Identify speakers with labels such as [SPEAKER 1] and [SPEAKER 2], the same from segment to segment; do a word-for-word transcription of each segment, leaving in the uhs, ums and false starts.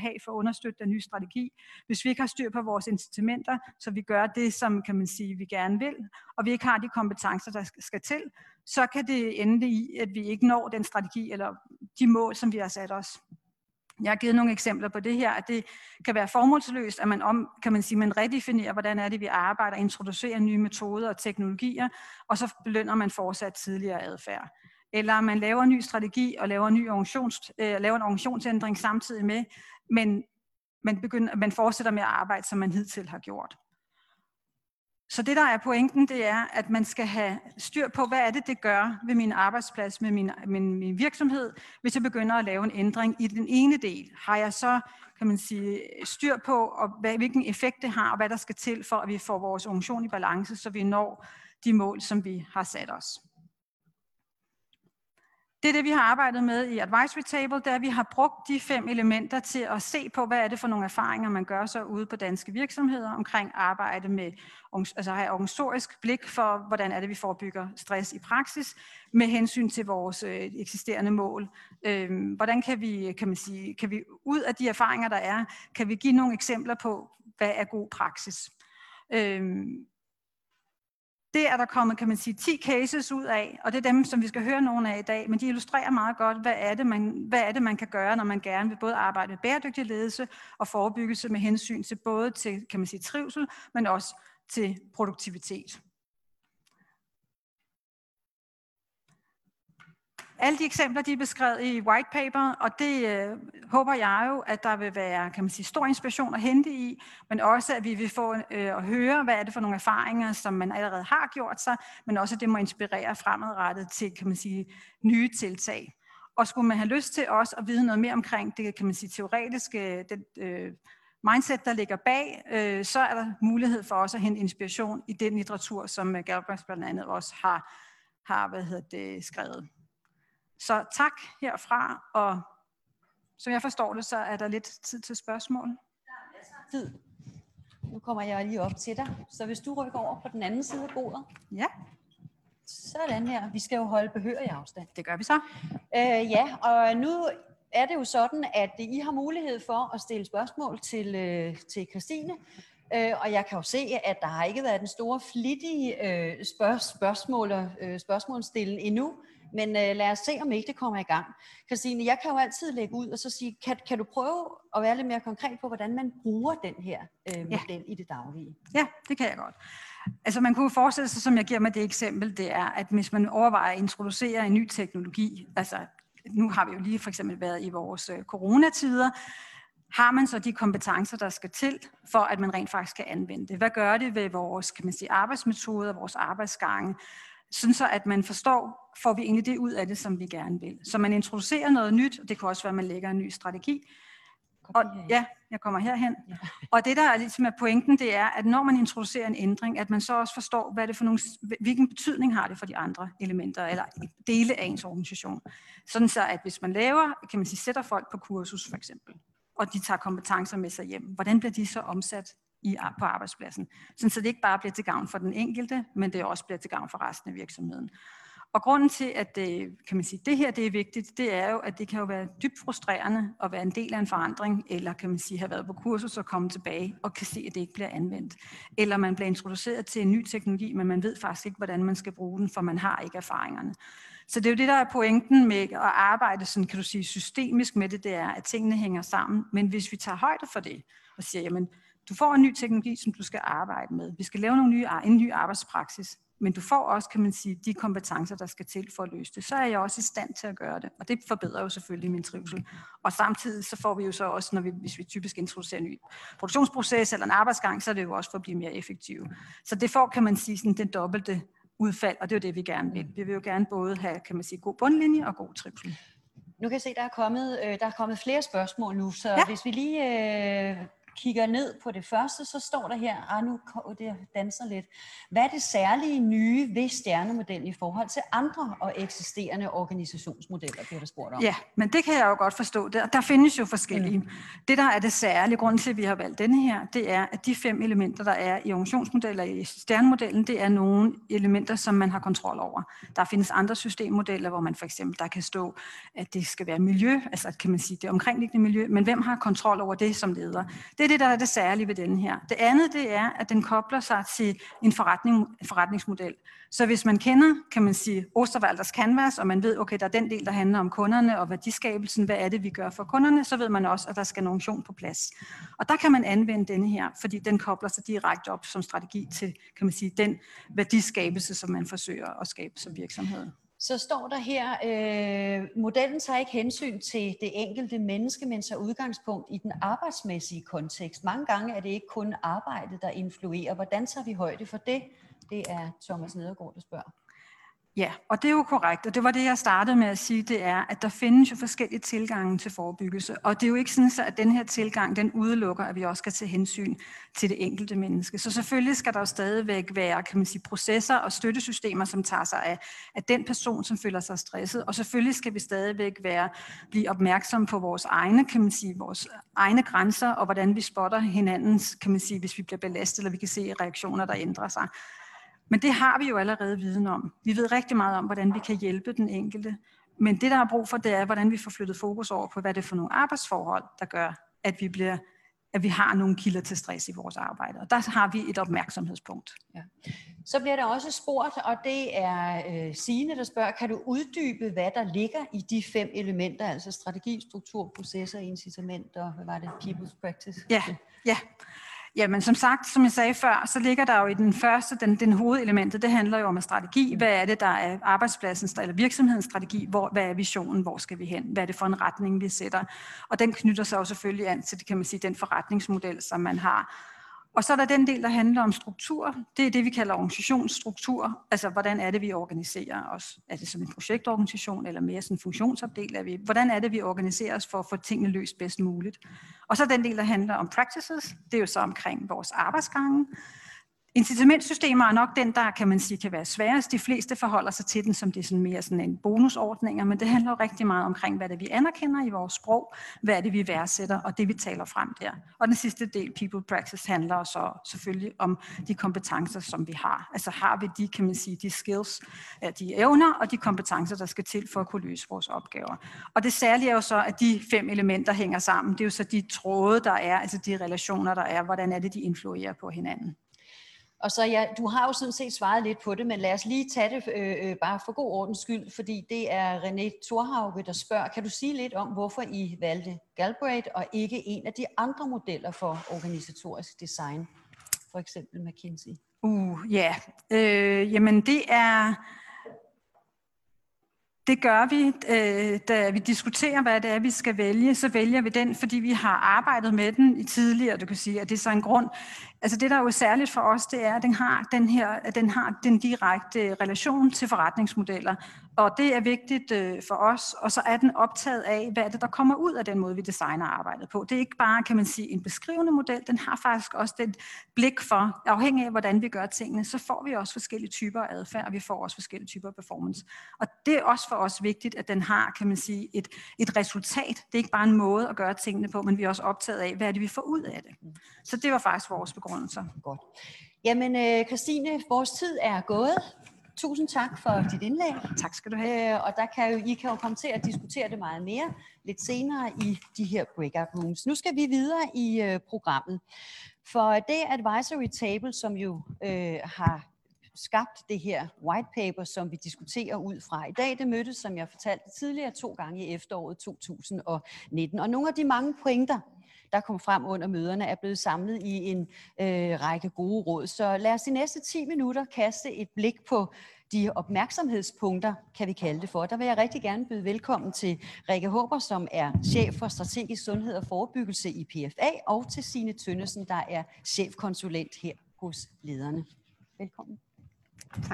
[SPEAKER 1] have for at understøtte den nye strategi. Hvis vi ikke har styr på vores incitamenter, så vi gør det, som kan man sige, vi gerne vil, og vi ikke har de kompetencer, der skal til, så kan det ende i, at vi ikke når den strategi eller de mål, som vi har sat os. Jeg har givet nogle eksempler på det her, at det kan være formålsløst, at man, om, kan man sige, man redefinerer, hvordan er det, vi arbejder, introducerer nye metoder og teknologier, og så belønner man fortsat tidligere adfærd. Eller man laver en ny strategi og laver en ny organisations, øh, laver en organisationsændring samtidig med, men man, begynder, man fortsætter med at arbejde, som man hidtil har gjort. Så det, der er pointen, det er, at man skal have styr på, hvad er det, det gør ved min arbejdsplads, med min, min, min virksomhed, hvis jeg begynder at lave en ændring i den ene del. Har jeg så, kan man sige, styr på, og hvad, hvilken effekt det har, og hvad der skal til, for at vi får vores organisation i balance, så vi når de mål, som vi har sat os. Det er det, vi har arbejdet med i Advisory Table, det er, at vi har brugt de fem elementer til at se på, hvad er det for nogle erfaringer, man gør så ude på danske virksomheder omkring arbejde med, altså have organisatorisk blik for, hvordan er det, vi forebygger stress i praksis, med hensyn til vores øh, eksisterende mål. Øhm, hvordan kan vi, kan man sige, kan vi ud af de erfaringer, der er, kan vi give nogle eksempler på, hvad er god praksis? Øhm, Det er der kommet, kan man sige, ti cases ud af, og det er dem, som vi skal høre nogle af i dag, men de illustrerer meget godt, hvad er det, man, hvad er det, man kan gøre, når man gerne vil både arbejde med bæredygtig ledelse og forebyggelse med hensyn til både til, kan man sige, trivsel, men også til produktivitet. Alle de eksempler, de er beskrevet i white paper, og det øh, håber jeg jo, at der vil være, kan man sige, stor inspiration at hente i, men også, at vi vil få øh, at høre, hvad er det for nogle erfaringer, som man allerede har gjort sig, men også, at det må inspirere fremadrettet til, kan man sige, nye tiltag. Og skulle man have lyst til også at vide noget mere omkring det, kan man sige, teoretiske det, øh, mindset, der ligger bag, øh, så er der mulighed for også at hente inspiration i den litteratur, som Galbraith blandt andet også har, har hvad hedder det, skrevet. Så tak herfra, og som jeg forstår det, så er der lidt tid til spørgsmål.
[SPEAKER 2] Der er masser af tid. Nu kommer jeg lige op til dig, så hvis du rykker over på den anden side af bordet.
[SPEAKER 1] Ja.
[SPEAKER 2] Sådan her. Vi skal jo holde behørig afstand.
[SPEAKER 1] Det gør vi så.
[SPEAKER 2] Øh, ja, og nu er det jo sådan, at I har mulighed for at stille spørgsmål til, øh, til Christine. Øh, og jeg kan jo se, at der har ikke været den store flittige øh, spørg- spørgsmål og øh, spørgsmålstillen endnu. Men øh, lad os se, om ikke det kommer i gang. Christine, jeg kan jo altid lægge ud og så sige, kan, kan du prøve at være lidt mere konkret på, hvordan man bruger den her øh, model ja. i det daglige?
[SPEAKER 1] Ja, det kan jeg godt. Altså man kunne forestille sig, som jeg giver mig det eksempel, det er, at hvis man overvejer at introducere en ny teknologi, altså nu har vi jo lige for eksempel været i vores øh, coronatider, har man så de kompetencer, der skal til, for at man rent faktisk kan anvende det? Hvad gør det ved vores, kan man sige, arbejdsmetoder, vores arbejdsgange? Sådan så, at man forstår, får vi egentlig det ud af det, som vi gerne vil. Så man introducerer noget nyt, og det kan også være, at man lægger en ny strategi. Og ja, jeg kommer herhen. Ja. Og det, der er ligesom er pointen, det er, at når man introducerer en ændring, at man så også forstår, hvad det for nogle, hvilken betydning har det for de andre elementer, eller dele af ens organisation. Sådan så, at hvis man laver, kan man sige, sætter folk på kursus for eksempel, og de tager kompetencer med sig hjem, hvordan bliver de så omsat i, på arbejdspladsen? Sådan så det ikke bare bliver til gavn for den enkelte, men det også bliver til gavn for resten af virksomheden. Og grunden til, at det, kan man sige, det her det er vigtigt, det er jo, at det kan jo være dybt frustrerende at være en del af en forandring, eller kan man sige, have været på kursus og komme tilbage og kan se, at det ikke bliver anvendt. Eller man bliver introduceret til en ny teknologi, men man ved faktisk ikke, hvordan man skal bruge den, for man har ikke erfaringerne. Så det er jo det, der er pointen med at arbejde sådan, kan du sige, systemisk med det, det er, at tingene hænger sammen. Men hvis vi tager højde for det og siger, jamen, du får en ny teknologi, som du skal arbejde med. Vi skal lave nogle nye, en ny arbejdspraksis. Men du får også, kan man sige, de kompetencer, der skal til for at løse det. Så er jeg også i stand til at gøre det. Og det forbedrer jo selvfølgelig min trivsel. Og samtidig så får vi jo så også, når vi, hvis vi typisk introducerer en ny produktionsproces eller en arbejdsgang, så er det jo også for at blive mere effektive. Så det får, kan man sige, sådan den dobbelte udfald, og det er jo det, vi gerne vil. Vi vil jo gerne både have, kan man sige, god bundlinje og god trivsel.
[SPEAKER 2] Nu kan jeg se, der er kommet, øh, der er kommet flere spørgsmål nu, så ja. hvis vi lige øh, kigger ned på det første, så står der her, ah, nu det danser lidt. Hvad er det særlige nye ved stjernemodellen i forhold til andre og eksisterende organisationsmodeller, bliver der spurgt om?
[SPEAKER 1] Ja, men det kan jeg jo godt forstå. Der, der findes jo forskellige. Mm. Det, der er det særlige grund til, at vi har valgt denne her, det er, at de fem elementer, der er i organisationsmodeller i stjernemodellen, det er nogle elementer, som man har kontrol over. Der findes andre systemmodeller, hvor man for eksempel, der kan stå, at det skal være miljø, altså kan man sige, det omkringliggende miljø, men hvem har kontrol over det som leder? Det er det, der er det særlige ved denne her. Det andet, det er, at den kobler sig til en, forretning, en forretningsmodel. Så hvis man kender, kan man sige, Osterwalders Canvas, og man ved, okay, der er den del, der handler om kunderne og værdiskabelsen, hvad er det, vi gør for kunderne, så ved man også, at der skal en organisation på plads. Og der kan man anvende denne her, fordi den kobler sig direkte op som strategi til, kan man sige, den værdiskabelse, som man forsøger at skabe som virksomhed.
[SPEAKER 2] Så står der her, øh, modellen tager ikke hensyn til det enkelte menneske, men tager udgangspunkt i den arbejdsmæssige kontekst. Mange gange er det ikke kun arbejdet, der influerer. Hvordan tager vi højde for det? Det er Thomas Nedergaard, der spørger.
[SPEAKER 1] Ja, og det er jo korrekt, og det var det, jeg startede med at sige, det er, at der findes jo forskellige tilgange til forebyggelse, og det er jo ikke sådan, at den her tilgang, den udelukker, at vi også skal tage hensyn til det enkelte menneske. Så selvfølgelig skal der jo stadigvæk være, kan man sige, processer og støttesystemer, som tager sig af, af den person, som føler sig stresset, og selvfølgelig skal vi stadigvæk være, blive opmærksomme på vores egne, kan man sige, vores egne grænser, og hvordan vi spotter hinandens, kan man sige, hvis vi bliver belastet, eller vi kan se reaktioner, der ændrer sig. Men det har vi jo allerede viden om. Vi ved rigtig meget om, hvordan vi kan hjælpe den enkelte. Men det, der er brug for, det er, hvordan vi får flyttet fokus over på, hvad det er for nogle arbejdsforhold, der gør, at vi, bliver, at vi har nogle kilder til stress i vores arbejde. Og der har vi et opmærksomhedspunkt.
[SPEAKER 2] Ja. Så bliver der også spurgt, og det er øh, Signe, der spørger, kan du uddybe, hvad der ligger i de fem elementer, altså strategi, struktur, processer, incitament og, hvad var det, people's practice?
[SPEAKER 1] Ja, ja. Jamen som sagt, som jeg sagde før, så ligger der jo i den første, den, den hovedelementet, det handler jo om strategi. Hvad er det, der er arbejdspladsens eller virksomhedens strategi? Hvor, hvad er visionen? Hvor skal vi hen? Hvad er det for en retning, vi sætter? Og den knytter sig jo selvfølgelig an til, kan man sige, den forretningsmodel, som man har. Og så er der den del, der handler om struktur. Det er det, vi kalder organisationsstruktur. Altså, hvordan er det, vi organiserer os? Er det som en projektorganisation, eller mere sådan en funktionsopdel? Er vi? Hvordan er det, vi organiserer os for at få tingene løst bedst muligt? Og så den del, der handler om practices. Det er jo så omkring vores arbejdsgange. Incitamentsystemer er nok den, der kan man sige kan være sværest. De fleste forholder sig til den, som det er sådan mere sådan en bonusordning, men det handler jo rigtig meget omkring, hvad det er, vi anerkender i vores sprog, hvad er det, vi værdsætter, og det, vi taler frem der. Og den sidste del, people practice, handler så selvfølgelig om de kompetencer, som vi har. Altså har vi de, kan man sige, de skills, de evner og de kompetencer, der skal til for at kunne løse vores opgaver. Og det særlige er jo så, at de fem elementer hænger sammen. Det er jo så de tråde, der er, altså de relationer, der er, hvordan er det, de influerer på hinanden.
[SPEAKER 2] Og så ja, du har jo sådan set svaret lidt på det, men lad os lige tage det øh, bare for god ordens skyld, fordi det er René Thorhauge, der spørger, kan du sige lidt om, hvorfor I valgte Galbraith og ikke en af de andre modeller for organisatorisk design, for eksempel McKinsey?
[SPEAKER 1] Uh, ja, yeah. øh, jamen det er... Det gør vi, øh, da vi diskuterer, hvad det er, vi skal vælge, så vælger vi den, fordi vi har arbejdet med den i tidligere, du kan sige, at det er så en grund. Altså det, der er jo særligt for os, det er, at den har den her, at den har den direkte relation til forretningsmodeller, og det er vigtigt øh, for os, og så er den optaget af, hvad er det, der kommer ud af den måde, vi designer arbejdet på. Det er ikke bare, kan man sige, en beskrivende model, den har faktisk også et blik for, afhængig af, hvordan vi gør tingene, så får vi også forskellige typer af adfærd, og vi får også forskellige typer af performance. Og det er også for os vigtigt, at den har, kan man sige, et, et resultat. Det er ikke bare en måde at gøre tingene på, men vi er også optaget af, hvad er det, vi får ud af det. Så det var faktisk vores begrundelse.
[SPEAKER 2] Godt. Jamen, øh, Christine, vores tid er gået. Tusind tak for dit indlæg.
[SPEAKER 1] Tak skal du have.
[SPEAKER 2] Øh, og der kan jo, I kan jo komme til at diskutere det meget mere lidt senere i de her breakout rooms. Nu skal vi videre i øh, programmet. For det advisory table, som jo øh, har skabt det her white paper, som vi diskuterer ud fra i dag, det mødtes, som jeg fortalte tidligere, to gange i efteråret to tusind og nitten. Og nogle af de mange pointer, der kom frem under møderne, er blevet samlet i en øh, række gode råd. Så lad os de næste ti minutter kaste et blik på de opmærksomhedspunkter, kan vi kalde det for. Der vil jeg rigtig gerne byde velkommen til Rikke Håber, som er chef for strategisk sundhed og forebyggelse i P F A, og til Signe Tønnesen, der er chefkonsulent her hos lederne. Velkommen.
[SPEAKER 1] Tak.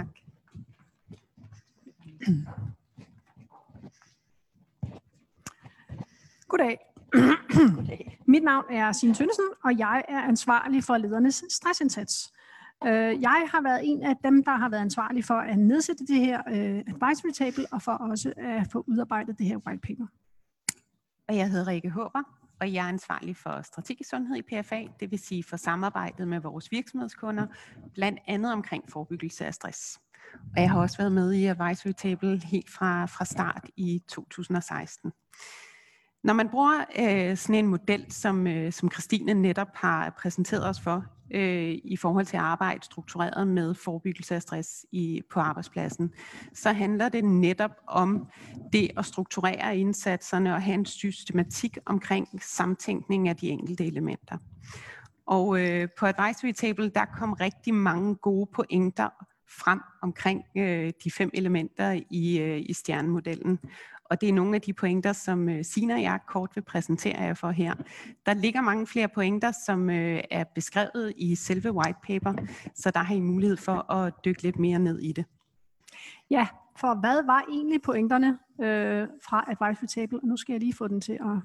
[SPEAKER 3] Goddag. Mit navn er Signe Tønnesen, og jeg er ansvarlig for ledernes stressindsats. Jeg har været en af dem, der har været ansvarlig for at nedsætte det her advisory table, og for også at få udarbejdet det her white paper.
[SPEAKER 4] Og jeg hedder Rikke Håber, og jeg er ansvarlig for strategisk sundhed i P F A, det vil sige for samarbejdet med vores virksomhedskunder, blandt andet omkring forebyggelse af stress. Og jeg har også været med i advisory table helt fra, fra start i to tusind og seksten. Når man bruger øh, sådan en model, som, øh, som Christine netop har præsenteret os for, øh, i forhold til at arbejde struktureret med forebyggelse af stress i, på arbejdspladsen, så handler det netop om det at strukturere indsatserne og have en systematik omkring samtænkning af de enkelte elementer. Og øh, på advisory table, der kom rigtig mange gode pointer frem omkring øh, de fem elementer i, øh, i stjernemodellen. Og det er nogle af de pointer, som øh, Signe og jeg kort vil præsentere jer for her. Der ligger mange flere pointer, som øh, er beskrevet i selve white paper, så der har I mulighed for at dykke lidt mere ned i det.
[SPEAKER 3] Ja, for hvad var egentlig pointerne øh, fra advisory table? Og nu skal jeg lige få den til at...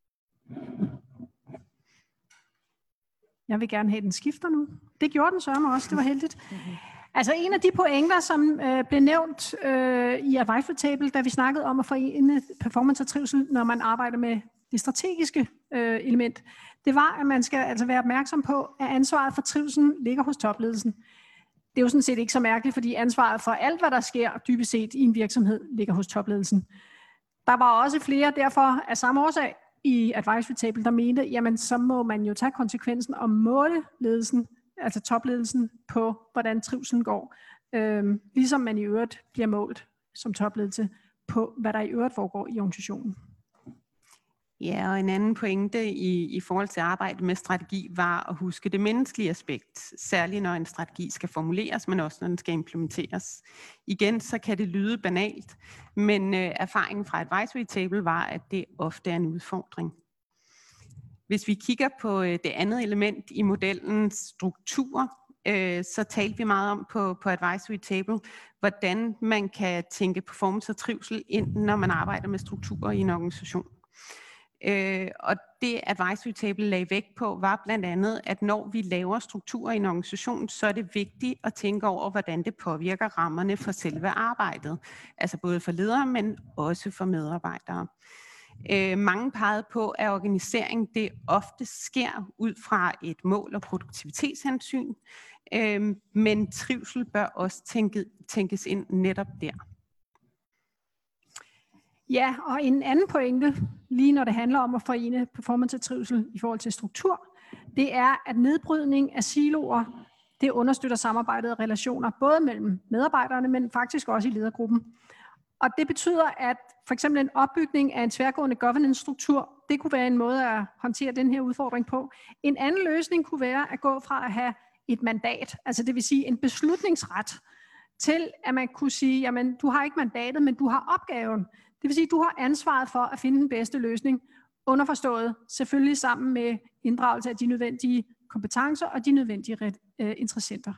[SPEAKER 3] Jeg vil gerne have den skifter nu. Det gjorde den sørme også, det var heldigt. Altså en af de pointer, som øh, blev nævnt øh, i advisory table, da vi snakkede om at forene performance og trivsel, når man arbejder med det strategiske øh, element, det var, at man skal altså være opmærksom på, at ansvaret for trivselen ligger hos topledelsen. Det er jo sådan set ikke så mærkeligt, fordi ansvaret for alt, hvad der sker dybest set i en virksomhed, ligger hos topledelsen. Der var også flere derfor af samme årsag i advisory table, der mente, jamen så må man jo tage konsekvensen og måle ledelsen, altså topledelsen, på hvordan trivselen går. Øhm, ligesom man i øvrigt bliver målt som topledelse på, hvad der i øvrigt foregår i organisationen.
[SPEAKER 4] Ja, og en anden pointe i, i forhold til arbejde med strategi var at huske det menneskelige aspekt, særligt når en strategi skal formuleres, men også når den skal implementeres. Igen, så kan det lyde banalt, men øh, erfaringen fra advisory table var, at det ofte er en udfordring. Hvis vi kigger på øh, det andet element i modellens struktur, øh, så talte vi meget om på, på advisory table, hvordan man kan tænke performance og trivsel ind, når man arbejder med strukturer i en organisation. Øh, og det advisory table lagde vægt på var blandt andet, at når vi laver strukturer i en organisation, så er det vigtigt at tænke over, hvordan det påvirker rammerne for selve arbejdet. Altså både for ledere, men også for medarbejdere. Øh, mange pegede på, at organisering det ofte sker ud fra et mål- og produktivitetshensyn, øh, men trivsel bør også tænke, tænkes ind netop der.
[SPEAKER 3] Ja, og en anden pointe, lige når det handler om at forene performance og trivsel i forhold til struktur, det er, at nedbrydning af siloer, det understøtter samarbejdet og relationer, både mellem medarbejderne, men faktisk også i ledergruppen. Og det betyder, at for eksempel en opbygning af en tværgående governance-struktur, det kunne være en måde at håndtere den her udfordring på. En anden løsning kunne være at gå fra at have et mandat, altså det vil sige en beslutningsret, til at man kunne sige, jamen du har ikke mandatet, men du har opgaven. Det vil sige, at du har ansvaret for at finde den bedste løsning, underforstået selvfølgelig sammen med inddragelse af de nødvendige kompetencer og de nødvendige øh, interessenter.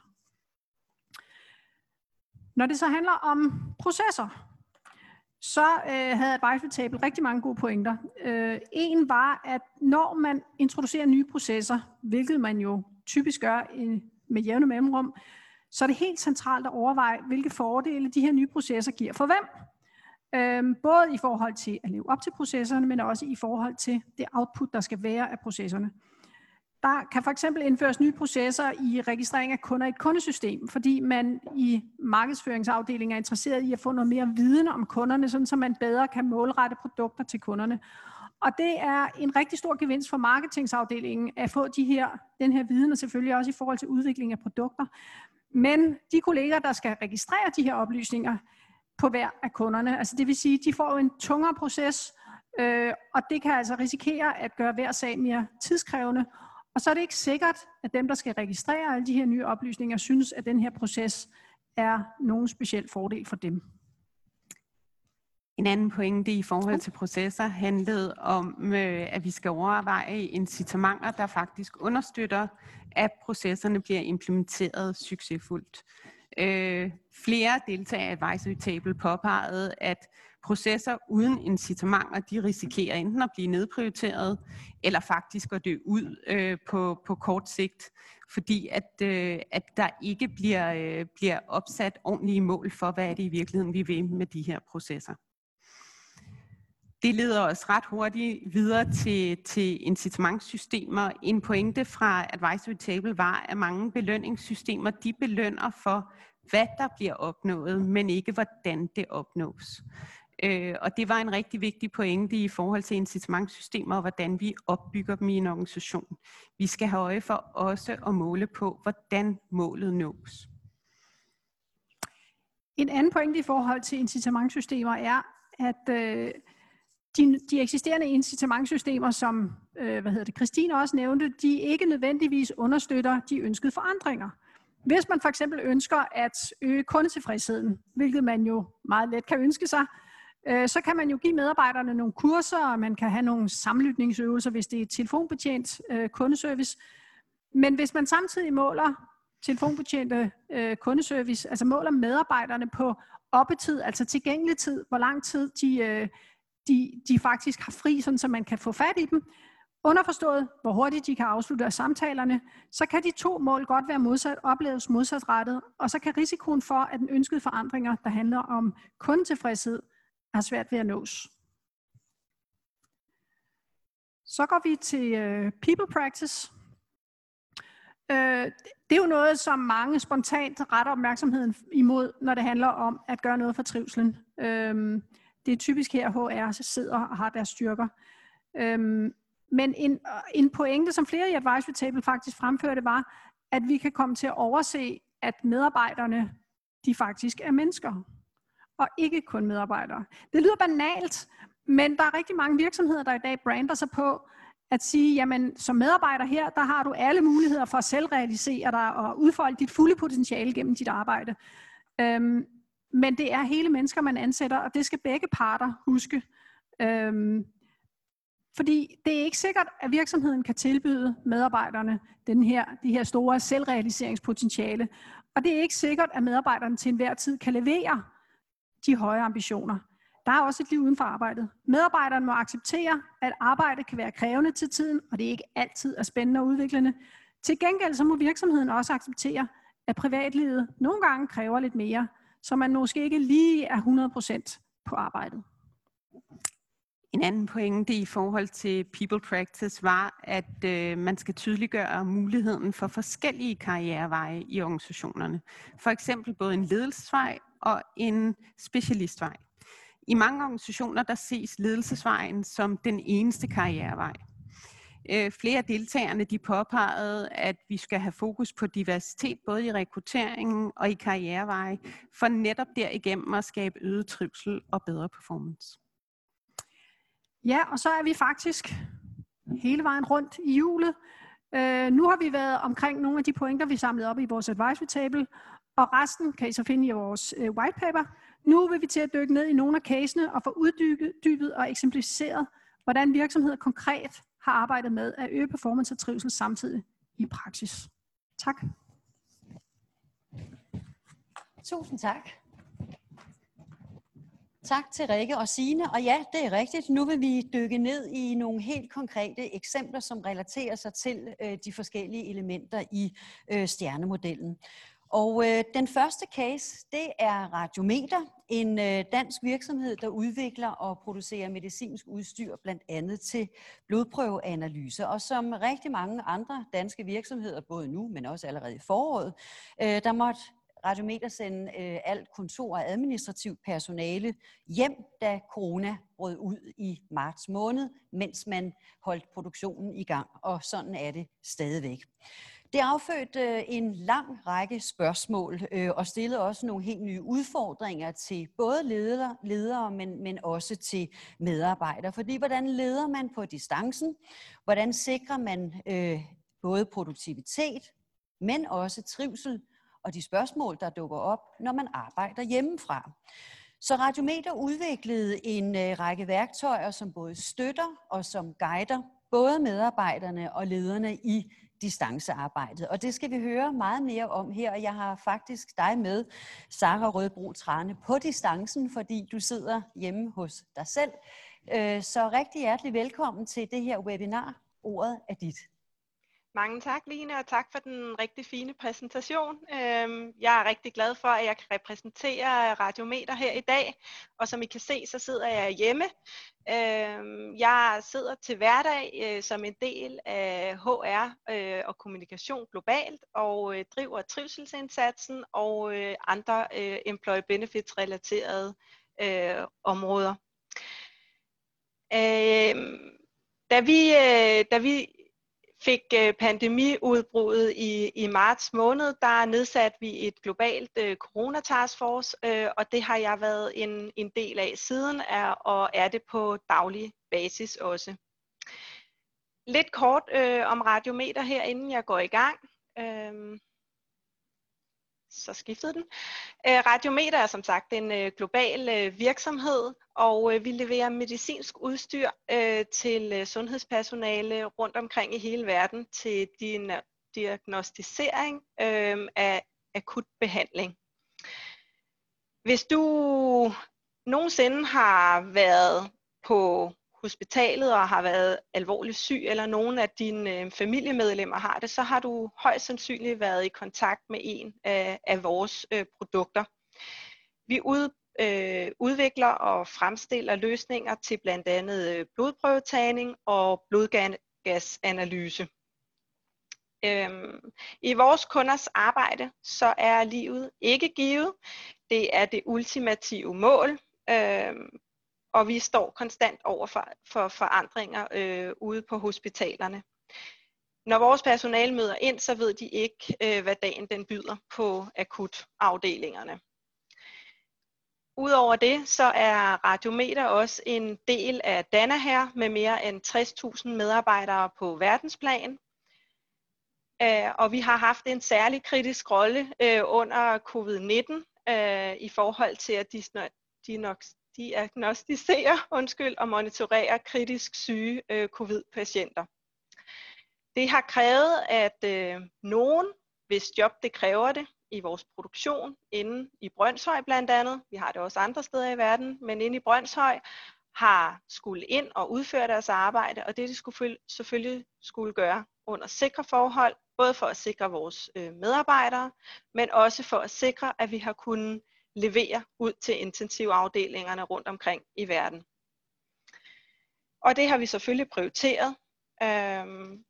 [SPEAKER 3] Når det så handler om processer, så øh, havde advisory table rigtig mange gode pointer. Øh, en var, at når man introducerer nye processer, hvilket man jo typisk gør i, med jævne mellemrum, så er det helt centralt at overveje, hvilke fordele de her nye processer giver for hvem. Øh, både i forhold til at leve op til processerne, men også i forhold til det output, der skal være af processerne. Der kan for eksempel indføres nye processer i registrering af kunder i et kundesystem, fordi man i markedsføringsafdelingen er interesseret i at få noget mere viden om kunderne, sådan så man bedre kan målrette produkter til kunderne. Og det er en rigtig stor gevinst for marketingsafdelingen at få de her, den her viden, og selvfølgelig også i forhold til udvikling af produkter. Men de kolleger, der skal registrere de her oplysninger på hver af kunderne, altså det vil sige, de får en tungere proces, øh, og det kan altså risikere at gøre hver sag mere tidskrævende. Og så er det ikke sikkert, at dem, der skal registrere alle de her nye oplysninger, synes, at den her proces er nogen speciel fordel for dem.
[SPEAKER 4] En anden pointe i forhold til processer handlede om, at vi skal overveje incitamenter, der faktisk understøtter, at processerne bliver implementeret succesfuldt. Øh, flere deltagere i advisory table påpegede, at Processer uden incitamenter, de risikerer enten at blive nedprioriteret, eller faktisk at dø ud øh, på, på kort sigt, fordi at, øh, at der ikke bliver, øh, bliver opsat ordentlige mål for, hvad er det i virkeligheden, vi vil med de her processer. Det leder os ret hurtigt videre til, til incitamentssystemer. En pointe fra Advisory Table var, at mange belønningssystemer, de belønner for, hvad der bliver opnået, men ikke hvordan det opnås. Øh, og det var en rigtig vigtig pointe i forhold til incitamentssystemer og hvordan vi opbygger dem i en organisation. Vi skal have øje for også at måle på, hvordan målet nås.
[SPEAKER 3] En anden pointe i forhold til incitamentssystemer er, at øh, de, de eksisterende incitamentssystemer, som øh, hvad hedder det, Christine også nævnte, de ikke nødvendigvis understøtter de ønskede forandringer. Hvis man for eksempel ønsker at øge kundetilfredsheden, hvilket man jo meget let kan ønske sig, øh, så kan man jo give medarbejderne nogle kurser, og man kan have nogle sammenlytningsøvelser, hvis det er telefonbetjent øh, kundeservice. Men hvis man samtidig måler telefonbetjente øh, kundeservice, altså måler medarbejderne på oppetid, altså tilgængelig tid, hvor lang tid de, øh, de, de faktisk har fri, sådan så man kan få fat i dem, underforstået, hvor hurtigt de kan afslutte samtalerne, så kan de to mål godt være modsat, opleves modsatrettet, og så kan risikoen for, at den ønskede forandringer, der handler om kundetilfredshed, er svært ved at nås. Så går vi til øh, people practice. Øh, det er jo noget, som mange spontant retter opmærksomheden imod, når det handler om at gøre noget for trivselen. Øh, det er typisk her, H R sidder og har deres styrker. Øh, Men en, en pointe, som flere i Advisory Table faktisk fremførte, var, at vi kan komme til at overse, at medarbejderne, de faktisk er mennesker, og ikke kun medarbejdere. Det lyder banalt, men der er rigtig mange virksomheder, der i dag brander sig på at sige, jamen som medarbejder her, der har du alle muligheder for at selvrealisere dig og udfolde dit fulde potentiale gennem dit arbejde. Øhm, men det er hele mennesker, man ansætter, og det skal begge parter huske. Øhm, Fordi det er ikke sikkert, at virksomheden kan tilbyde medarbejderne den her, de her store selvrealiseringspotentiale. Og det er ikke sikkert, at medarbejderne til enhver tid kan levere de høje ambitioner. Der er også et liv uden for arbejdet. Medarbejderne må acceptere, at arbejdet kan være krævende til tiden, og det er ikke altid er spændende og udviklende. Til gengæld så må virksomheden også acceptere, at privatlivet nogle gange kræver lidt mere, så man måske ikke lige er hundrede procent på arbejdet.
[SPEAKER 4] En anden pointe i forhold til people practice var, at øh, man skal tydeliggøre muligheden for forskellige karriereveje i organisationerne. For eksempel både en ledelsesvej og en specialistvej. I mange organisationer der ses ledelsesvejen som den eneste karrierevej. Øh, flere af deltagerne de påpegede, at vi skal have fokus på diversitet både i rekrutteringen og i karriereveje, for netop derigennem at skabe øget trivsel og bedre performance.
[SPEAKER 3] Ja, og så er vi faktisk hele vejen rundt i hjulet. Uh, nu har vi været omkring nogle af de pointer, vi samlede op i vores advisory table, og resten kan I så finde i vores uh, white paper. Nu vil vi til at dykke ned i nogle af casene og få uddybet og eksemplificeret, hvordan virksomheder konkret har arbejdet med at øge performance og trivsel samtidig i praksis. Tak.
[SPEAKER 2] Tusind tak. Tak til Rikke og Signe, og ja, det er rigtigt. Nu vil vi dykke ned i nogle helt konkrete eksempler, som relaterer sig til øh, de forskellige elementer i øh, stjernemodellen. Og øh, den første case, det er Radiometer, en øh, dansk virksomhed, der udvikler og producerer medicinsk udstyr, blandt andet til blodprøveanalyse. Og som rigtig mange andre danske virksomheder, både nu, men også allerede i foråret, øh, der måtte Radiometer sende øh, alt kontor- og administrativt personale hjem, da corona brød ud i marts måned, mens man holdt produktionen i gang, og sådan er det stadigvæk. Det affødte øh, en lang række spørgsmål øh, og stillede også nogle helt nye udfordringer til både ledere, ledere men, men også til medarbejdere. Fordi hvordan leder man på distancen? Hvordan sikrer man øh, både produktivitet, men også trivsel? Og de spørgsmål, der dukker op, når man arbejder hjemmefra. Så Radiometer udviklede en øh, række værktøjer, som både støtter og som guider både medarbejderne og lederne i distancearbejdet. Og det skal vi høre meget mere om her, og jeg har faktisk dig med, Sara Rødbro Trane, på distancen, fordi du sidder hjemme hos dig selv. Så rigtig hjertelig velkommen til det her webinar. Ordet er dit.
[SPEAKER 5] Mange tak, Line, og tak for den rigtig fine præsentation. Jeg er rigtig glad for, at jeg kan repræsentere Radiometer her i dag, og som I kan se, så sidder jeg hjemme. Jeg sidder til hverdag som en del af H R og kommunikation globalt, og driver trivselsindsatsen og andre employee benefits relaterede områder. Da vi, da vi fik pandemiudbruddet i, i marts måned, der nedsatte vi et globalt uh, corona-taskforce, uh, og det har jeg været en, en del af siden, er, og er det på daglig basis også. Lidt kort uh, om Radiometer her, inden jeg går i gang. Uh, så skiftede den. Uh, Radiometer er som sagt en uh, global uh, virksomhed, og uh, vi leverer medicinsk udstyr uh, til uh, sundhedspersonale rundt omkring i hele verden til din diagnostisering uh, af akut behandling. Hvis du nogensinde har været på hospitalet og har været alvorligt syg, eller nogen af dine familiemedlemmer har det, så har du højst sandsynligt været i kontakt med en af, af vores øh, produkter. Vi ud, øh, udvikler og fremstiller løsninger til blandt andet blodprøvetagning og blodgasanalyse. Øhm, I vores kunders arbejde, så er livet ikke givet. Det er det ultimative mål. Øhm, Og vi står konstant over for, for forandringer øh, ude på hospitalerne. Når vores personale møder ind, så ved de ikke, øh, hvad dagen den byder på akutafdelingerne. Udover det, så er Radiometer også en del af Danaher med mere end tres tusind medarbejdere på verdensplan. Øh, og vi har haft en særlig kritisk rolle øh, under covid nitten øh, i forhold til at de, de nok diagnostisere undskyld, og monitorere kritisk syge øh, covid-patienter. Det har krævet, at øh, nogen, hvis job det kræver det, i vores produktion, inde i Brønshøj blandt andet, vi har det også andre steder i verden, men inde i Brønshøj, har skulle ind og udføre deres arbejde, og det de skulle selvfølgelig skulle gøre under sikre forhold, både for at sikre vores øh, medarbejdere, men også for at sikre, at vi har kunnet levere ud til intensivafdelingerne rundt omkring i verden. Og det har vi selvfølgelig prioriteret øhm,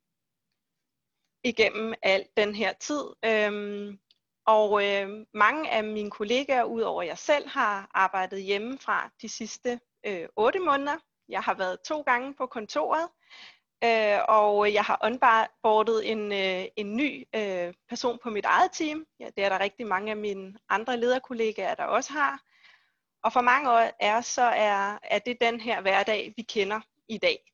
[SPEAKER 5] igennem al den her tid. Øhm, og øh, mange af mine kollegaer, udover jeg selv, har arbejdet hjemmefra de sidste øh, otte måneder. Jeg har været to gange på kontoret, øh, og jeg har onboardet en, øh, en ny øh, person på mit eget team. Ja, det er der rigtig mange af mine andre lederkollegaer, der også har. Og for mange af os, så er, er det den her hverdag, vi kender i dag.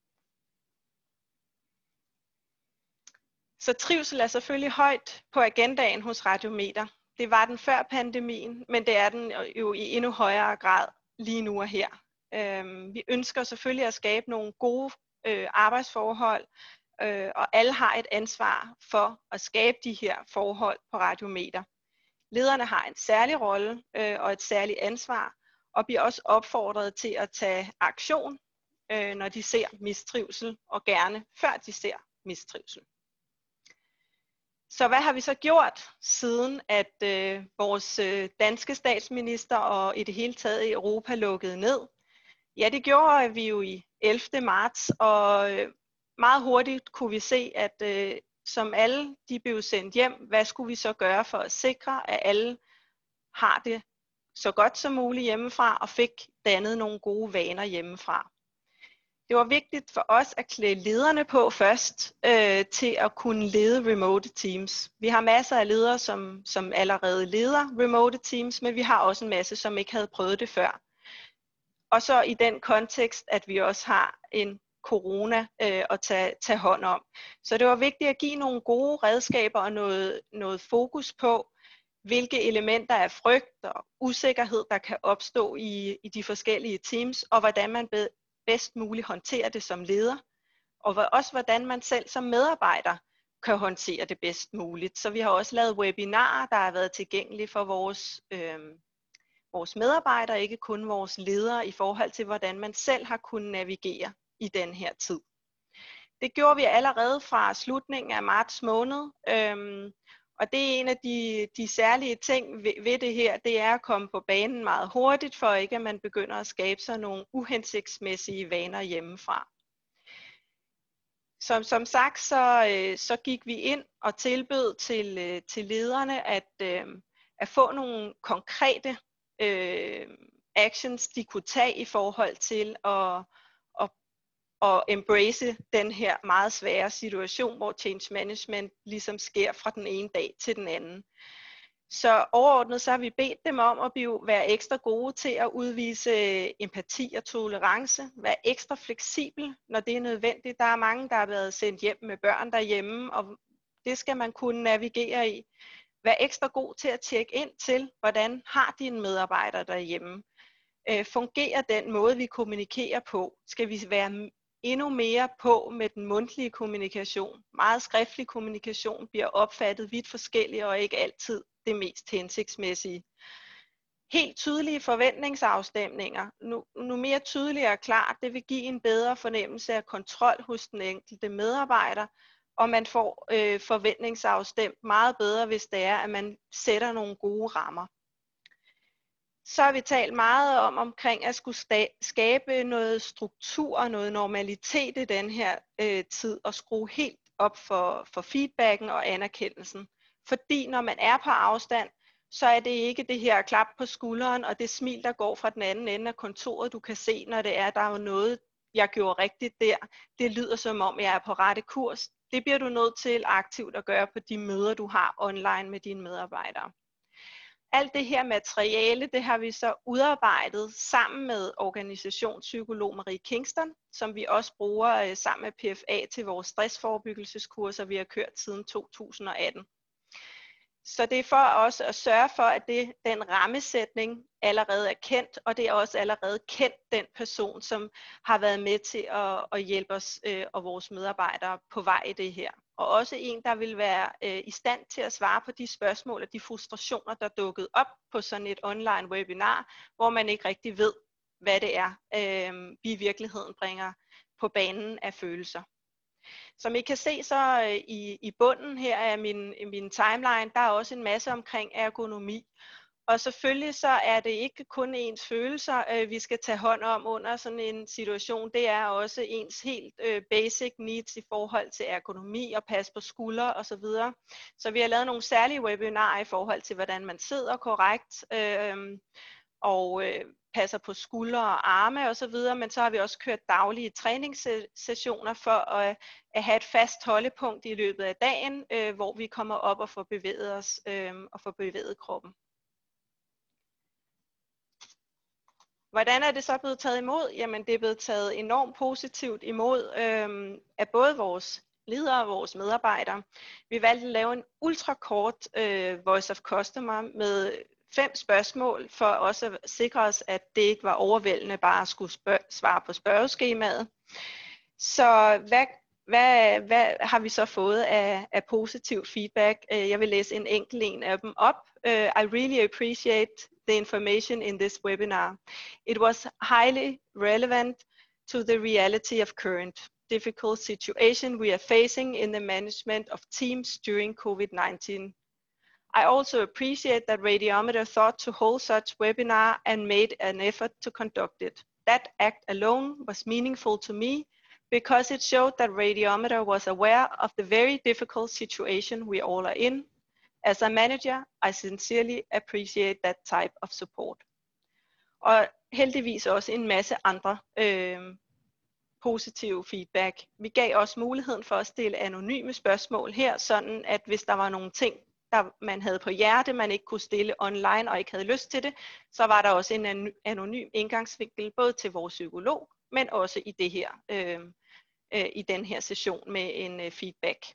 [SPEAKER 5] Så trivsel er selvfølgelig højt på agendaen hos Radiometer. Det var den før pandemien, men det er den jo i endnu højere grad lige nu og her. Øhm, vi ønsker selvfølgelig at skabe nogle gode øh, arbejdsforhold, øh, og alle har et ansvar for at skabe de her forhold på Radiometer. Lederne har en særlig rolle øh, og et særligt ansvar, og bliver også opfordret til at tage aktion, øh, når de ser mistrivsel, og gerne før de ser mistrivsel. Så hvad har vi så gjort, siden at øh, vores øh, danske statsminister og i det hele taget i Europa lukkede ned? Ja, det gjorde vi jo i ellevte marts, og øh, meget hurtigt kunne vi se, at øh, som alle de blev sendt hjem, hvad skulle vi så gøre for at sikre, at alle har det så godt som muligt hjemmefra, og fik dannet nogle gode vaner hjemmefra. Det var vigtigt for os at klæde lederne på først, øh, til at kunne lede remote teams. Vi har masser af ledere, som, som allerede leder remote teams, men vi har også en masse, som ikke havde prøvet det før. Og så i den kontekst, at vi også har en corona øh, at tage, tage hånd om. Så det var vigtigt at give nogle gode redskaber og noget, noget fokus på, hvilke elementer af frygt og usikkerhed, der kan opstå i, i de forskellige teams, og hvordan man bedst muligt håndterer det som leder, og også hvordan man selv som medarbejder kan håndtere det bedst muligt. Så vi har også lavet webinarer, der har været tilgængelige for vores, øh, vores medarbejdere, ikke kun vores ledere, i forhold til hvordan man selv har kunnet navigere i den her tid. Det gjorde vi allerede fra slutningen af marts måned, øhm, og det er en af de, de særlige ting ved, ved det her, det er at komme på banen meget hurtigt, for ikke at man begynder at skabe sig nogle uhensigtsmæssige vaner hjemmefra. Som, som sagt, så, øh, så gik vi ind og tilbød til, øh, til lederne at, øh, at få nogle konkrete øh, actions, de kunne tage i forhold til at og embrace den her meget svære situation, hvor change management ligesom sker fra den ene dag til den anden. Så overordnet så har vi bedt dem om at blive, være ekstra gode til at udvise empati og tolerance, være ekstra fleksibel, når det er nødvendigt. Der er mange, der har været sendt hjem med børn derhjemme, og det skal man kunne navigere i. Vær ekstra god til at tjekke ind til, hvordan har dine medarbejdere derhjemme. Øh, fungerer den måde, vi kommunikerer på? Skal vi være endnu mere på med den mundtlige kommunikation? Meget skriftlig kommunikation bliver opfattet vidt forskelligt og ikke altid det mest hensigtsmæssige. Helt tydelige forventningsafstemninger. Nu, nu mere tydeligt og klart, det vil give en bedre fornemmelse af kontrol hos den enkelte medarbejder, og man får øh, forventningsafstemt meget bedre, hvis det er, at man sætter nogle gode rammer. Så har vi talt meget om omkring at skulle skabe noget struktur og noget normalitet i den her øh, tid, og skrue helt op for, for feedbacken og anerkendelsen. Fordi når man er på afstand, så er det ikke det her klap på skulderen og det smil, der går fra den anden ende af kontoret, du kan se, når det er, der er noget, jeg gjorde rigtigt der. Det lyder som om, jeg er på rette kurs. Det bliver du nødt til aktivt at gøre på de møder, du har online med dine medarbejdere. Alt det her materiale, det har vi så udarbejdet sammen med organisationspsykolog Marie Kingston, som vi også bruger øh, sammen med P F A til vores stressforebyggelseskurser, vi har kørt siden to tusind og atten. Så det er for også at sørge for, at det, den rammesætning allerede er kendt, og det er også allerede kendt den person, som har været med til at, at hjælpe os øh, og vores medarbejdere på vej i det her. Og også en, der vil være øh, i stand til at svare på de spørgsmål og de frustrationer, der er dukket op på sådan et online webinar, hvor man ikke rigtig ved, hvad det er, øh, vi i virkeligheden bringer på banen af følelser. Som I kan se så øh, i, i bunden her af min, min timeline, der er også en masse omkring ergonomi. Og selvfølgelig så er det ikke kun ens følelser, øh, vi skal tage hånd om under sådan en situation. Det er også ens helt øh, basic needs i forhold til ergonomi og passe på skuldre osv. Så, så vi har lavet nogle særlige webinarer i forhold til, hvordan man sidder korrekt øh, og øh, passer på skuldre og arme osv. Men så har vi også kørt daglige træningssessioner for at, at have et fast holdepunkt i løbet af dagen, øh, hvor vi kommer op og får bevæget os øh, og får bevæget kroppen. Hvordan er det så blevet taget imod? Jamen det er blevet taget enormt positivt imod øh, af både vores ledere og vores medarbejdere. Vi valgte at lave en ultrakort øh, Voice of Customer med fem spørgsmål for også at sikre os, at det ikke var overvældende bare at skulle spørge, svare på spørgeskemaet. Så hvad, hvad, hvad har vi så fået af, af positiv feedback? Jeg vil læse en enkelt en af dem op. Uh, I really appreciate the information in this webinar. It was highly relevant to the reality of current difficult situation we are facing in the management of teams during COVID nineteen. I also appreciate that Radiometer thought to hold such webinar and made an effort to conduct it. That act alone was meaningful to me because it showed that Radiometer was aware of the very difficult situation we all are in. As a manager, I sincerely appreciate that type of support. Og heldigvis også en masse andre øh, positive feedback. Vi gav også muligheden for at stille anonyme spørgsmål her, sådan at hvis der var nogle ting, der man havde på hjerte, man ikke kunne stille online og ikke havde lyst til det, så var der også en anonym indgangsvinkel både til vores psykolog, men også i det her, øh, øh, i den her session med en øh, feedback.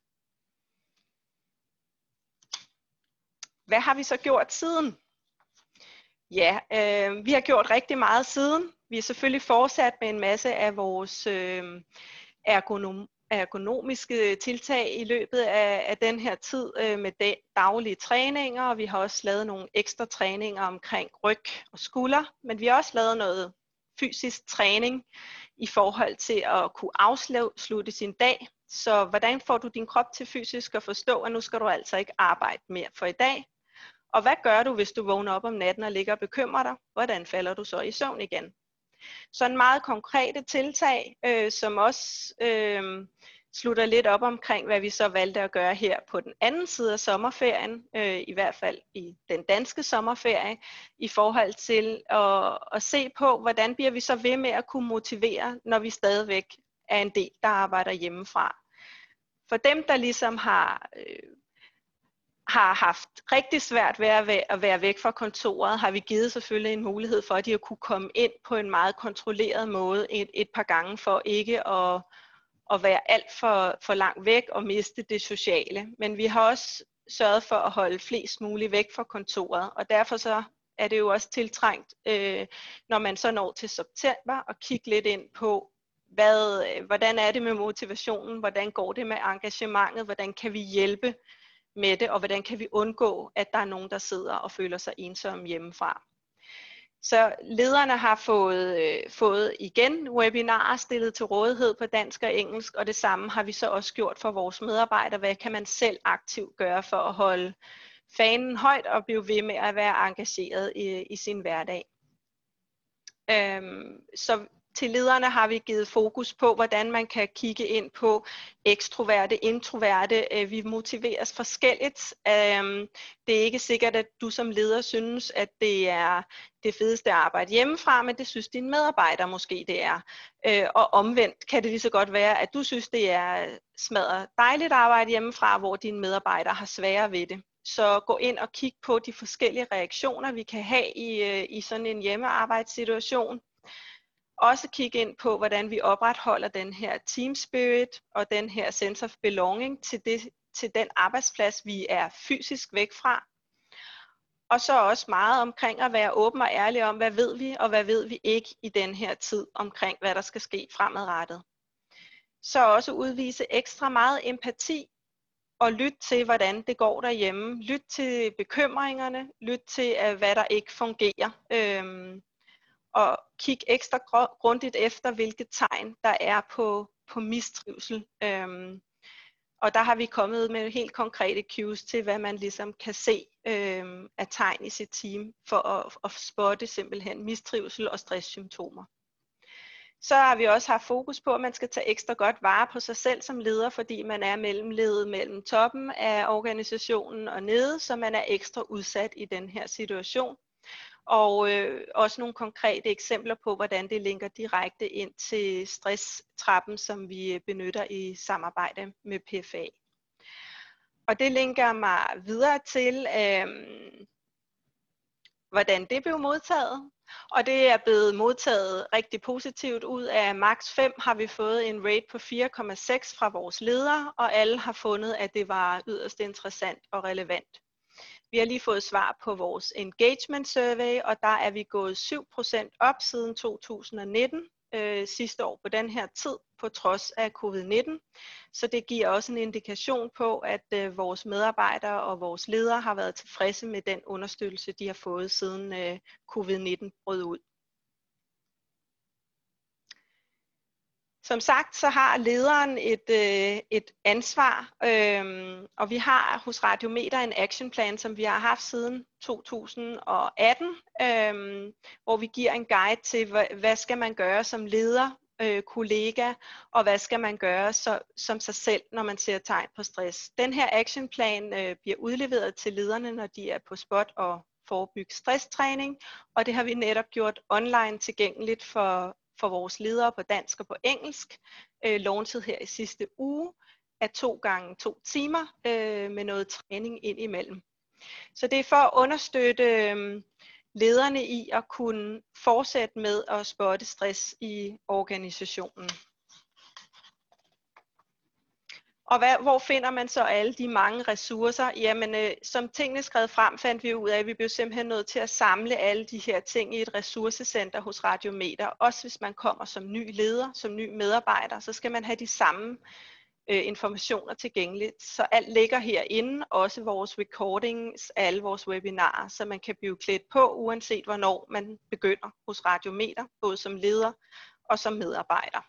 [SPEAKER 5] Hvad har vi så gjort siden? Ja, øh, vi har gjort rigtig meget siden. Vi er selvfølgelig fortsat med en masse af vores øh, ergonom ergonomiske tiltag i løbet af, af den her tid øh, med de, daglige træninger, og vi har også lavet nogle ekstra træninger omkring ryg og skulder, men vi har også lavet noget fysisk træning i forhold til at kunne afslutte sin dag. Så hvordan får du din krop til fysisk at forstå, at nu skal du altså ikke arbejde mere for i dag? Og hvad gør du, hvis du vågner op om natten og ligger og bekymrer dig? Hvordan falder du så i søvn igen? Så en meget konkrete tiltag, øh, som også øh, slutter lidt op omkring, hvad vi så valgte at gøre her på den anden side af sommerferien, øh, i hvert fald i den danske sommerferie, i forhold til at, at se på, hvordan bliver vi så ved med at kunne motivere, når vi stadigvæk er en del, der arbejder hjemmefra. For dem, der ligesom har... Øh, har haft rigtig svært ved at være væk fra kontoret, har vi givet selvfølgelig en mulighed for, at de at kunne komme ind på en meget kontrolleret måde et, et par gange, for ikke at, at være alt for, for langt væk og miste det sociale. Men vi har også sørget for at holde flest muligt væk fra kontoret, og derfor så er det jo også tiltrængt, øh, når man så når til september, og kigge lidt ind på, hvad, hvordan er det med motivationen, hvordan går det med engagementet, hvordan kan vi hjælpe med det, og hvordan kan vi undgå, at der er nogen, der sidder og føler sig ensomme hjemmefra. Så lederne har fået, øh, fået igen webinarer stillet til rådighed på dansk og engelsk, og det samme har vi så også gjort for vores medarbejdere. Hvad kan man selv aktivt gøre for at holde fanen højt og blive ved med at være engageret i, i sin hverdag. Øhm, så til lederne har vi givet fokus på, hvordan man kan kigge ind på ekstroverte, introverte. Vi motiveres forskelligt. Det er ikke sikkert, at du som leder synes, at det er det fedeste arbejde hjemmefra, men det synes dine medarbejdere måske det er. Og omvendt kan det lige så godt være, at du synes, det er smadret dejligt arbejde hjemmefra, hvor dine medarbejdere har sværere ved det. Så gå ind og kig på de forskellige reaktioner, vi kan have i, i sådan en hjemmearbejdssituation. Også kigge ind på, hvordan vi opretholder den her team spirit og den her sense of belonging til, det, til den arbejdsplads, vi er fysisk væk fra. Og så også meget omkring at være åben og ærlig om, hvad ved vi og hvad ved vi ikke i den her tid omkring, hvad der skal ske fremadrettet. Så også udvise ekstra meget empati og lytte til, hvordan det går derhjemme. Lyt til bekymringerne, lyt til, hvad der ikke fungerer. Øhm, og kig ekstra grundigt efter, hvilke tegn der er på, på mistrivsel. Øhm, og der har vi kommet med helt konkrete cues til, hvad man ligesom kan se øhm, af tegn i sit team, for at, at spotte simpelthen mistrivsel og stresssymptomer. Så har vi også haft fokus på, at man skal tage ekstra godt vare på sig selv som leder, fordi man er mellemledet mellem toppen af organisationen og nede, så man er ekstra udsat i den her situation. Og øh, også nogle konkrete eksempler på, hvordan det linker direkte ind til stresstrappen, som vi benytter i samarbejde med P F A. Og det linker mig videre til, øh, hvordan det blev modtaget. Og det er blevet modtaget rigtig positivt. Ud af max fem har vi fået en rate på fire komma seks fra vores ledere, og alle har fundet, at det var yderst interessant og relevant. Vi har lige fået svar på vores engagement survey, og der er vi gået syv procent op siden to tusind og nitten, øh, sidste år på den her tid, på trods af covid nitten. Så det giver også en indikation på, at øh, vores medarbejdere og vores ledere har været tilfredse med den understøttelse, de har fået siden øh, covid nitten brød ud. Som sagt, så har lederen et, øh, et ansvar, øh, og vi har hos Radiometer en actionplan, som vi har haft siden to tusind og atten, øh, hvor vi giver en guide til, hvad, hvad skal man gøre som leder, øh, kollega, og hvad skal man gøre så, som sig selv, når man ser tegn på stress. Den her actionplan øh, bliver udleveret til lederne, når de er på spot og forebygge stresstræning, og det har vi netop gjort online tilgængeligt for for vores ledere på dansk og på engelsk, øh, launchet her i sidste uge af to gange to timer øh, med noget træning ind imellem. Så det er for at understøtte øh, lederne i at kunne fortsætte med at spotte stress i organisationen. Og hvad, hvor finder man så alle de mange ressourcer? Jamen, øh, som tingene skrevet frem, fandt vi ud af, at vi blev simpelthen nødt til at samle alle de her ting i et ressourcecenter hos Radiometer. Også hvis man kommer som ny leder, som ny medarbejder, så skal man have de samme øh, informationer tilgængeligt. Så alt ligger herinde, også vores recordings af alle vores webinarer, så man kan blive klædt på, uanset hvornår man begynder hos Radiometer, både som leder og som medarbejder.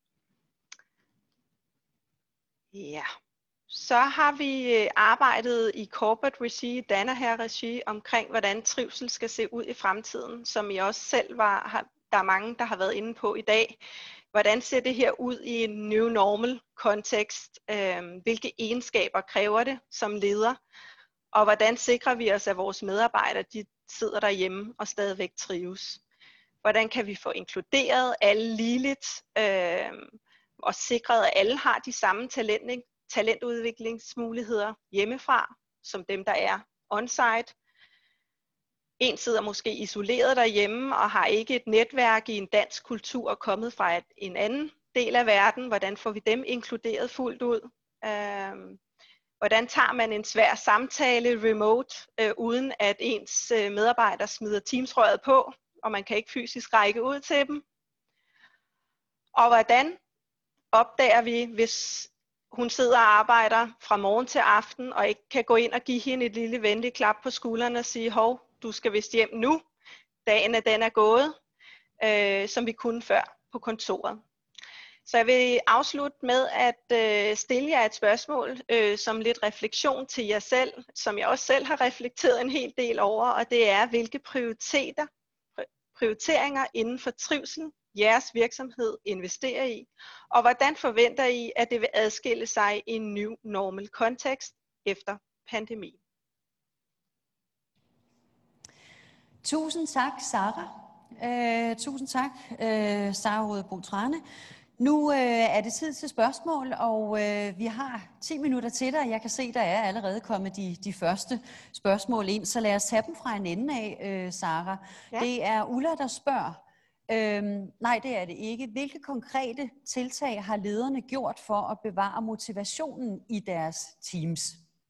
[SPEAKER 5] Ja, så har vi arbejdet i corporate regi, Danaher regi, omkring hvordan trivsel skal se ud i fremtiden, som I også selv var, har, der er mange, der har været inde på i dag. Hvordan ser det her ud i en new normal kontekst? Hvilke egenskaber kræver det som leder? Og hvordan sikrer vi os, at vores medarbejdere de sidder derhjemme og stadigvæk trives? Hvordan kan vi få inkluderet alle ligeligt øh, og sikret, at alle har de samme talent, talentudviklingsmuligheder hjemmefra, som dem, der er on-site? En sidder måske isoleret derhjemme og har ikke et netværk i en dansk kultur kommet fra et, en anden del af verden. Hvordan får vi dem inkluderet fuldt ud? Øh, hvordan tager man en svær samtale remote, øh, uden at ens øh, medarbejdere smider Teams-røret på, og man kan ikke fysisk række ud til dem? Og hvordan opdager vi, hvis hun sidder og arbejder fra morgen til aften, og ikke kan gå ind og give hende et lille venligt klap på skulderen og sige, hov, du skal vist hjem nu, dagen er den er gået, øh, som vi kunne før på kontoret. Så jeg vil afslutte med at øh, stille jer et spørgsmål øh, som lidt refleksion til jer selv, som jeg også selv har reflekteret en hel del over, og det er, hvilke prioriteter, prioriteringer inden for trivsel jeres virksomhed investerer i, og hvordan forventer I, at det vil adskille sig i en ny normal kontekst efter pandemien?
[SPEAKER 2] Tusind tak, Sara. Uh, tusind tak, uh, Sara Rødebo Trane. Nu uh, er det tid til spørgsmål, og uh, vi har ti minutter til dig. Jeg kan se, der er allerede kommet de, de første spørgsmål ind, så lad os tage dem fra en ende af, uh, Sara. Ja. Det er Ulla, der spørger. Øhm, nej, det er det ikke. Hvilke konkrete tiltag har lederne gjort for at bevare motivationen i deres teams?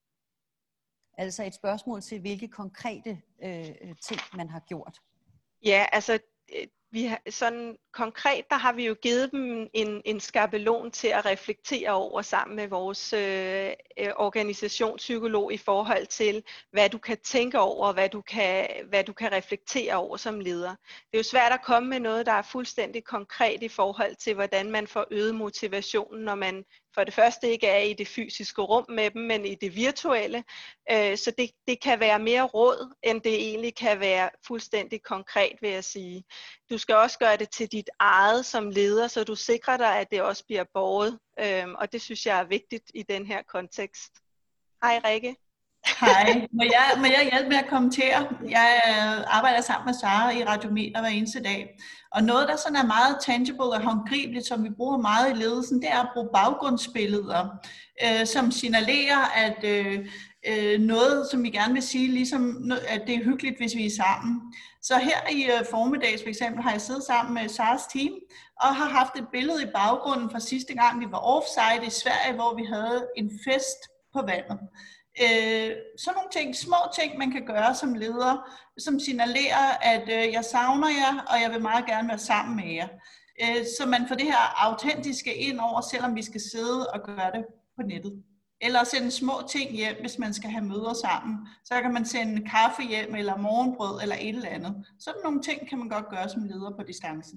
[SPEAKER 2] Altså et spørgsmål til, hvilke konkrete øh, ting man har gjort.
[SPEAKER 5] Ja, altså vi har, sådan konkret, der har vi jo givet dem en, en skabelon til at reflektere over sammen med vores øh, organisationspsykolog i forhold til, hvad du kan tænke over, og hvad du kan, hvad du kan reflektere over som leder. Det er jo svært at komme med noget, der er fuldstændig konkret i forhold til, hvordan man får øget motivationen, når man for det første ikke er i det fysiske rum med dem, men i det virtuelle. Så det, det kan være mere råd, end det egentlig kan være fuldstændig konkret, vil jeg sige. Du skal også gøre det til dit eget som leder, så du sikrer dig, at det også bliver båret. Og det synes jeg er vigtigt i den her kontekst. Hej Rikke.
[SPEAKER 6] Hej, må jeg, må jeg hjælpe med at kommentere? Jeg arbejder sammen med Sara i Radiometer hver eneste dag. Og noget, der sådan er meget tangible og håndgribeligt, som vi bruger meget i ledelsen, det er at bruge baggrundsbilleder, øh, som signalerer, at øh, øh, noget, som vi gerne vil sige, ligesom at det er hyggeligt, hvis vi er sammen. Så her i øh, formiddags for eksempel har jeg siddet sammen med Saras team og har haft et billede i baggrunden fra sidste gang, vi var offsite i Sverige, hvor vi havde en fest på vandet. Øh, sådan nogle ting, små ting, man kan gøre som leder, som signalerer, at øh, jeg savner jer, og jeg vil meget gerne være sammen med jer. Øh, så man får det her autentiske ind over, selvom vi skal sidde og gøre det på nettet. Eller sende små ting hjem, hvis man skal have møder sammen. Så kan man sende kaffe hjem, eller morgenbrød, eller et eller andet. Sådan nogle ting kan man godt gøre som leder på distancen.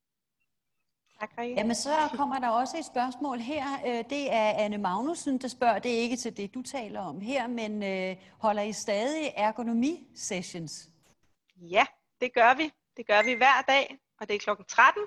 [SPEAKER 2] Jamen så kommer der også et spørgsmål her. Det er Anne Magnussen, der spørger. Det er ikke til det, du taler om her, men øh, holder I stadig ergonomi-sessions?
[SPEAKER 5] Ja, det gør vi. Det gør vi hver dag, og det er klokken tretten.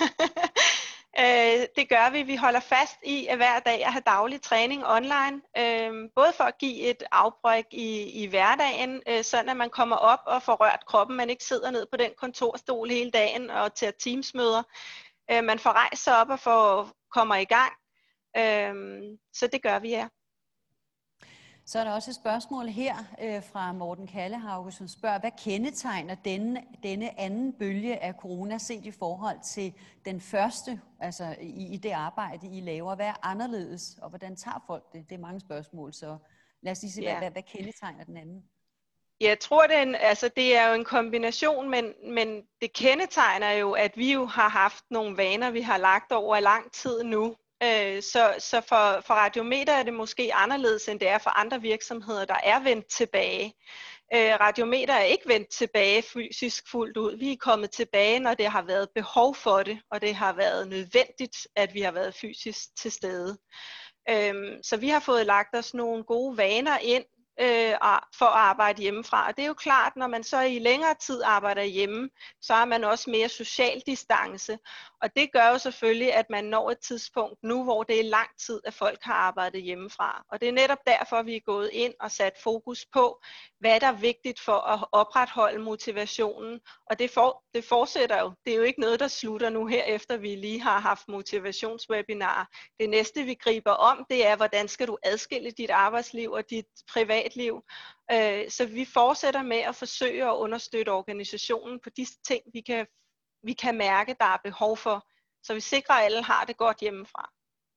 [SPEAKER 5] øh, det gør vi. Vi holder fast i at hver dag at have daglig træning online. Øh, både for at give et afbræk i, i hverdagen, øh, sådan at man kommer op og får rørt kroppen, man ikke sidder ned på den kontorstol hele dagen og tager teamsmøder. Man får rejst sig op og får, kommer i gang. Øhm, så det gør vi, ja.
[SPEAKER 2] Så er der også et spørgsmål her øh, fra Morten Kallehauge, som spørger, hvad kendetegner denne, denne anden bølge af corona set i forhold til den første, altså i, i det arbejde, I laver? Hvad er anderledes, og hvordan tager folk det? Det er mange spørgsmål, så lad os lige se, ja. hvad, hvad, hvad kendetegner den anden?
[SPEAKER 5] Jeg tror, det er, en, altså, det er jo en kombination, men, men det kendetegner jo, at vi jo har haft nogle vaner, vi har lagt over lang tid nu. Øh, så så for, for Radiometer er det måske anderledes, end det er for andre virksomheder, der er vendt tilbage. Øh, Radiometer er ikke vendt tilbage fysisk fuldt ud. Vi er kommet tilbage, når det har været behov for det, og det har været nødvendigt, at vi har været fysisk til stede. Øhm, så vi har fået lagt os nogle gode vaner ind øh, for at arbejde hjemmefra. Og det er jo klart, når man så i længere tid arbejder hjemme, så er man også mere social distance. Og det gør jo selvfølgelig, at man når et tidspunkt nu, hvor det er lang tid, at folk har arbejdet hjemmefra. Og det er netop derfor, vi er gået ind og sat fokus på, hvad der er vigtigt for at opretholde motivationen. Og det, for, det fortsætter jo. Det er jo ikke noget, der slutter nu her, efter vi lige har haft motivationswebinarer. Det næste, vi griber om, det er, hvordan skal du adskille dit arbejdsliv og dit privatliv. Så vi fortsætter med at forsøge at understøtte organisationen på de ting, vi kan, vi kan mærke, der er behov for. Så vi sikrer, at alle har det godt hjemmefra.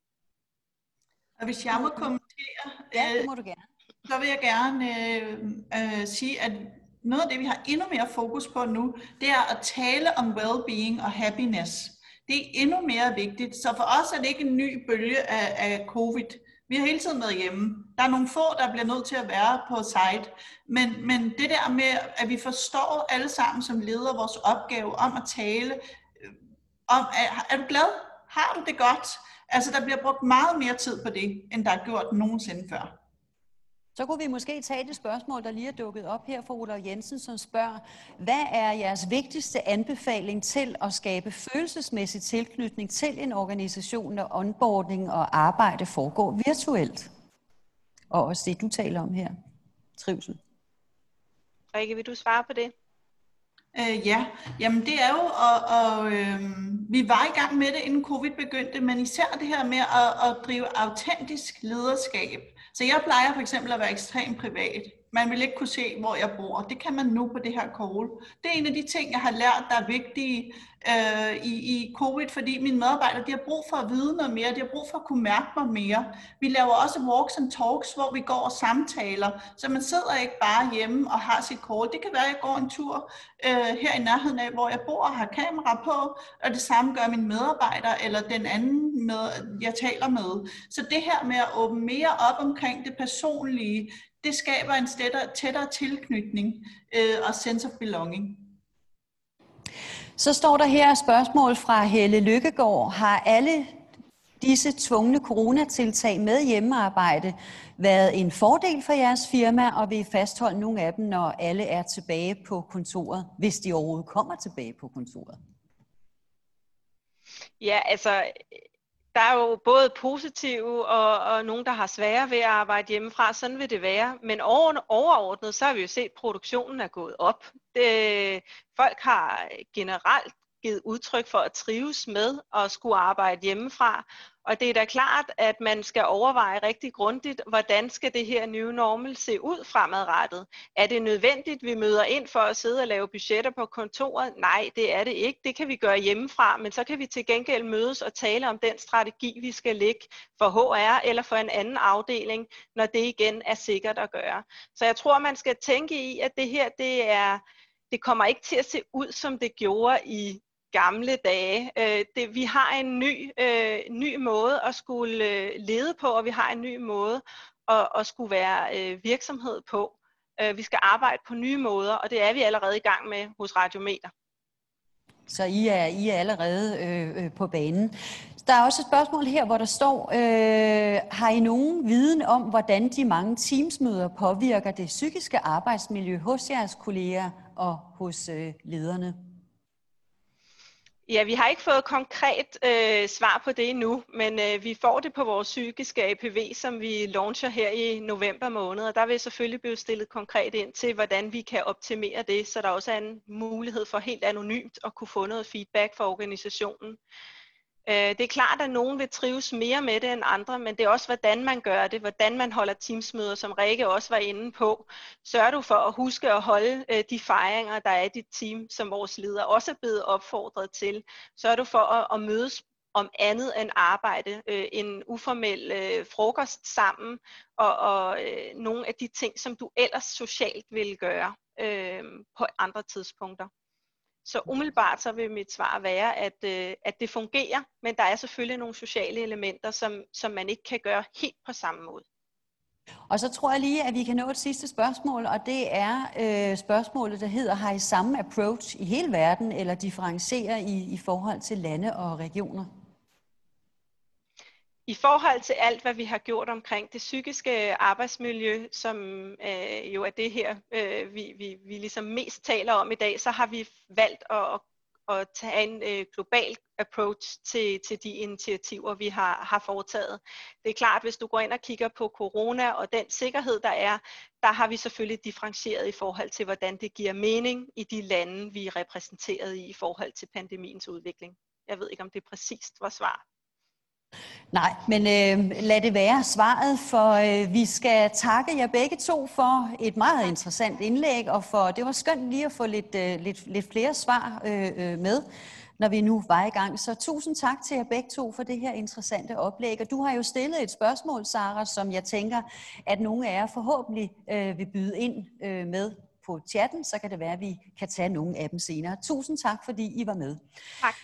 [SPEAKER 6] Og hvis jeg må kommentere,
[SPEAKER 2] ja, det må du gerne.
[SPEAKER 6] så vil jeg gerne øh, øh, sige, at noget af det, vi har endnu mere fokus på nu, det er at tale om well-being og happiness. Det er endnu mere vigtigt. Så for os er det ikke en ny bølge af, af covid. Vi har hele tiden været hjemme. Der er nogle få, der bliver nødt til at være på site. Men, men det der med, at vi forstår alle sammen som ledere vores opgave om at tale øh, om, er, er du glad? Har du det godt? Altså, der bliver brugt meget mere tid på det, end der er gjort nogensinde før.
[SPEAKER 2] Så kunne vi måske tage det spørgsmål, der lige er dukket op her fra Olav Jensen, som spørger, hvad er jeres vigtigste anbefaling til at skabe følelsesmæssig tilknytning til en organisation, når onboarding og arbejde foregår virtuelt? Og også det, du taler om her, trivsel.
[SPEAKER 5] Rikke, vil du svare på det?
[SPEAKER 6] Øh, ja, jamen det er jo, og, og øh, vi var i gang med det, inden covid begyndte, men især det her med at, at drive autentisk lederskab. Så jeg plejer for eksempel at være ekstremt privat. Man vil ikke kunne se, hvor jeg bor. Det kan man nu på det her call. Det er en af de ting, jeg har lært, der er vigtige øh, i, i covid, fordi mine medarbejdere, de har brug for at vide noget mere. De har brug for at kunne mærke mig mere. Vi laver også walks and talks, hvor vi går og samtaler. Så man sidder ikke bare hjemme og har sit call. Det kan være, at jeg går en tur øh, her i nærheden af, hvor jeg bor og har kamera på. Og det samme gør mine medarbejdere eller den anden, med, jeg taler med. Så det her med at åbne mere op omkring det personlige, det skaber en tættere, tættere tilknytning øh, og sense of belonging.
[SPEAKER 2] Så står der her et spørgsmål fra Helle Lykkegaard. Har alle disse tvungne coronatiltag med hjemmearbejde været en fordel for jeres firma, og vil I fastholde nogle af dem, når alle er tilbage på kontoret, hvis de overhovedet kommer tilbage på kontoret?
[SPEAKER 5] Ja, altså... Der er jo både positive og, og nogen, der har svære ved at arbejde hjemmefra. Sådan vil det være. Men overordnet, så har vi jo set, at produktionen er gået op. Det, folk har generelt givet udtryk for at trives med at skulle arbejde hjemmefra. Og det er da klart, at man skal overveje rigtig grundigt, hvordan skal det her nye normal se ud fremadrettet. Er det nødvendigt, vi møder ind for at sidde og lave budgetter på kontoret? Nej, det er det ikke. Det kan vi gøre hjemmefra, men så kan vi til gengæld mødes og tale om den strategi, vi skal lægge for H R eller for en anden afdeling, når det igen er sikkert at gøre. Så jeg tror, man skal tænke i, at det her, det er, det kommer ikke til at se ud, som det gjorde i gamle dage. Øh, det, vi har en ny, øh, ny måde at skulle øh, lede på, og vi har en ny måde at, at skulle være øh, virksomhed på. Øh, vi skal arbejde på nye måder, og det er vi allerede i gang med hos Radiometer.
[SPEAKER 2] Så I er, I er allerede øh, på banen. Der er også et spørgsmål her, hvor der står, øh, har I nogen viden om, hvordan de mange teamsmøder påvirker det psykiske arbejdsmiljø hos jeres kolleger og hos øh, lederne?
[SPEAKER 5] Ja, vi har ikke fået konkret øh, svar på det endnu, men øh, vi får det på vores psykiske A P V, som vi launcher her i november måned, og der vil selvfølgelig blive stillet konkret ind til, hvordan vi kan optimere det, så der også er en mulighed for helt anonymt at kunne få noget feedback fra organisationen. Det er klart, at nogen vil trives mere med det end andre, men det er også, hvordan man gør det, hvordan man holder teamsmøder, som Rikke også var inde på. Sørger du for at huske at holde de fejringer, der er i dit team, som vores leder også er blevet opfordret til. Sørger du for at, at mødes om andet end arbejde, en uformel frokost sammen, og, og nogle af de ting, som du ellers socialt vil gøre på andre tidspunkter. Så umiddelbart så vil mit svar være, at, øh, at det fungerer, men der er selvfølgelig nogle sociale elementer, som, som man ikke kan gøre helt på samme måde.
[SPEAKER 2] Og så tror jeg lige, at vi kan nå et sidste spørgsmål, og det er øh, spørgsmålet, der hedder, har I samme approach i hele verden, eller differentierer I i forhold til lande og regioner?
[SPEAKER 5] I forhold til alt, hvad vi har gjort omkring det psykiske arbejdsmiljø, som øh, jo er det her, øh, vi, vi, vi ligesom mest taler om i dag, så har vi valgt at, at tage en øh, global approach til, til de initiativer, vi har, har foretaget. Det er klart, hvis du går ind og kigger på corona og den sikkerhed, der er, der har vi selvfølgelig differentieret i forhold til, hvordan det giver mening i de lande, vi er repræsenteret i i forhold til pandemiens udvikling. Jeg ved ikke, om det præcist var svar.
[SPEAKER 2] Nej, men øh, lad det være svaret, for øh, vi skal takke jer begge to for et meget interessant indlæg, og for det var skønt lige at få lidt, øh, lidt, lidt flere svar øh, øh, med, når vi nu var i gang. Så tusind tak til jer begge to for det her interessante oplæg. Og du har jo stillet et spørgsmål, Sara, som jeg tænker, at nogle af jer forhåbentlig øh, vil byde ind øh, med på chatten, så kan det være, at vi kan tage nogle af dem senere. Tusind tak, fordi I var med.
[SPEAKER 5] Tak.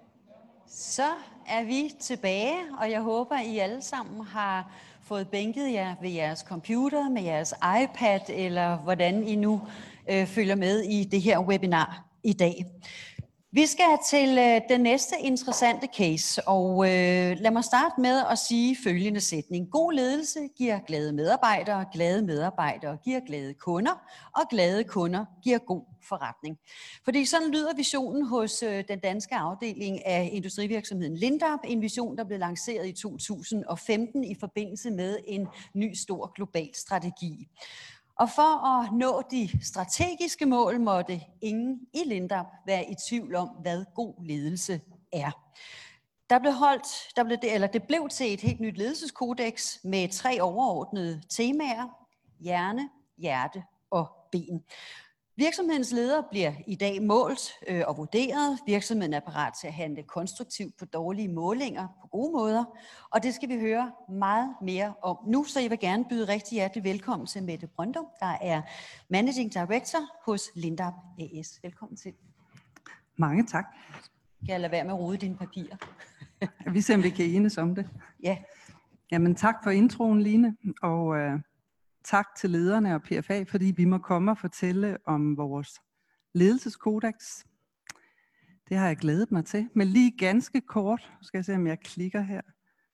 [SPEAKER 2] Så er vi tilbage, og jeg håber, I alle sammen har fået bænket jer ved jeres computer, med jeres iPad, eller hvordan I nu øh, følger med i det her webinar i dag. Vi skal til øh, den næste interessante case, og øh, lad mig starte med at sige følgende sætning. God ledelse giver glade medarbejdere, glade medarbejdere giver glade kunder, og glade kunder giver god forretning. Fordi sådan lyder visionen hos øh, den danske afdeling af industrivirksomheden Lindab, en vision, der blev lanceret i to tusind og femten i forbindelse med en ny stor global strategi. Og for at nå de strategiske mål, måtte ingen i Lindab være i tvivl om, hvad god ledelse er. Der blev holdt, der blev det, eller det blev til et helt nyt ledelseskodex med tre overordnede temaer: hjerne, hjerte og ben. Virksomhedens ledere bliver i dag målt øh, og vurderet. Virksomheden er parat til at handle konstruktivt på dårlige målinger på gode måder. Og det skal vi høre meget mere om nu, så jeg vil gerne byde rigtig hjertelig velkommen til Mette Brøndum, der er Managing Director hos Lindab A S. Velkommen til.
[SPEAKER 7] Mange tak.
[SPEAKER 2] Kan jeg lade være med at rode dine papirer?
[SPEAKER 7] Vi simpelthen kan enes om det.
[SPEAKER 2] Ja.
[SPEAKER 7] Jamen tak for introen, Line, og øh, tak til lederne og P F A, fordi vi må komme og fortælle om vores ledelseskodex. Det har jeg glædet mig til. Men lige ganske kort, skal jeg se, om jeg klikker her.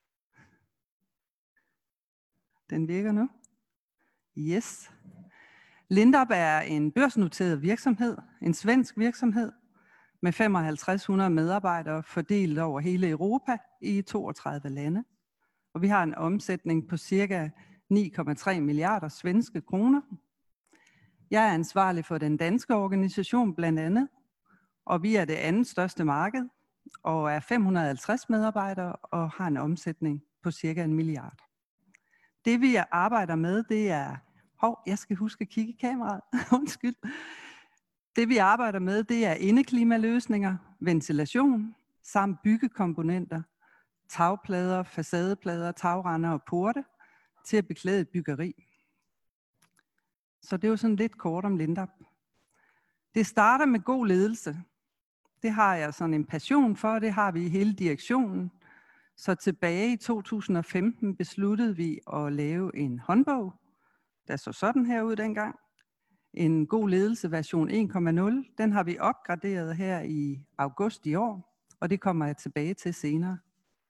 [SPEAKER 7] Den virker nu. Yes. Lindab er en børsnoteret virksomhed, en svensk virksomhed, med fem tusind fem hundrede medarbejdere fordelt over hele Europa i toogtredive lande. Og vi har en omsætning på cirka ni komma tre milliarder svenske kroner. Jeg er ansvarlig for den danske organisation blandt andet, og vi er det andet største marked, og er fem hundrede og halvtreds medarbejdere og har en omsætning på cirka en milliard. Det vi arbejder med, det er... Hov, jeg skal huske at kigge i kameraet. Undskyld. Det vi arbejder med, det er indeklimaløsninger, ventilation samt byggekomponenter, tagplader, facadeplader, tagrender og porte til at beklæde et byggeri. Så det er jo sådan lidt kort om Lindab. Det starter med god ledelse. Det har jeg sådan en passion for, det har vi i hele direktionen. Så tilbage i to tusind og femten besluttede vi at lave en håndbog, der så sådan her ud dengang. En god ledelse version en punkt nul. Den har vi opgraderet her i august i år, og det kommer jeg tilbage til senere.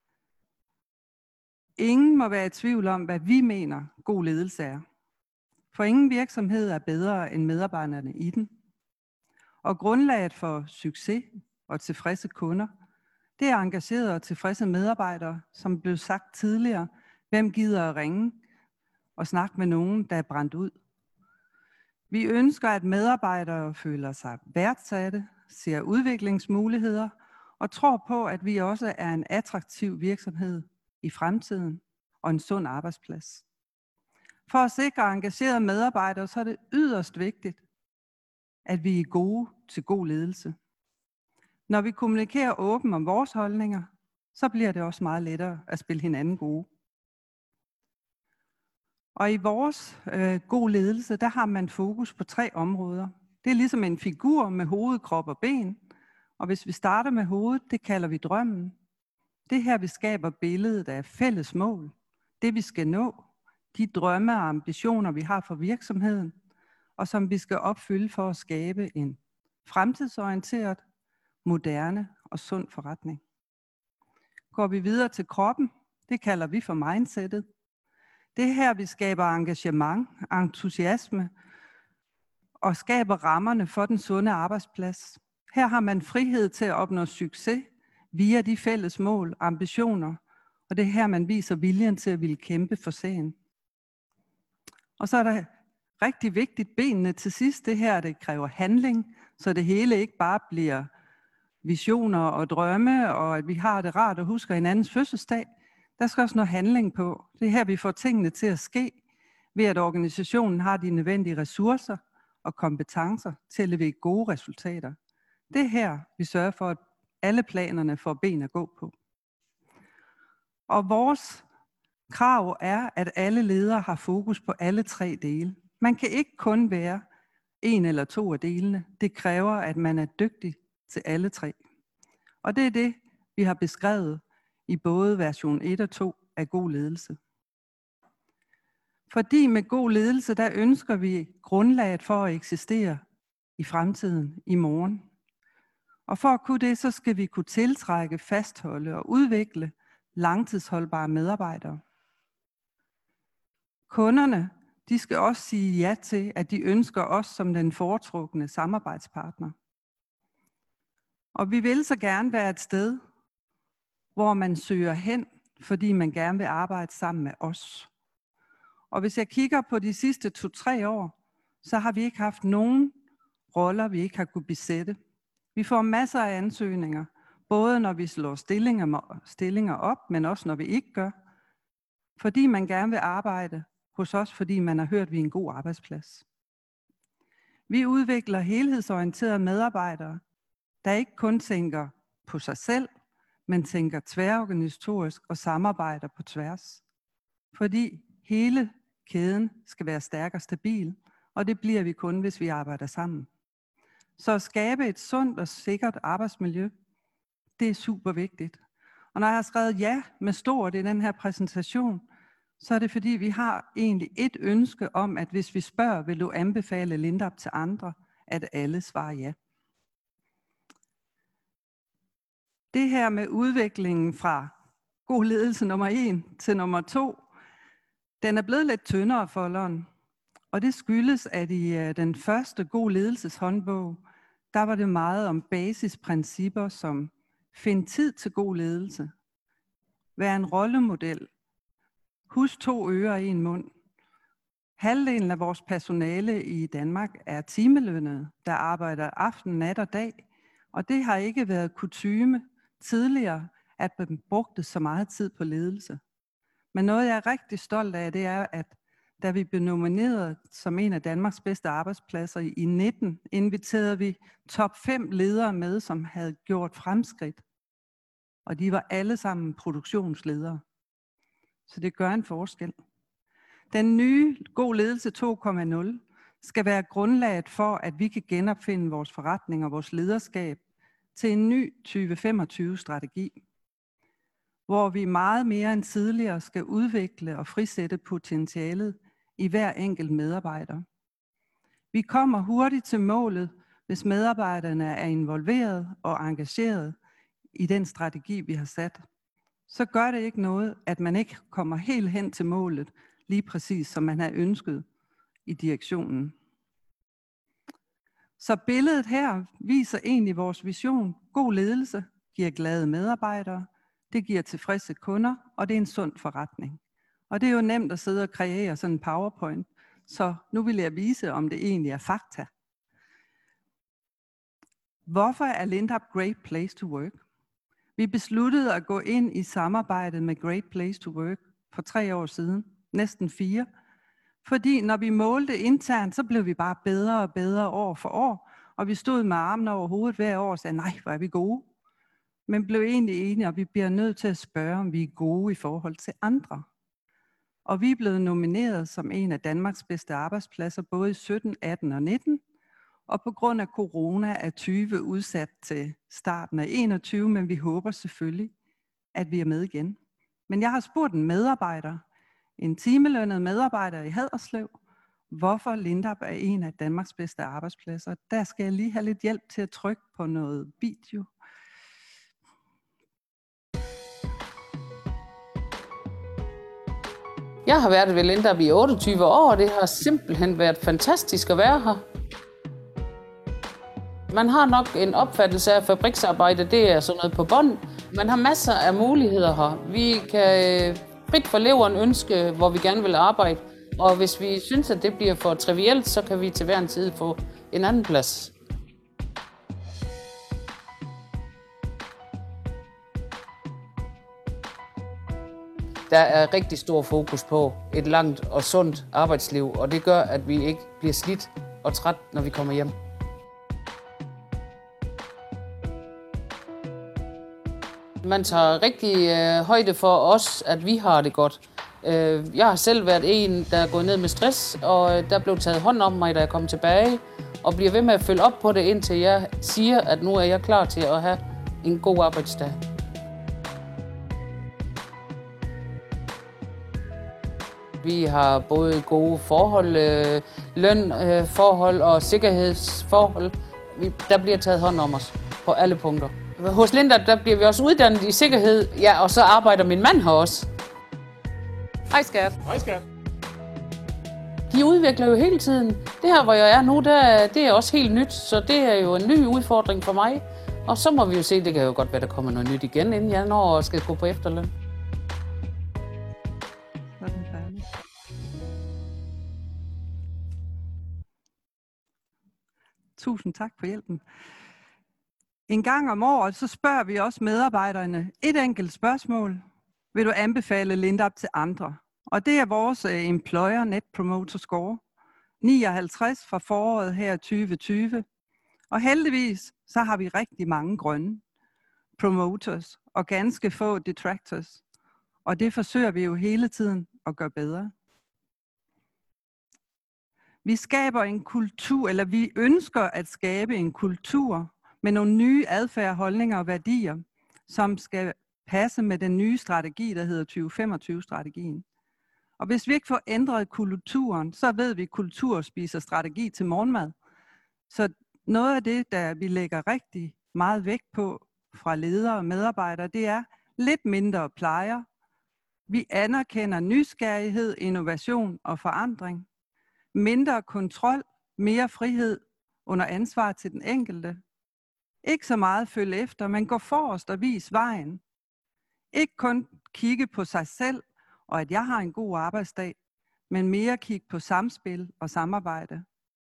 [SPEAKER 7] Ingen må være i tvivl om, hvad vi mener god ledelse er. For ingen virksomhed er bedre end medarbejderne i den. Og grundlaget for succes og tilfredse kunder, det er engagerede og tilfredse medarbejdere, som blev sagt tidligere. Hvem gider at ringe og snakke med nogen, der er brændt ud? Vi ønsker, at medarbejdere føler sig værdsatte, ser udviklingsmuligheder og tror på, at vi også er en attraktiv virksomhed i fremtiden og en sund arbejdsplads. For at sikre engagerede medarbejdere, så er det yderst vigtigt, at vi er gode til god ledelse. Når vi kommunikerer åbent om vores holdninger, så bliver det også meget lettere at spille hinanden gode. Og i vores øh, god ledelse, der har man fokus på tre områder. Det er ligesom en figur med hoved, krop og ben. Og hvis vi starter med hovedet, det kalder vi drømmen. Det her, vi skaber billedet af fælles mål. Det vi skal nå. De drømme og ambitioner, vi har for virksomheden, og som vi skal opfylde for at skabe en fremtidsorienteret, moderne og sund forretning. Går vi videre til kroppen, det kalder vi for mindsetet. Det er her, vi skaber engagement, entusiasme og skaber rammerne for den sunde arbejdsplads. Her har man frihed til at opnå succes via de fælles mål, ambitioner, og det er her, man viser viljen til at ville kæmpe for sagen. Og så er der rigtig vigtigt benene til sidst. Det her, det kræver handling, så det hele ikke bare bliver visioner og drømme, og at vi har det rart og husker hinandens fødselsdag. Der skal også noget handling på. Det er her, vi får tingene til at ske, ved at organisationen har de nødvendige ressourcer og kompetencer til at levere gode resultater. Det er her, vi sørger for, at alle planerne får ben at gå på. Og vores krav er, at alle ledere har fokus på alle tre dele. Man kan ikke kun være en eller to af delene. Det kræver, at man er dygtig til alle tre. Og det er det, vi har beskrevet i både version et og to af god ledelse. Fordi med god ledelse, der ønsker vi grundlaget for at eksistere i fremtiden, i morgen. Og for at kunne det, så skal vi kunne tiltrække, fastholde og udvikle langtidsholdbare medarbejdere. Kunderne, de skal også sige ja til, at de ønsker os som den foretrukne samarbejdspartner. Og vi vil så gerne være et sted, hvor man søger hen, fordi man gerne vil arbejde sammen med os. Og hvis jeg kigger på de sidste to-tre år, så har vi ikke haft nogen roller, vi ikke har kunne besætte. Vi får masser af ansøgninger, både når vi slår stillinger, stillinger op, men også når vi ikke gør. Fordi man gerne vil arbejde hos os, fordi man har hørt, at vi er en god arbejdsplads. Vi udvikler helhedsorienterede medarbejdere, der ikke kun tænker på sig selv, men tænker tværorganisatorisk og samarbejder på tværs. Fordi hele kæden skal være stærk og stabil, og det bliver vi kun, hvis vi arbejder sammen. Så at skabe et sundt og sikkert arbejdsmiljø, det er super vigtigt. Og når jeg har skrevet ja med stort i den her præsentation, så er det fordi, vi har egentlig et ønske om, at hvis vi spørger, vil du anbefale Lindab til andre, at alle svarer ja. Det her med udviklingen fra god ledelse nummer en til nummer to, den er blevet lidt tyndere folderen. Og det skyldes, at i den første god ledelseshåndbog, der var det meget om basisprincipper som find tid til god ledelse, vær en rollemodel, husk to ører i en mund. Halvdelen af vores personale i Danmark er timelønnede, der arbejder aften, nat og dag, og det har ikke været kutyme tidligere, at man brugte så meget tid på ledelse. Men noget, jeg er rigtig stolt af, det er, at da vi blev nomineret som en af Danmarks bedste arbejdspladser i nitten, inviterede vi top fem ledere med, som havde gjort fremskridt. Og de var alle sammen produktionsledere. Så det gør en forskel. Den nye God Ledelse to punkt nul skal være grundlaget for, at vi kan genopfinde vores forretning og vores lederskab til en ny tyve femogtyve strategi, hvor vi meget mere end tidligere skal udvikle og frisætte potentialet i hver enkelt medarbejder. Vi kommer hurtigt til målet, hvis medarbejderne er involveret og engageret i den strategi, vi har sat. Så gør det ikke noget, at man ikke kommer helt hen til målet, lige præcis som man har ønsket i direktionen. Så billedet her viser egentlig vores vision. God ledelse giver glade medarbejdere, det giver tilfredse kunder, og det er en sund forretning. Og det er jo nemt at sidde og kreere sådan en PowerPoint, så nu vil jeg vise, om det egentlig er fakta. Hvorfor er Lindab Great Place to Work? Vi besluttede at gå ind i samarbejdet med Great Place to Work for tre år siden, næsten fire, fordi når vi målte internt, så blev vi bare bedre og bedre år for år, og vi stod med armen over hovedet hver år og sagde, nej, hvor er vi gode. Men blev egentlig enige, og vi bliver nødt til at spørge, om vi er gode i forhold til andre. Og vi er blevet nomineret som en af Danmarks bedste arbejdspladser, både i sytten, atten og nitten, Og på grund af corona er tyve udsat til starten af enogtyve, men vi håber selvfølgelig, at vi er med igen. Men jeg har spurgt en medarbejder, en timelønnet medarbejder i Haderslev, hvorfor Lindab er en af Danmarks bedste arbejdspladser. Der skal jeg lige have lidt hjælp til at trykke på noget video.
[SPEAKER 8] Jeg har været ved Lindab i otteogtyve år, og det har simpelthen været fantastisk at være her. Man har nok en opfattelse af, at fabriksarbejde det er sådan noget på bånd. Man har masser af muligheder her. Vi kan frit for leveren ønske, hvor vi gerne vil arbejde. Og hvis vi synes, at det bliver for trivielt, så kan vi til hver en tid få en anden plads. Der er rigtig stor fokus på et langt og sundt arbejdsliv, og det gør, at vi ikke bliver slidt og træt, når vi kommer hjem. Man tager rigtig øh, højde for os, at vi har det godt. Øh, jeg har selv været en, der er gået ned med stress, og der blev taget hånd om mig, da jeg kom tilbage, og bliver ved med at følge op på det, indtil jeg siger, at nu er jeg klar til at have en god arbejdsdag. Vi har både gode forhold, øh, løn, øh, forhold og sikkerhedsforhold. Vi, der bliver taget hånd om os på alle punkter. Hos Lindab, der bliver vi også uddannet i sikkerhed, ja, og så arbejder min mand her også. Hej skat.
[SPEAKER 9] Hej skat.
[SPEAKER 8] De udvikler jo hele tiden. Det her, hvor jeg er nu, der, det er også helt nyt, så det er jo en ny udfordring for mig. Og så må vi jo se, det kan jo godt være, der kommer noget nyt igen, inden jeg når og skal gå på efterløn.
[SPEAKER 7] Tusind tak for hjælpen. En gang om året, så spørger vi også medarbejderne et enkelt spørgsmål. Vil du anbefale Lindab til andre? Og det er vores Employer Net Promoter Score. nioghalvtreds fra foråret her tyve tyve. Og heldigvis, så har vi rigtig mange grønne promoters og ganske få detractors. Og det forsøger vi jo hele tiden at gøre bedre. Vi skaber en kultur, eller vi ønsker at skabe en kultur med nogle nye adfærd, holdninger og værdier, som skal passe med den nye strategi, der hedder tyve femogtyve-strategien. Og hvis vi ikke får ændret kulturen, så ved vi, at kultur spiser strategi til morgenmad. Så noget af det, der vi lægger rigtig meget vægt på fra ledere og medarbejdere, det er lidt mindre plejer. Vi anerkender nysgerrighed, innovation og forandring. Mindre kontrol, mere frihed under ansvar til den enkelte. Ikke så meget følge efter, men gå forrest og vis vejen. Ikke kun kigge på sig selv, og at jeg har en god arbejdsdag, men mere kigge på samspil og samarbejde.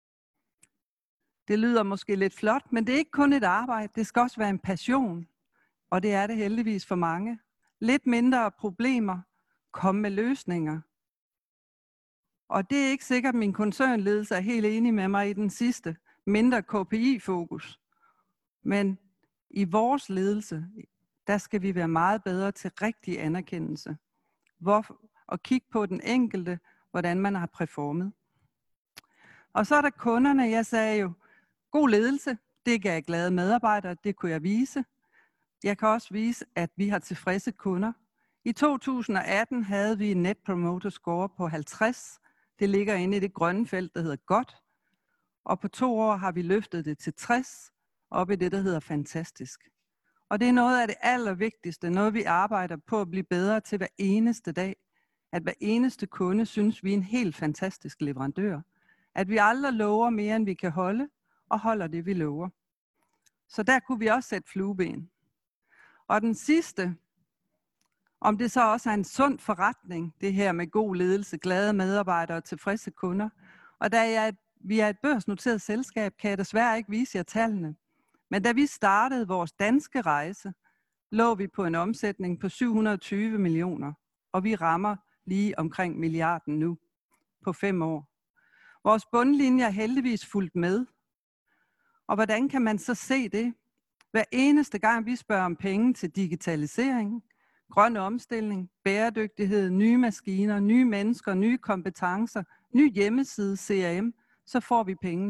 [SPEAKER 7] Det lyder måske lidt flot, men det er ikke kun et arbejde, det skal også være en passion. Og det er det heldigvis for mange. Lidt mindre problemer, kom med løsninger. Og det er ikke sikkert, at min koncernledelse er helt enig med mig i den sidste. Mindre K P I-fokus. Men i vores ledelse, der skal vi være meget bedre til rigtig anerkendelse. Hvor, og kigge på den enkelte, hvordan man har performet. Og så er der kunderne. Jeg sagde jo, god ledelse, det gav glade medarbejdere, det kunne jeg vise. Jeg kan også vise, at vi har tilfredse kunder. I to tusind og atten havde vi en Net Promoter Score på halvtreds. Det ligger inde i det grønne felt, der hedder godt. Og på to år har vi løftet det til tres, op i det, der hedder fantastisk. Og det er noget af det allervigtigste, noget vi arbejder på at blive bedre til hver eneste dag. At hver eneste kunde synes, vi er en helt fantastisk leverandør. At vi aldrig lover mere, end vi kan holde, og holder det, vi lover. Så der kunne vi også sætte flueben. Og den sidste, om det så også er en sund forretning, det her med god ledelse, glade medarbejdere og tilfredse kunder. Og da jeg, vi er et børsnoteret selskab, kan jeg desværre ikke vise jer tallene. Men da vi startede vores danske rejse, lå vi på en omsætning på syv hundrede og tyve millioner, og vi rammer lige omkring milliarden nu på fem år. Vores bundlinje er heldigvis fulgt med. Og hvordan kan man så se det? Hver eneste gang vi spørger om penge til digitalisering, grøn omstilling, bæredygtighed, nye maskiner, nye mennesker, nye kompetencer, ny hjemmeside, C R M, så får vi pengene.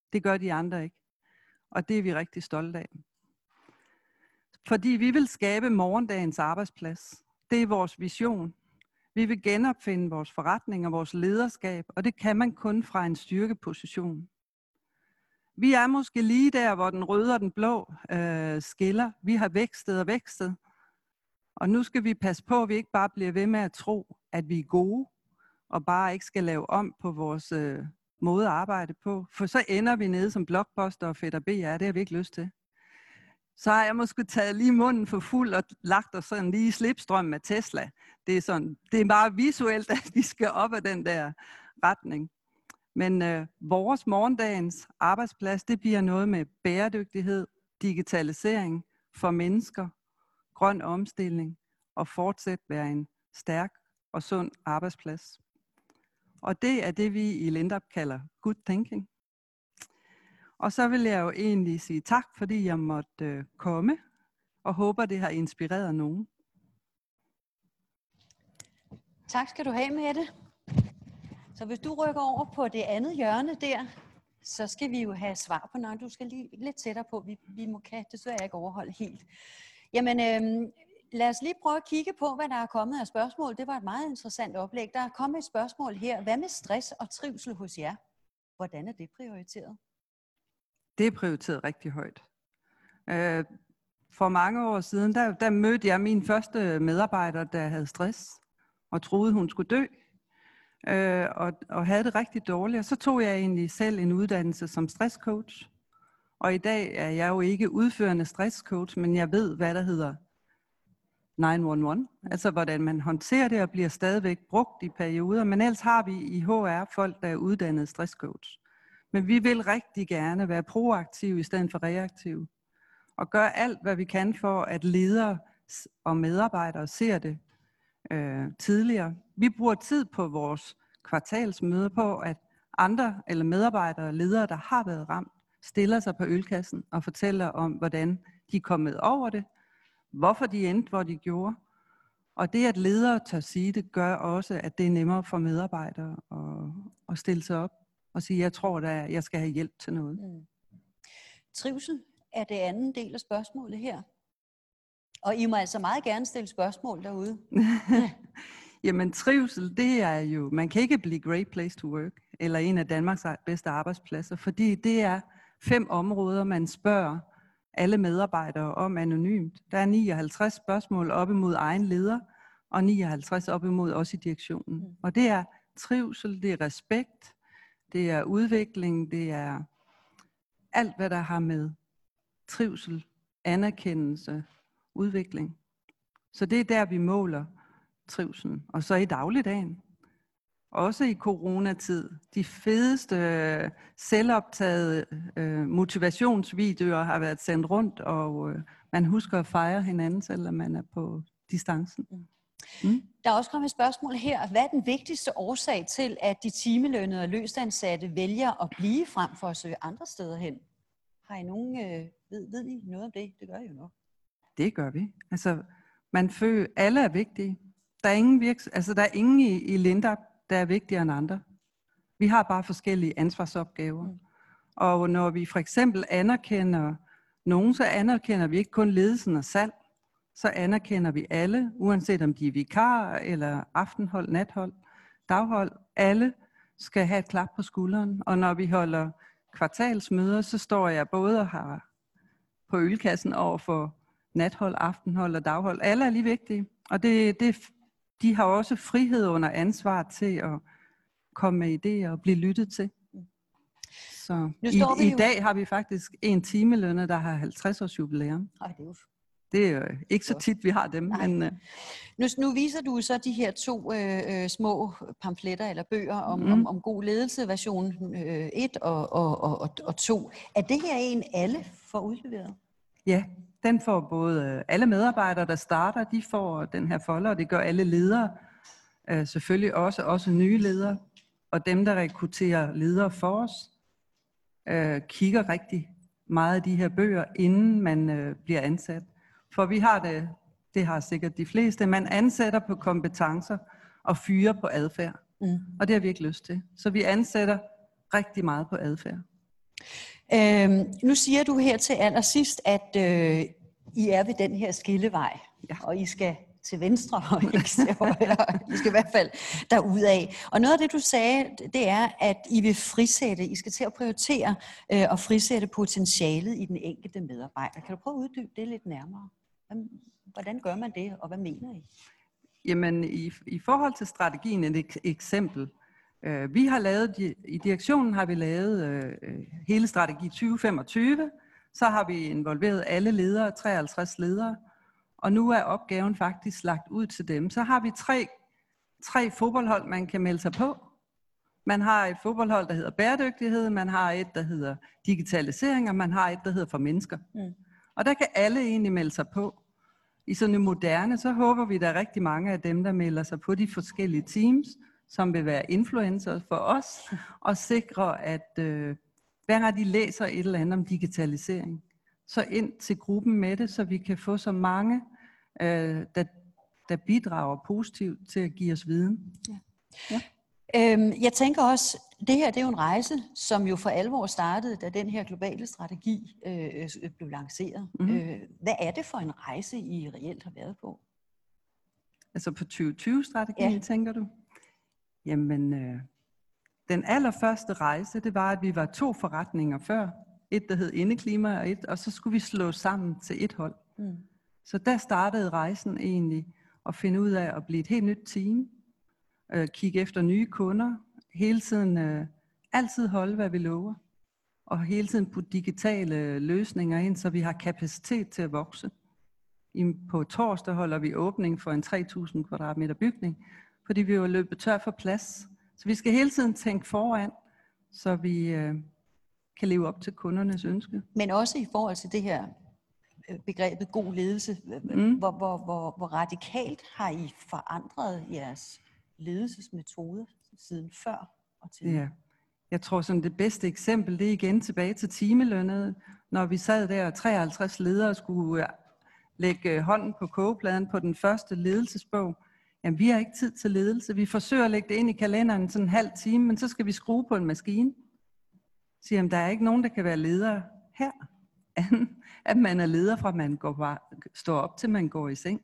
[SPEAKER 7] Det gør de andre ikke. Og det er vi rigtig stolte af. Fordi vi vil skabe morgendagens arbejdsplads. Det er vores vision. Vi vil genopfinde vores forretning og vores lederskab, og det kan man kun fra en styrkeposition. Vi er måske lige der, hvor den røde og den blå øh, skiller. Vi har vækstet og vækstet. Og nu skal vi passe på, at vi ikke bare bliver ved med at tro, at vi er gode, og bare ikke skal lave om på vores øh, måde at arbejde på. For så ender vi nede som Blockbuster og Fætter B R. Det har vi ikke lyst til. Så har jeg måske taget lige munden for fuld og lagt os sådan lige i slipstrøm med Tesla. Det er, sådan, det er bare visuelt, at vi skal op ad den der retning. Men øh, vores morgendagens arbejdsplads, det bliver noget med bæredygtighed, digitalisering for mennesker, grøn omstilling og fortsat være en stærk og sund arbejdsplads. Og det er det, vi i Lindab kalder good thinking. Og så vil jeg jo egentlig sige tak, fordi jeg måtte øh, komme, og håber, det har inspireret nogen.
[SPEAKER 2] Tak skal du have, Mette. Så hvis du rykker over på det andet hjørne der, så skal vi jo have svar på noget. Du skal lige lidt tættere på. Vi, vi må kan desværre ikke overholde helt. Jamen, øh, lad os lige prøve at kigge på, hvad der er kommet af spørgsmål. Det var et meget interessant oplæg. Der er kommet et spørgsmål her. Hvad med stress og trivsel hos jer? Hvordan er det prioriteret?
[SPEAKER 7] Det er prioriteret rigtig højt. Øh, for mange år siden, der, der mødte jeg min første medarbejder, der havde stress, og troede, hun skulle dø, øh, og, og havde det rigtig dårligt. Og så tog jeg egentlig selv en uddannelse som stresscoach. Og i dag er jeg jo ikke udførende stresscoach, men jeg ved, hvad der hedder ni et et. Altså, hvordan man håndterer det og bliver stadigvæk brugt i perioder. Men ellers har vi i H R folk, der er uddannet stresscoach. Men vi vil rigtig gerne være proaktive i stedet for reaktive. Og gøre alt, hvad vi kan for, at ledere og medarbejdere ser det øh, tidligere. Vi bruger tid på vores kvartalsmøder på, at andre eller medarbejdere og ledere, der har været ramt, stiller sig på ølkassen og fortæller om, hvordan de er kommet over det, hvorfor de endte, hvor de gjorde. Og det, at ledere tør sige det, gør også, at det er nemmere for medarbejdere at, at stille sig op og sige, jeg tror, at jeg skal have hjælp til noget.
[SPEAKER 2] Mm. Trivsel er det anden del af spørgsmålet her. Og I må altså meget gerne stille spørgsmål derude.
[SPEAKER 7] Jamen trivsel, det er jo, man kan ikke blive Great Place to Work, eller en af Danmarks bedste arbejdspladser, fordi det er fem områder, man spørger alle medarbejdere om anonymt. Der er nioghalvtreds spørgsmål op imod egen leder, og nioghalvtreds op imod os i direktionen. Mm. Og det er trivsel, det er respekt, det er udvikling, det er alt, hvad der har med trivsel, anerkendelse, udvikling. Så det er der, vi måler trivselen. Og så i dagligdagen. Også i coronatid. De fedeste selvoptagede øh, motivationsvideoer har været sendt rundt, og øh, man husker at fejre hinanden, selvom man er på distancen. Mm.
[SPEAKER 2] Mm. Der er også kommet et spørgsmål her. Hvad er den vigtigste årsag til, at de timelønnede og løstansatte vælger at blive frem for at søge andre steder hen? Har I nogen, øh, ved, ved I noget om det? Det gør I jo nok.
[SPEAKER 7] Det gør vi. Altså, man føler, alle er vigtige. Der er ingen, virks- altså, der er ingen i, i Lindab, der er vigtigere end andre. Vi har bare forskellige ansvarsopgaver. Mm. Og når vi for eksempel anerkender nogen, så anerkender vi ikke kun ledelsen og salg. Så anerkender vi alle, uanset om de er vikarer eller aftenhold, nathold, daghold. Alle skal have et klap på skulderen. Og når vi holder kvartalsmøder, så står jeg både og har på ølkassen over for nathold, aftenhold og daghold. Alle er lige vigtige. Og det, det, de har også frihed under ansvar til at komme med idéer og blive lyttet til. Så i, i dag har vi faktisk en timelønner, der har halvtreds års jubilæum.
[SPEAKER 2] Ej, det er jo
[SPEAKER 7] Det er jo ikke så tit, vi har dem. Men, uh...
[SPEAKER 2] nu, nu viser du så de her to øh, små pamfletter eller bøger om,
[SPEAKER 7] mm.
[SPEAKER 2] om, om god ledelse, version øh, et og, og, og, og to. Er det her en, alle får udleveret?
[SPEAKER 7] Ja, den får både alle medarbejdere, der starter, de får den her folder, og det gør alle ledere. Øh, selvfølgelig også, også nye ledere. Og dem, der rekrutterer ledere for os, øh, kigger rigtig meget af de her bøger, inden man øh, bliver ansat. For vi har det, det har sikkert de fleste, man ansætter på kompetencer og fyrer på adfærd. Mm. Og det har vi ikke lyst til. Så vi ansætter rigtig meget på adfærd.
[SPEAKER 2] Øhm, nu siger du her til allersidst, at øh, I er ved den her skillevej, ja. Og I skal til venstre, og ikke til højre. I skal i hvert fald derudad. Og noget af det, du sagde, det er, at I vil frisætte, I skal til at prioritere øh, og frisætte potentialet i den enkelte medarbejder. Kan du prøve at uddybe det lidt nærmere? Hvordan gør man det, og hvad mener I?
[SPEAKER 7] Jamen, i, i forhold til strategien, et ek- eksempel. Øh, vi har lavet, i direktionen har vi lavet øh, hele strategi tyve femogtyve, så har vi involveret alle ledere, treoghalvtreds ledere, og nu er opgaven faktisk lagt ud til dem. Så har vi tre, tre fodboldhold, man kan melde sig på. Man har et fodboldhold, der hedder bæredygtighed, man har et, der hedder digitalisering, og man har et, der hedder for mennesker. Mm. Og der kan alle egentlig melde sig på. I sådan en moderne, så håber vi, der er rigtig mange af dem, der melder sig på de forskellige teams, som vil være influencers for os, og sikre, at øh, hver gang de læser et eller andet om digitalisering, så ind til gruppen med det, så vi kan få så mange, øh, der, der bidrager positivt til at give os viden.
[SPEAKER 2] Ja. Ja. Øhm, jeg tænker også, det her det er jo en rejse, som jo for alvor startede, da den her globale strategi øh, blev lanceret. Mm-hmm. Øh, hvad er det for en rejse, I reelt har været på?
[SPEAKER 7] Altså på tyve tyve-strategien, ja. Tænker du? Jamen, øh, den allerførste rejse, det var, at vi var to forretninger før. Et, der hed Indeklima, og et, og så skulle vi slå sammen til et hold. Mm. Så der startede rejsen egentlig at finde ud af at blive et helt nyt team, øh, kigge efter nye kunder, hele tiden øh, altid holde, hvad vi lover, og hele tiden putte digitale løsninger ind, så vi har kapacitet til at vokse. I, på torsdag holder vi åbning for en tre tusind kvadratmeter bygning, fordi vi jo løbet tør for plads. Så vi skal hele tiden tænke foran, så vi øh, kan leve op til kundernes ønske.
[SPEAKER 2] Men også i forhold til det her begrebet god ledelse, mm. hvor, hvor, hvor, hvor radikalt har I forandret jeres ledelsesmetoder siden før og til?
[SPEAKER 7] Ja. Jeg tror sådan det bedste eksempel, det er igen tilbage til timelønnet. Når vi sad der, og treoghalvtreds ledere skulle lægge hånden på kogepladen på den første ledelsesbog. Jamen, vi har ikke tid til ledelse. Vi forsøger at lægge det ind i kalenderen sådan en halv time, men så skal vi skrue på en maskine. Så jamen, der er ikke nogen, der kan være leder her. At man er leder fra, man går, står op til, man går i seng.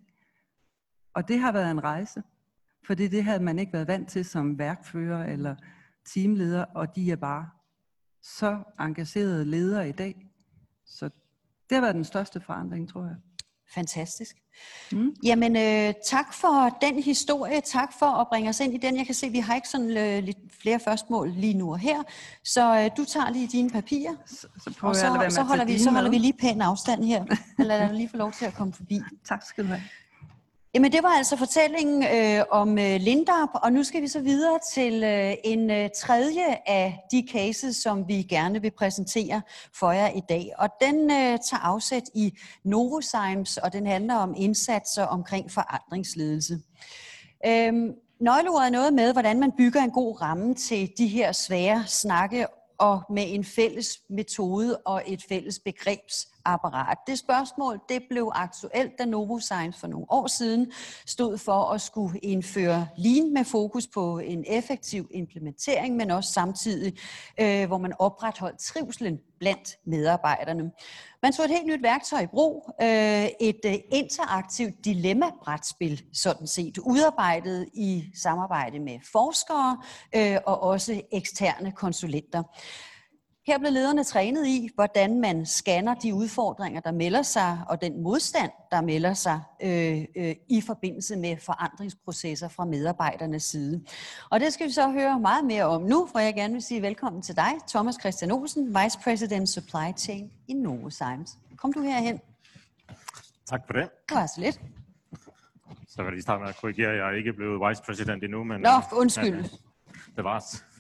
[SPEAKER 7] Og det har været en rejse. Fordi det havde man ikke været vant til som værkfører eller teamleder, og de er bare så engagerede ledere i dag. Så det har været den største forandring, tror jeg.
[SPEAKER 2] Fantastisk. Mm. Jamen, øh, tak for den historie. Tak for at bringe os ind i den. Jeg kan se, at vi har ikke sådan øh, lidt flere spørgsmål lige nu og her. Så øh, du tager lige dine papirer. Så, så, og så, så, holder, vi, så holder vi lige pæn afstand her. Eller lad dig lige få lov til at komme forbi.
[SPEAKER 7] Tak skal du have.
[SPEAKER 2] Jamen, det var altså fortællingen øh, om øh, Lindab, og nu skal vi så videre til øh, en øh, tredje af de cases, som vi gerne vil præsentere for jer i dag. Og den øh, tager afsæt i Novozymes, og den handler om indsatser omkring forandringsledelse. Øhm, nøgleordet er noget med, hvordan man bygger en god ramme til de her svære snakke, og med en fælles metode og et fælles begrebsapparat. Det spørgsmål det blev aktuelt, da Novozymes for nogle år siden stod for at skulle indføre Lean med fokus på en effektiv implementering, men også samtidig, øh, hvor man opretholdt trivselen blandt medarbejderne. Man tog et helt nyt værktøj i brug, øh, et øh, interaktivt dilemma-brætspil, sådan set, udarbejdet i samarbejde med forskere øh, og også eksterne konsulenter. Her blev lederne trænet i, hvordan man scanner de udfordringer, der melder sig, og den modstand, der melder sig øh, øh, i forbindelse med forandringsprocesser fra medarbejdernes side. Og det skal vi så høre meget mere om nu, for jeg gerne vil sige velkommen til dig, Thomas Christian Olsen, Vice President Supply Chain i Novozymes. Kom du herhen.
[SPEAKER 9] Tak for det.
[SPEAKER 2] Det var så lidt.
[SPEAKER 9] Så vil jeg lige starte med at korrigere, jeg er ikke blevet Vice President endnu, men...
[SPEAKER 2] Nå, undskyld.
[SPEAKER 9] Men, det var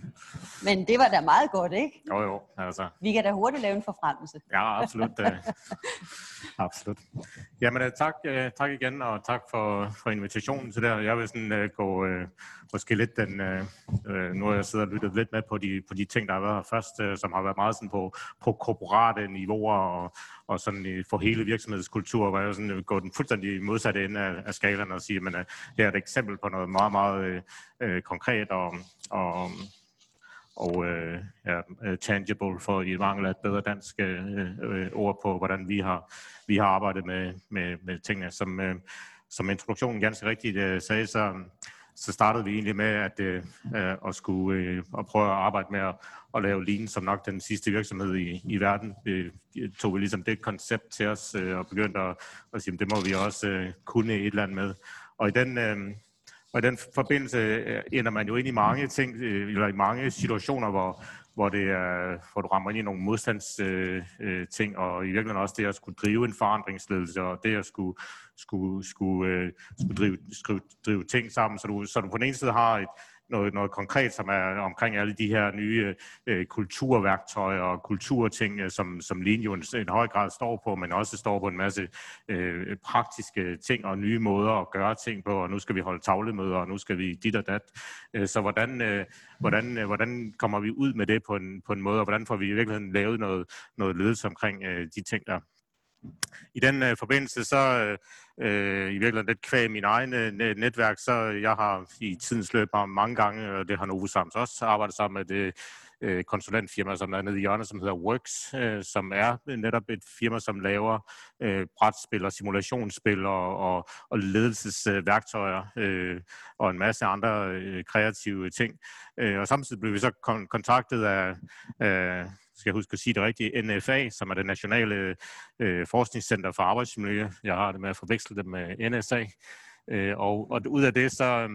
[SPEAKER 2] Men det var da meget godt, ikke?
[SPEAKER 9] Jo, jo. Altså.
[SPEAKER 2] Vi kan da hurtigt lave en forfremmelse.
[SPEAKER 9] Ja, absolut. absolut. Jamen, tak, tak igen, og tak for, for invitationen til det. Jeg vil sådan uh, gå uh, måske lidt den... Uh, nu har jeg siddet og lyttet lidt med på de, på de ting, der har været her først, uh, som har været meget sådan på, på korporate niveauer og, og sådan for hele virksomhedskultur, hvor jeg sådan går den fuldstændig modsatte ende af, af skalaen og siger, men uh, det er et eksempel på noget meget, meget uh, konkret og, og og øh, ja, tangible, for i mangel af et bedre dansk øh, øh, ord på, hvordan vi har, vi har arbejdet med, med, med tingene. Som, øh, som introduktionen ganske rigtigt øh, sagde, så, så startede vi egentlig med at, øh, at, skulle, øh, at prøve at arbejde med at, at lave Lean som nok den sidste virksomhed i, i verden. Vi tog vi ligesom det koncept til os øh, og begyndte at, at sige, at det må vi også øh, kunne et eller andet med. Og i den... Øh, Og i den forbindelse ender man jo ind i mange ting, eller i mange situationer, hvor, hvor, det er, hvor du rammer ind i nogle modstandsting, og i virkeligheden også det at skulle drive en forandringsledelse, og det at skulle, skulle, skulle, skulle drive, skrive, drive ting sammen, så du, så du på den ene side har et, noget, noget konkret, som er omkring alle de her nye øh, kulturværktøjer og kulturting, som, som Lean jo i en høj grad står på, men også står på en masse øh, praktiske ting og nye måder at gøre ting på, og nu skal vi holde tavlemøder, og nu skal vi dit og dat. Så hvordan, øh, hvordan, øh, hvordan kommer vi ud med det på en, på en måde, og hvordan får vi i virkeligheden lavet noget, noget ledelse omkring øh, de ting der? I den øh, forbindelse, så øh, i virkeligheden lidt kvæg min egen øh, netværk, så jeg har i tidens løb mange gange, og det har Novo Sams også arbejdet sammen med det øh, konsulentfirma, som er nede i hjørnet, som hedder Works, øh, som er netop et firma, som laver øh, brætspil og simulationsspil og, og, og ledelsesværktøjer øh, og en masse andre øh, kreative ting. Øh, og samtidig blev vi så kon- kontaktet af øh, skal jeg huske at sige det rigtigt, N F A, som er det nationale øh, forskningscenter for arbejdsmiljø. Jeg har det med at forveksle det med N S A. Øh, og, og ud af det, så,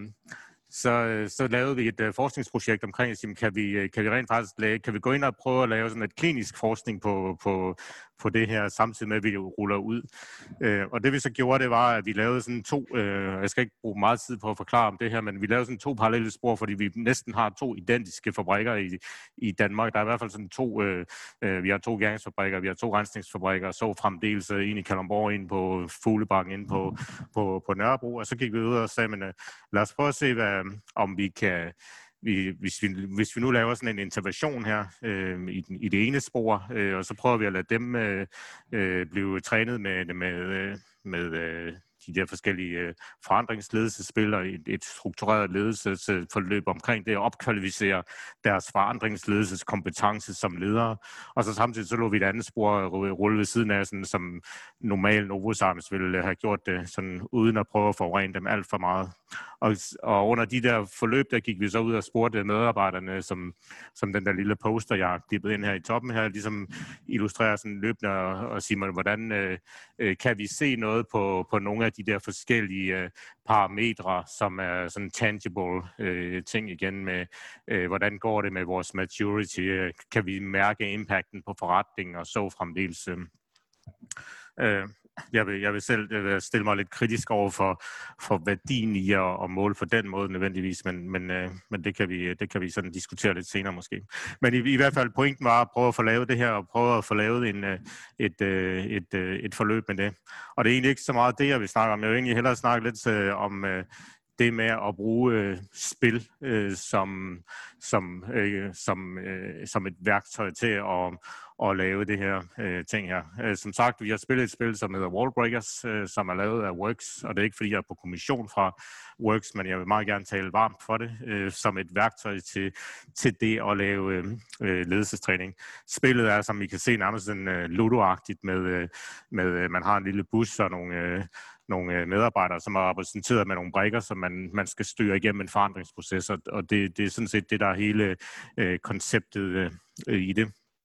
[SPEAKER 9] så, så lavede vi et uh, forskningsprojekt omkring, at kan vi, kan vi rent faktisk lave, kan vi gå ind og prøve at lave sådan et klinisk forskning på, på, på det her, samtidig med, at vi ruller ud. Øh, og det vi så gjorde, det var, at vi lavede sådan to, øh, jeg skal ikke bruge meget tid på at forklare om det her, men vi lavede sådan to parallelle spor, fordi vi næsten har to identiske fabrikker i, i Danmark. Der er i hvert fald sådan to, øh, øh, vi har to gæringsfabrikker, vi har to rensningsfabrikker, så fremdeles en i Kalundborg, en på Fuglebakken, en på, på, på Nørrebro, og så gik vi ud og sagde, men, øh, lad os prøve at se, hvad, om vi kan, vi, hvis, vi, hvis vi nu laver sådan en intervention her øh, i, den, i det ene spor, øh, og så prøver vi at lade dem øh, øh, blive trænet med, med, med øh, de der forskellige øh, forandringsledelsesspil og et, et struktureret ledelsesforløb omkring det, at opkvalificere deres forandringsledelseskompetence som ledere. Og så samtidig så lå vi et andet spor rulle ved siden af, sådan, som normalt Novozymes ville have gjort det, sådan, uden at prøve at forurene dem alt for meget. Og, og under de der forløb, der gik vi så ud og spurgte medarbejderne, som, som den der lille poster, jeg har klippet ind her i toppen her, ligesom illustrerer sådan løbende og, og siger, hvordan øh, kan vi se noget på, på nogle af de der forskellige øh, parametre, som er sådan tangible øh, ting igen med, øh, hvordan går det med vores maturity, øh, kan vi mærke impacten på forretningen og så fremdeles. Øh, Jeg vil, jeg vil selv jeg vil stille mig lidt kritisk over for, for værdien i at, at måle på den måde nødvendigvis, men, men, øh, men det, kan vi, det kan vi sådan diskutere lidt senere måske. Men i, i hvert fald pointen var at prøve at få lavet det her, og prøve at få lavet en, et, et, et, et forløb med det. Og det er egentlig ikke så meget det, jeg vil snakke om. Jeg vil egentlig hellere snakke lidt øh, om øh, det med at bruge øh, spil øh, som, som, øh, som, øh, som et værktøj til at og lave det her øh, ting her. Øh, som sagt, vi har spillet et spil, som hedder Wallbreakers, øh, som er lavet af Works, og det er ikke fordi, jeg er på kommission fra Works, men jeg vil meget gerne tale varmt for det, øh, som et værktøj til, til det at lave øh, ledelsestræning. Spillet er, som I kan se, nærmest sådan øh, ludo-agtigt med, øh, med øh, man har en lille bus og nogle øh, nogle medarbejdere, som er repræsenteret med nogle brikker, som man, man skal styre igennem en forandringsproces, og det, det er sådan set det, der er hele øh, konceptet øh, i det.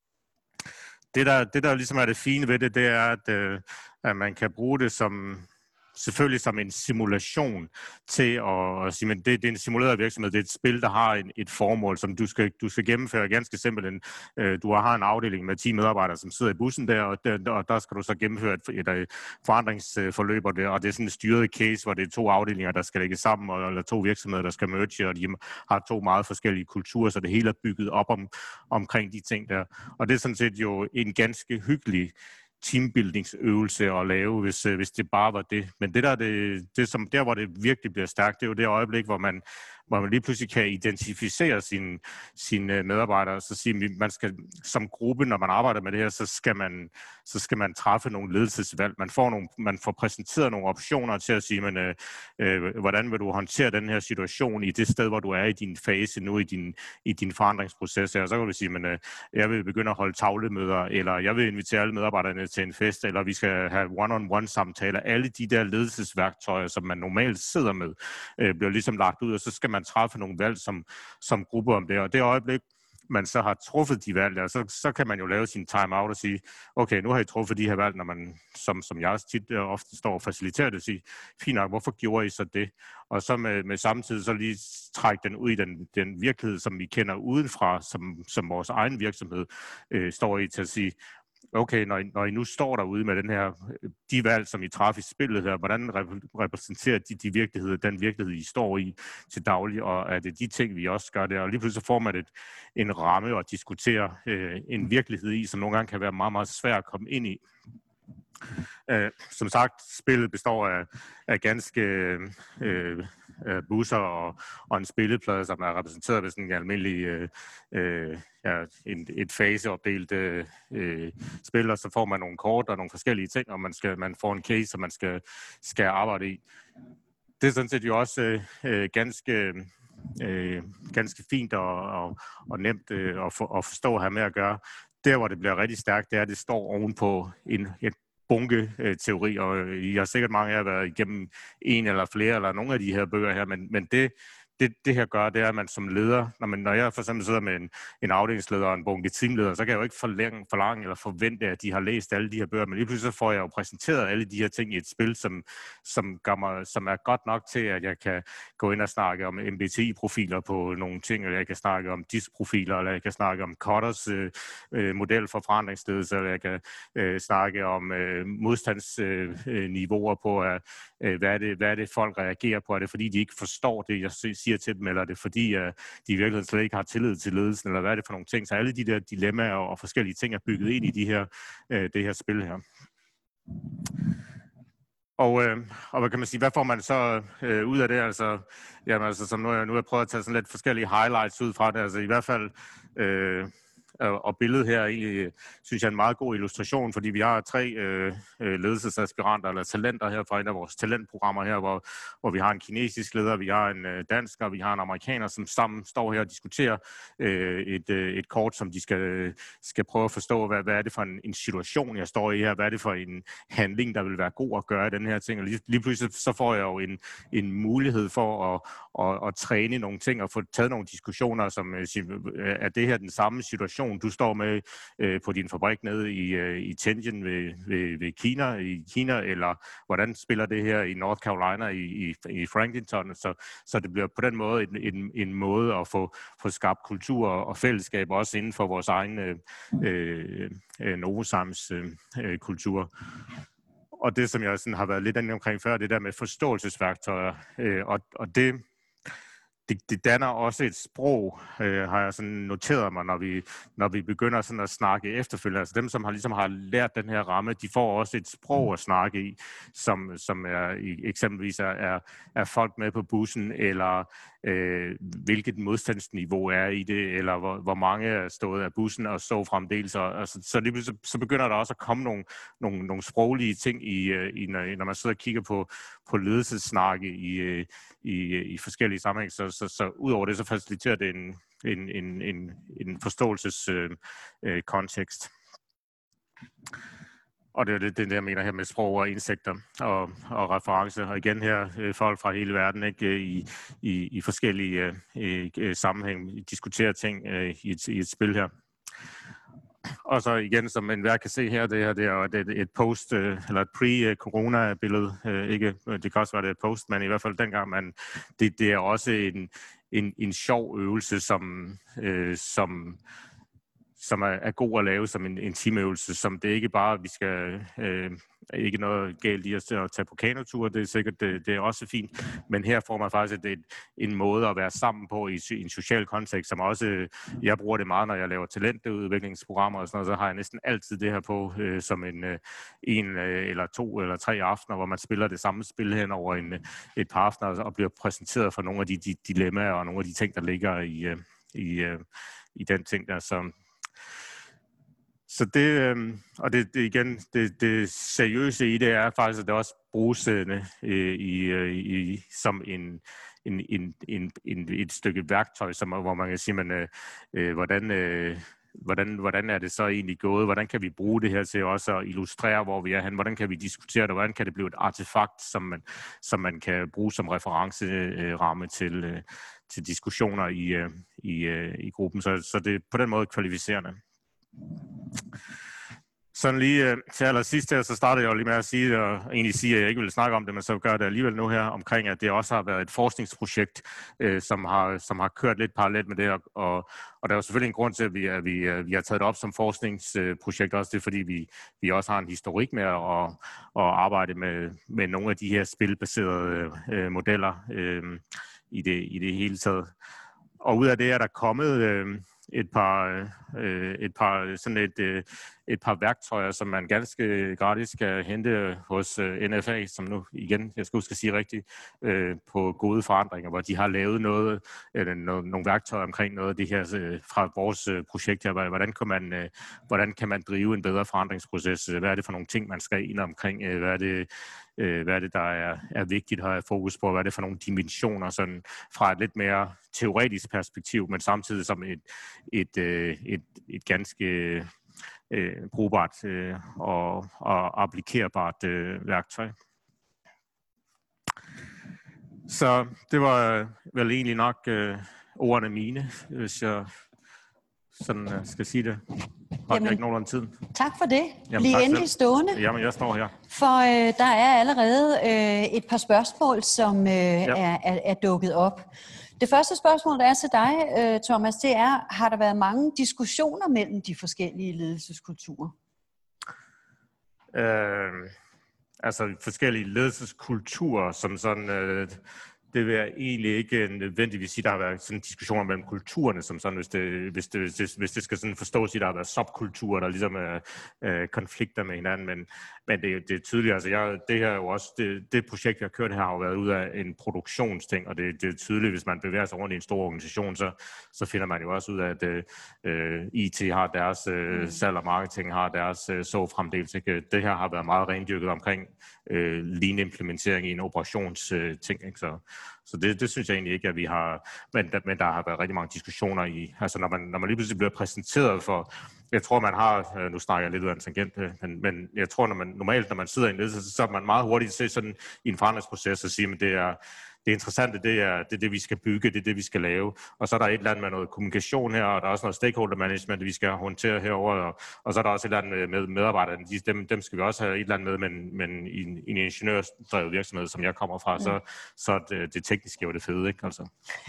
[SPEAKER 9] Det der, det, der ligesom er det fine ved det, det er, at, øh, at man kan bruge det som, selvfølgelig som en simulation til at sige, men det, det er en simuleret virksomhed, det er et spil, der har en, et formål, som du skal, du skal gennemføre ganske simpelthen. Øh, du har en afdeling med ti medarbejdere, som sidder i bussen der, og der, og der skal du så gennemføre et, et forandringsforløb, og det, og det er sådan en styret case, hvor det er to afdelinger, der skal lægge sammen, og, eller to virksomheder, der skal merge, og de har to meget forskellige kulturer, så det hele er bygget op om, omkring de ting der. Og det er sådan set jo en ganske hyggelig teambuildingsøvelse at lave, hvis, hvis det bare var det. Men det der, det, det som, der hvor det virkelig bliver stærkt, det er jo det øjeblik, hvor man, hvor man lige pludselig kan identificere sine, sine medarbejdere, så sige, man skal som gruppe, når man arbejder med det her, så skal man, så skal man træffe nogle ledelsesvalg. Man får, nogle, man får præsenteret nogle optioner til at sige, men, øh, øh, hvordan vil du håndtere den her situation i det sted, hvor du er i din fase nu, i din, i din forandringsproces. Og så kan du sige, men øh, jeg vil begynde at holde tavlemøder, eller jeg vil invitere alle medarbejderne til en fest, eller vi skal have one-on-one samtaler. Alle de der ledelsesværktøjer, som man normalt sidder med, øh, bliver ligesom lagt ud, og så skal man træffe nogle valg som, som gruppe om det. Og det øjeblik, man så har truffet de valg, så, så kan man jo lave sin time-out og sige, okay, nu har I truffet de her valg, når man, som, som jeg tit og ofte står og faciliterer det, og sige, fint nok, hvorfor gjorde I så det? Og så med, med samtidig så lige trække den ud i den, den virkelighed, som vi kender udenfra, som, som vores egen virksomhed øh, står i, til at sige, okay, når I, når I nu står derude med den her, de valg, som I træffer i spillet her, hvordan repræsenterer de de virkeligheder, den virkelighed, I står i til daglig, og er det de ting, vi også gør der? Og lige pludselig får man et, en ramme at diskutere øh, en virkelighed i, som nogle gange kan være meget, meget svær at komme ind i. Øh, som sagt, spillet består af, af ganske øh, busser og, og en spilleplade, som er repræsenteret ved sådan en almindelig øh, øh, ja, en, et faseopdelt øh, spil, og så får man nogle kort og nogle forskellige ting, og man, skal, man får en case, som man skal, skal arbejde i. Det er sådan set jo også øh, ganske, øh, ganske fint og, og, og nemt øh, at, for, at forstå at have med at gøre. Der, hvor det bliver rigtig stærkt, det er, at det står ovenpå en, et bunke øh, teori, og I har sikkert mange af jer været igennem en eller flere, eller nogle af de her bøger her, men, men det, det, det her gør, det er, at man som leder, når, man, når jeg for eksempel sidder med en, en afdelingsleder og en bunke teamleder, så kan jeg jo ikke forlænge, forlange eller forvente, at de har læst alle de her bøger, men lige pludselig så får jeg jo præsenteret alle de her ting i et spil, som, som, gør mig, som er godt nok til, at jeg kan gå ind og snakke om M B T I-profiler på nogle ting, eller jeg kan snakke om D I S C-profiler, eller jeg kan snakke om Kotters øh, øh, model for forandringsledelse, eller jeg kan øh, snakke om øh, modstandsniveauer øh, på, øh, hvad, er det, hvad er det, folk reagerer på? Er det, fordi de ikke forstår det, jeg siger til dem, eller er det, fordi øh, de i virkeligheden slet ikke har tillid til ledelsen, eller hvad er det for nogle ting? Så alle de der dilemmaer og, og forskellige ting er bygget ind i de her, øh, det her spil her. Og, øh, og hvad kan man sige, hvad får man så øh, ud af det? Altså, jamen, altså som nu, nu har jeg prøvet at tage sådan lidt forskellige highlights ud fra det, altså i hvert fald øh, og billedet her egentlig, synes jeg er en meget god illustration, fordi vi har tre øh, ledelsesaspiranter eller talenter her fra et af vores talentprogrammer her, hvor, hvor vi har en kinesisk leder, vi har en øh, dansker, vi har en amerikaner, som sammen står her og diskuterer øh, et, øh, et kort, som de skal, skal prøve at forstå, hvad, hvad er det for en, en situation, jeg står i her, hvad er det for en handling, der vil være god at gøre i den her ting, og lige, lige pludselig så får jeg jo en, en mulighed for at, at, at træne nogle ting og få taget nogle diskussioner, som øh, siger, er det her den samme situation, du står med øh, på din fabrik nede i, øh, i Tianjin ved, ved, ved Kina, i Kina, eller hvordan spiller det her i North Carolina i, i, i Franklinton, så, så det bliver på den måde en, en, en måde at få, få skabt kultur og fællesskab også inden for vores egen øh, øh, Novozymes øh, kultur. Og det, som jeg sådan har været lidt inde omkring før, det der med forståelsesværktøjer, øh, og, og det Det, det danner også et sprog, øh, har jeg sådan noteret mig, når vi, når vi begynder sådan at snakke efterfølgende. Altså dem, som har, ligesom har lært den her ramme, de får også et sprog at snakke i, som, som er, eksempelvis er, er, er folk med på bussen, eller øh, hvilket modstandsniveau er i det, eller hvor, hvor mange er stået af bussen og så fremdeles. Og, altså, så, lige, så, så begynder der også at komme nogle, nogle, nogle sproglige ting, i, i, når, når man sidder og kigger på, på ledelsessnakke i, i, i forskellige sammenhæng. Så, så, så ud over det, så faciliterer det en, en, en, en, en forståelseskontekst. Øh, øh, og det er det, det, jeg mener her med sprog og indsigter og, og reference. Og igen her, øh, folk fra hele verden, ikke, i, i, i forskellige øh, øh, sammenhæng diskuterer ting øh, i, et, i et spil her. Og så igen, som enhver kan se her, det her det er et, et post, eller et pre-corona-billede. Ikke, det kan også være det et post, men i hvert fald dengang, man, det, det er også en, en, en sjov øvelse, som, øh, som, som er, er god at lave som en, en teamøvelse, som det ikke bare, vi skal øh, ikke noget galt i at tage på kanotur, det er sikkert det, det er også fint, men her får man faktisk et, en måde at være sammen på i, i en social kontekst, som også, jeg bruger det meget, når jeg laver talentudviklingsprogrammer og sådan noget, så har jeg næsten altid det her på øh, som en, øh, en øh, eller to eller tre aftener, hvor man spiller det samme spil hen over en, et par aftener og bliver præsenteret for nogle af de, de dilemmaer og nogle af de ting, der ligger i, øh, i, øh, i den ting der, som Så det, øh, og det, det igen, det, det seriøse i det er faktisk, at det også bruges øh, i, i, som en, en, en, en, en, et stykke værktøj, som, hvor man kan sige, man, øh, hvordan, øh, hvordan, hvordan er det så egentlig gået? Hvordan kan vi bruge det her til også at illustrere, hvor vi er hen? Hvordan kan vi diskutere det? Hvordan kan det blive et artefakt, som man, som man kan bruge som referenceramme til, øh, til diskussioner i, øh, i, øh, i gruppen? Så, så det er på den måde kvalificerende. Sådan lige øh, til allersidst her, så startede jeg jo lige med at sige, og egentlig sige, at jeg ikke ville snakke om det, men så gør det alligevel nu her, omkring, at det også har været et forskningsprojekt, øh, som, har, som har kørt lidt parallelt med det, og, og, og der er jo selvfølgelig en grund til, at vi, at vi, at vi har taget det op som forskningsprojekt, også det er, fordi vi, vi også har en historik med at, at arbejde med, med nogle af de her spilbaserede øh, modeller øh, i, det, i det hele taget. Og ud af det er der kommet øh, et par, øh, et par sådan et, øh, et par værktøjer, som man ganske gratis skal hente hos øh, N F A, som nu igen, jeg skal huske at sige rigtigt, øh, på gode forandringer, hvor de har lavet noget, øh, nogle, nogle værktøjer omkring noget af det her øh, fra vores øh, projekt her. Hvordan kan man, øh, hvordan kan man drive en bedre forandringsproces? Hvad er det for nogle ting, man skal ind omkring? Øh, hvad er det hvad er det, der er, er vigtigt at have fokus på? Hvad er det for nogle dimensioner sådan, fra et lidt mere teoretisk perspektiv, men samtidig som et, et, et, et, et ganske øh, brugbart øh, og, og applikerbart øh, værktøj. Så det var vel egentlig nok øh, ordene mine, hvis jeg sådan øh, skal sige det. Har jeg ikke nogen tid?
[SPEAKER 2] Tak for det.
[SPEAKER 9] Jamen,
[SPEAKER 2] Bliv endelig
[SPEAKER 9] selv.
[SPEAKER 2] stående.
[SPEAKER 9] Jamen, jeg står her.
[SPEAKER 2] For øh, der er allerede øh, et par spørgsmål, som øh,
[SPEAKER 9] ja.
[SPEAKER 2] er, er, er dukket op. Det første spørgsmål, der er til dig, øh, Thomas, det er, har der været mange diskussioner mellem de forskellige ledelseskulturer?
[SPEAKER 9] Øh, altså forskellige ledelseskulturer, som sådan... Øh, det vil jeg egentlig ikke nødvendigvis sige, der har været sådan diskussioner mellem kulturerne, som sådan, hvis det, hvis det, hvis det, hvis det skal sådan forstås, at der har været subkulturer, der ligesom er øh, konflikter med hinanden, men, men det, det er tydeligt, altså jeg, det her er jo også, det, det projekt, jeg har kørt her, har jo været ud af en produktionsting, og det, det er tydeligt, hvis man bevæger sig rundt i en stor organisation, så, så finder man jo også ud af, at øh, I T har deres, øh, salg og marketing har deres øh, så fremdeles. Ikke? Det her har været meget rendyrket omkring øh, lean-implementering i en operationsting, øh, ikke? Så Så det, det synes jeg egentlig ikke, at vi har, men, men der har været rigtig mange diskussioner i, altså når man, når man lige pludselig bliver præsenteret for, jeg tror man har, nu snakker jeg lidt ud af en tangent, men, men jeg tror når man, normalt når man sidder i en ledelse, så er man meget hurtigt til sådan i en forandringsproces og sige, men det er, det interessante, det er, det er det, vi skal bygge, det er det, vi skal lave. Og så er der et eller andet med noget kommunikation her, og der er også noget stakeholder management, vi skal håndtere herover, og, og så er der også et eller andet med medarbejderne. De, dem, dem skal vi også have et eller andet med, men, men i, en, i en ingeniørdrevet virksomhed, som jeg kommer fra, så, så det, det tekniske er jo det fede, ikke? Altså.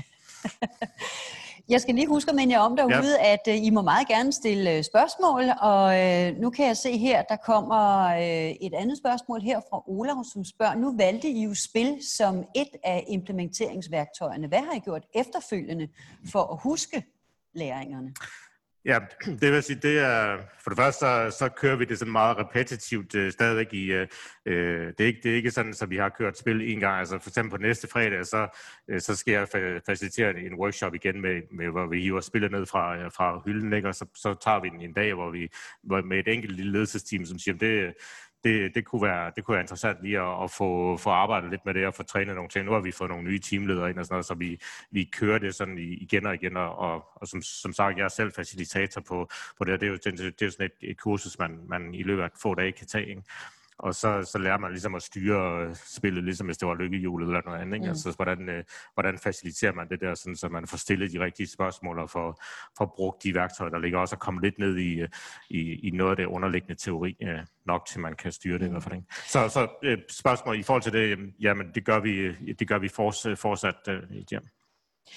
[SPEAKER 2] Jeg skal lige huske at minde jer om derude, ja. at uh, I må meget gerne stille spørgsmål, og uh, nu kan jeg se her, der kommer uh, et andet spørgsmål her fra Olav, som spørger, nu valgte I jo spil som et af implementeringsværktøjerne. Hvad har I gjort efterfølgende for at huske læringerne?
[SPEAKER 9] Ja, det vil sige, det er, for det første, så, så kører vi det sådan meget repetitivt øh, stadigvæk i, øh, det, er ikke, det er ikke sådan, at vi har kørt spil en gang, altså for eksempel på næste fredag, så, øh, så skal jeg fa- facilitere en workshop igen, med, med, hvor vi hiver spillet ned fra, fra hylden, ikke? Og så, så tager vi den en dag, hvor vi hvor med et enkelt lille ledelsesteam, som siger, det Det, det, kunne være, det kunne være interessant lige at, at få, få arbejdet lidt med det og få trænet nogle ting. Nu har vi fået nogle nye teamledere ind og sådan noget, så vi, vi kører det sådan igen og igen. Og, og, og som, som sagt, jeg er selv facilitator på, på det, og det er jo, det, det er jo sådan et, et kursus, man, man i løbet af få dage kan tage, ikke? Og så, så lærer man ligesom at styre spillet, ligesom hvis det var lykkehjulet eller noget andet. Ikke? Mm. Altså, hvordan, øh, hvordan faciliterer man det der, sådan, så man får stillet de rigtige spørgsmål og får, får brugt de værktøjer, der ligger, også at komme lidt ned i, i, i noget af det underliggende teori, øh, nok til man kan styre det mm. i hvert fald. Ikke? Så, så øh, spørgsmål i forhold til det, jamen det gør vi, det gør vi forts, fortsat øh, ja.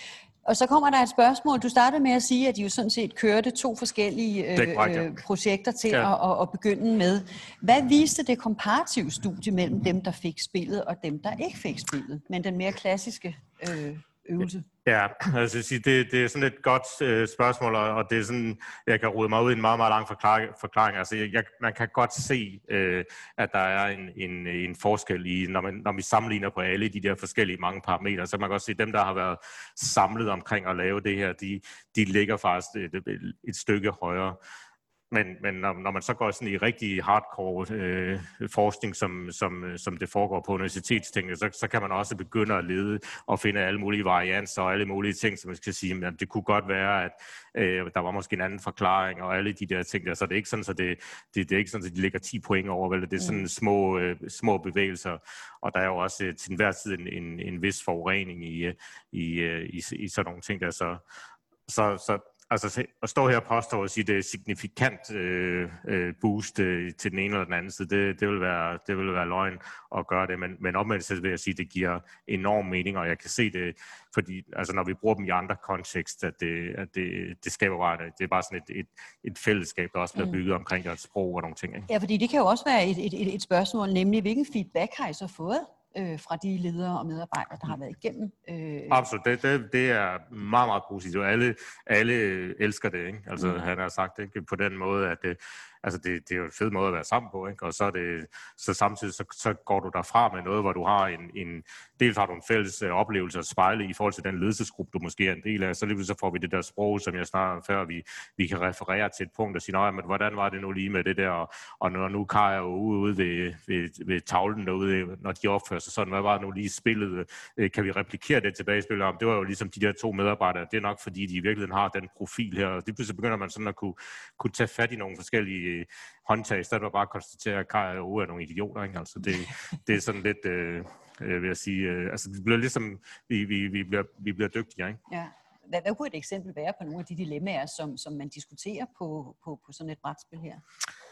[SPEAKER 2] Og så kommer der et spørgsmål. Du startede med at sige, at de jo sådan set kørte to forskellige øh,
[SPEAKER 9] korrekt, ja.
[SPEAKER 2] projekter til
[SPEAKER 9] Ja.
[SPEAKER 2] at, at, at begynde med. Hvad viste det komparative studie mellem dem, der fik spillet, og dem, der ikke fik spillet, men den mere klassiske øh, øvelse?
[SPEAKER 9] Ja, altså jeg siger, det, det er sådan et godt øh, spørgsmål, og, og det er sådan, jeg kan rode mig ud i en meget, meget lang forklaring. forklaring. Altså, jeg, man kan godt se, øh, at der er en, en, en forskel i, når, man, når vi sammenligner på alle de der forskellige mange parametre, så man kan godt se, at dem, der har været samlet omkring at lave det her, de, de ligger faktisk et, et stykke højere. Men, men når, når man så går sådan i rigtig hardcore øh, forskning, som, som, som det foregår på universitetstingene, så, så kan man også begynde at lede og finde alle mulige varianser og alle mulige ting, som man skal sige, at det kunne godt være, at øh, der var måske en anden forklaring og alle de der ting der. Så det er ikke sådan, at det, det, det er ikke sådan, at de ligger ti point over, vel? Det er sådan små, øh, små bevægelser, og der er jo også øh, til enhver tid en, en, en vis forurening i, i, i, i sådan nogle ting der. Så, så, så altså at stå her og påstå og sige, at det er signifikant øh, boost øh, til den ene eller den anden side, det, det, vil, være, det vil være løgn at gøre det, men, men omvendt så vil jeg sige, at det giver enorm mening, og jeg kan se det, fordi altså, når vi bruger dem i andre kontekster, at det, at det, det skaber bare, det er bare sådan et, et, et fællesskab, der også bliver bygget omkring et sprog og nogle ting. Ikke?
[SPEAKER 2] Ja, fordi det kan jo også være et, et, et spørgsmål, nemlig hvilken feedback har I så fået øh, fra de ledere og medarbejdere, der har været igennem? Øh...
[SPEAKER 9] Absolut, det, det, det er meget, meget positivt. Alle, alle elsker det, ikke? Altså mm. han har sagt ikke? På den måde, at det, altså det, det er jo en fed måde at være sammen på, ikke? Og så, er det, så samtidig så, så går du derfra med noget, hvor du har en, en dels har du en fælles øh, oplevelse at spejle i forhold til den ledelsesgruppe, du måske er en del af, så lige så får vi det der sprog, som jeg snakkede før, vi, vi kan referere til et punkt og sige, nej, men hvordan var det nu lige med det der, og, og når nu Kaj er jo ude ved, ved, ved tavlen derude, når de opfører sig sådan, hvad var det nu lige spillet, øh, kan vi replikere det tilbage i spillet om? Det var jo ligesom de der to medarbejdere, det er nok fordi, de i virkeligheden har den profil her, og det pludselig begynder man sådan at kunne, kunne tage fat i nogle forskellige håndtag, i stedet for bare at konstatere, at Kaj og Ove er nogle idioter, ikke? Altså det, det er sådan lidt, øh, vil jeg sige, øh, altså det bliver ligesom, vi, vi, vi, bliver, vi bliver dygtigere, ikke?
[SPEAKER 2] Ja. Hvad, hvad kunne et eksempel være på nogle af de dilemmaer, som, som man diskuterer på, på, på sådan et brætspil her?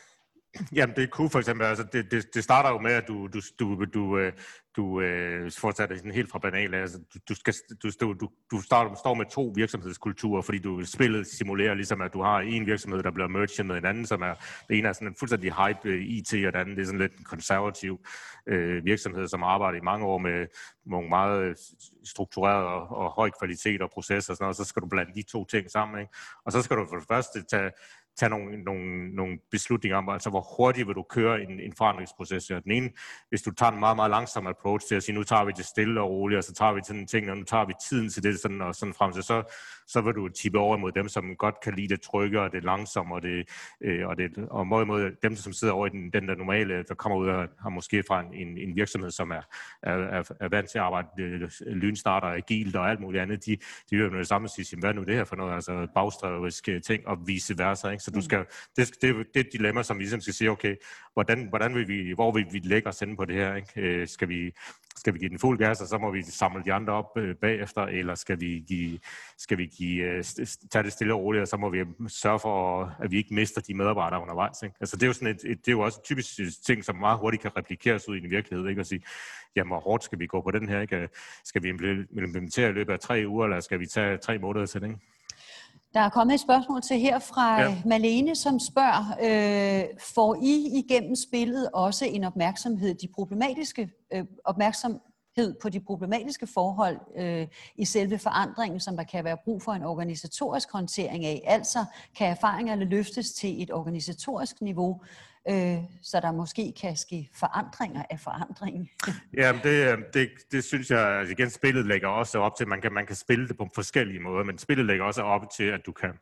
[SPEAKER 9] Jamen det kunne for eksempel, altså det, det, det starter jo med, at du, du, du, du, du øh, fortsætter sådan helt fra banal, altså du, du, skal, du, du, du starter, står med to virksomhedskulturer, fordi du spillet simulerer ligesom, at du har en virksomhed, der bliver merged med en anden, som er, det ene er sådan en fuldstændig hype I T, og det andet det er sådan lidt en konservativ øh, virksomhed, som arbejder i mange år med nogle meget strukturerede og, og høj kvalitet og processer og sådan noget, og så skal du blande de to ting sammen, ikke? Og så skal du for det første tage tage nogle, nogle, nogle beslutninger om, altså hvor hurtigt vil du køre en, en forandringsproces. Og den ene, hvis du tager en meget, meget langsom approach til at sige, nu tager vi det stille og roligt, og så tager vi sådan en ting, og nu tager vi tiden til det, sådan, og sådan frem til, så, så vil du tippe over mod dem, som godt kan lide det trygge, og det langsomme, og det, øh, og det, og mod, mod dem, som sidder over i den, den der normale, der kommer ud og har måske fra en, en, en virksomhed, som er, er, er vant til at arbejde øh, lynsnart og agilt og alt muligt andet, de, de hører jo det samme og siger, hvad er nu det her for noget, altså bagstræviske ting, og vice versa, ikke? Så du skal, det, det, det er et dilemma, som vi ligesom skal sige, okay, hvordan, hvordan vil vi, hvor vil vi lægge os inde på det her, ikke? Øh, skal vi, skal vi give den fuld gas, og så må vi samle de andre op øh, bagefter, eller skal vi give, skal vi give, øh, tage det stille og roligt, og så må vi sørge for, at vi ikke mister de medarbejdere undervejs, ikke? Altså det er jo sådan et, et, det er jo også et typisk ting, som meget hurtigt kan replikeres ud i en virkelighed, ikke? Og sige, jamen hvor hårdt skal vi gå på den her, ikke? Skal vi implementere i løbet af tre uger, eller skal vi tage tre måneder til det, ikke?
[SPEAKER 2] Der er kommet et spørgsmål til her fra ja. Malene, som spørger, øh, får I igennem spillet også en opmærksomhed, de problematiske, øh, opmærksomhed på de problematiske forhold øh, i selve forandringen, som der kan være brug for en organisatorisk håndtering af? Altså kan erfaringerne løftes til et organisatorisk niveau, øh, så der måske kan ske forandringer af forandringen?
[SPEAKER 9] Ja, det, det, det synes jeg, altså igen, spillet lægger også op til, at man kan, man kan spille det på forskellige måder, men spillet lægger også op til, at du kan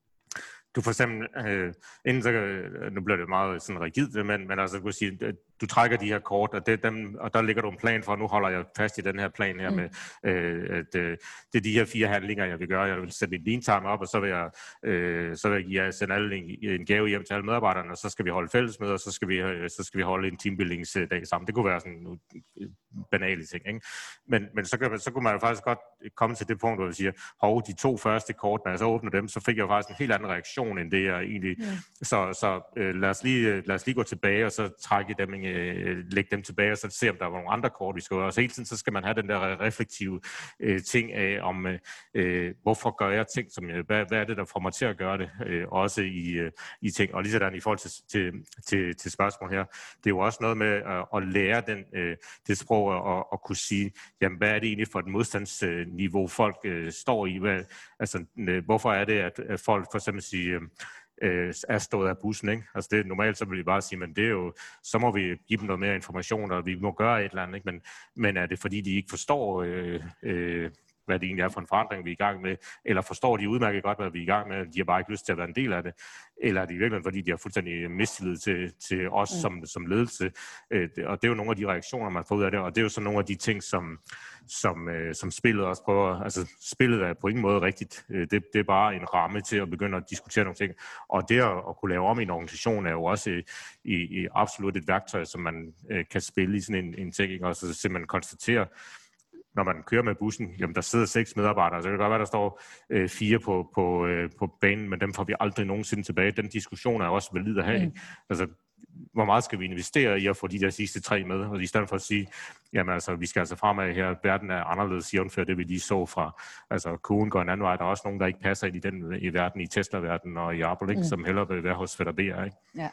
[SPEAKER 9] Du for eksempel, øh, inden så, nu bliver det meget sådan rigidt, men, men altså, du kan sige, du trækker de her kort, og, det, dem, og der ligger du en plan for, nu holder jeg fast i den her plan her med, øh, at øh, det er de her fire handlinger, jeg vil gøre. Jeg vil sætte en lean time op, og så vil jeg, øh, så vil jeg sende alle en, en gave hjem til alle medarbejderne, og så skal vi holde fællesmøder, og så skal vi, øh, så skal vi holde en teambuildingsdag sammen. Det kunne være sådan banale ting. Ikke? Men, men så, kan man, så kunne man jo faktisk godt komme til det punkt, hvor vi siger, hov, de to første kort, når jeg så åbner dem, så fik jeg jo faktisk en helt anden reaktion, end det jeg egentlig... Mm. Så, så øh, lad, os lige, lad os lige gå tilbage, og så trække dem, øh, lægge dem tilbage, og så se, om der var nogle andre kort, vi skal gøre. Og så hele tiden, så skal man have den der reflektive øh, ting af, om øh, hvorfor gør jeg ting, som, hvad, hvad er det, der får mig til at gøre det, øh, også i, øh, i ting. Og lige sådan i forhold til, til, til, til spørgsmål her, det er jo også noget med at, at lære den, øh, det sprog, og at kunne sige, jamen, hvad er det egentlig for et modstandsniveau, folk øh, står i? Hvad, altså, øh, hvorfor er det, at, at folk for eksempel siger, øh, er stået af bussen, ikke? Altså det normalt, så vil vi bare sige, men det er jo, så må vi give dem noget mere information, og vi må gøre et eller andet, ikke? Men, men er det fordi, de ikke forstår, øh, øh, hvad det egentlig er for en forandring, vi er i gang med, eller forstår de udmærket godt, hvad vi er i gang med, de har bare ikke lyst til at være en del af det, eller er det i virkeligheden, fordi de har fuldstændig mistillid til, til os mm. som, som ledelse, øh, og det er jo nogle af de reaktioner, man får ud af det, og det er jo så nogle af de ting, som, som, øh, som spillet også prøver, altså spillet er på ingen måde rigtigt, det, det er bare en ramme til at begynde at diskutere nogle ting, og det at, at kunne lave om i en organisation er jo også i, i, i absolut et værktøj, som man øh, kan spille i sådan en, en ting, og så simpelthen konstatere, når man kører med bussen, jamen der sidder seks medarbejdere, så det kan godt være, der står øh, fire på, på, øh, på banen, men dem får vi aldrig nogensinde tilbage. Den diskussion er også valid at have. Mm. Altså, hvor meget skal vi investere i at få de der sidste tre med? Og i stedet for at sige, jamen altså, vi skal altså fremad her, verden er anderledes, jævnfør det, vi lige så fra, altså kurven går en anden vej, der er også nogen, der ikke passer ind i den i verden, i Tesla-verden og i Apple, ikke, mm. som hellere vil være hos Fætter B R, ikke?
[SPEAKER 2] Ja.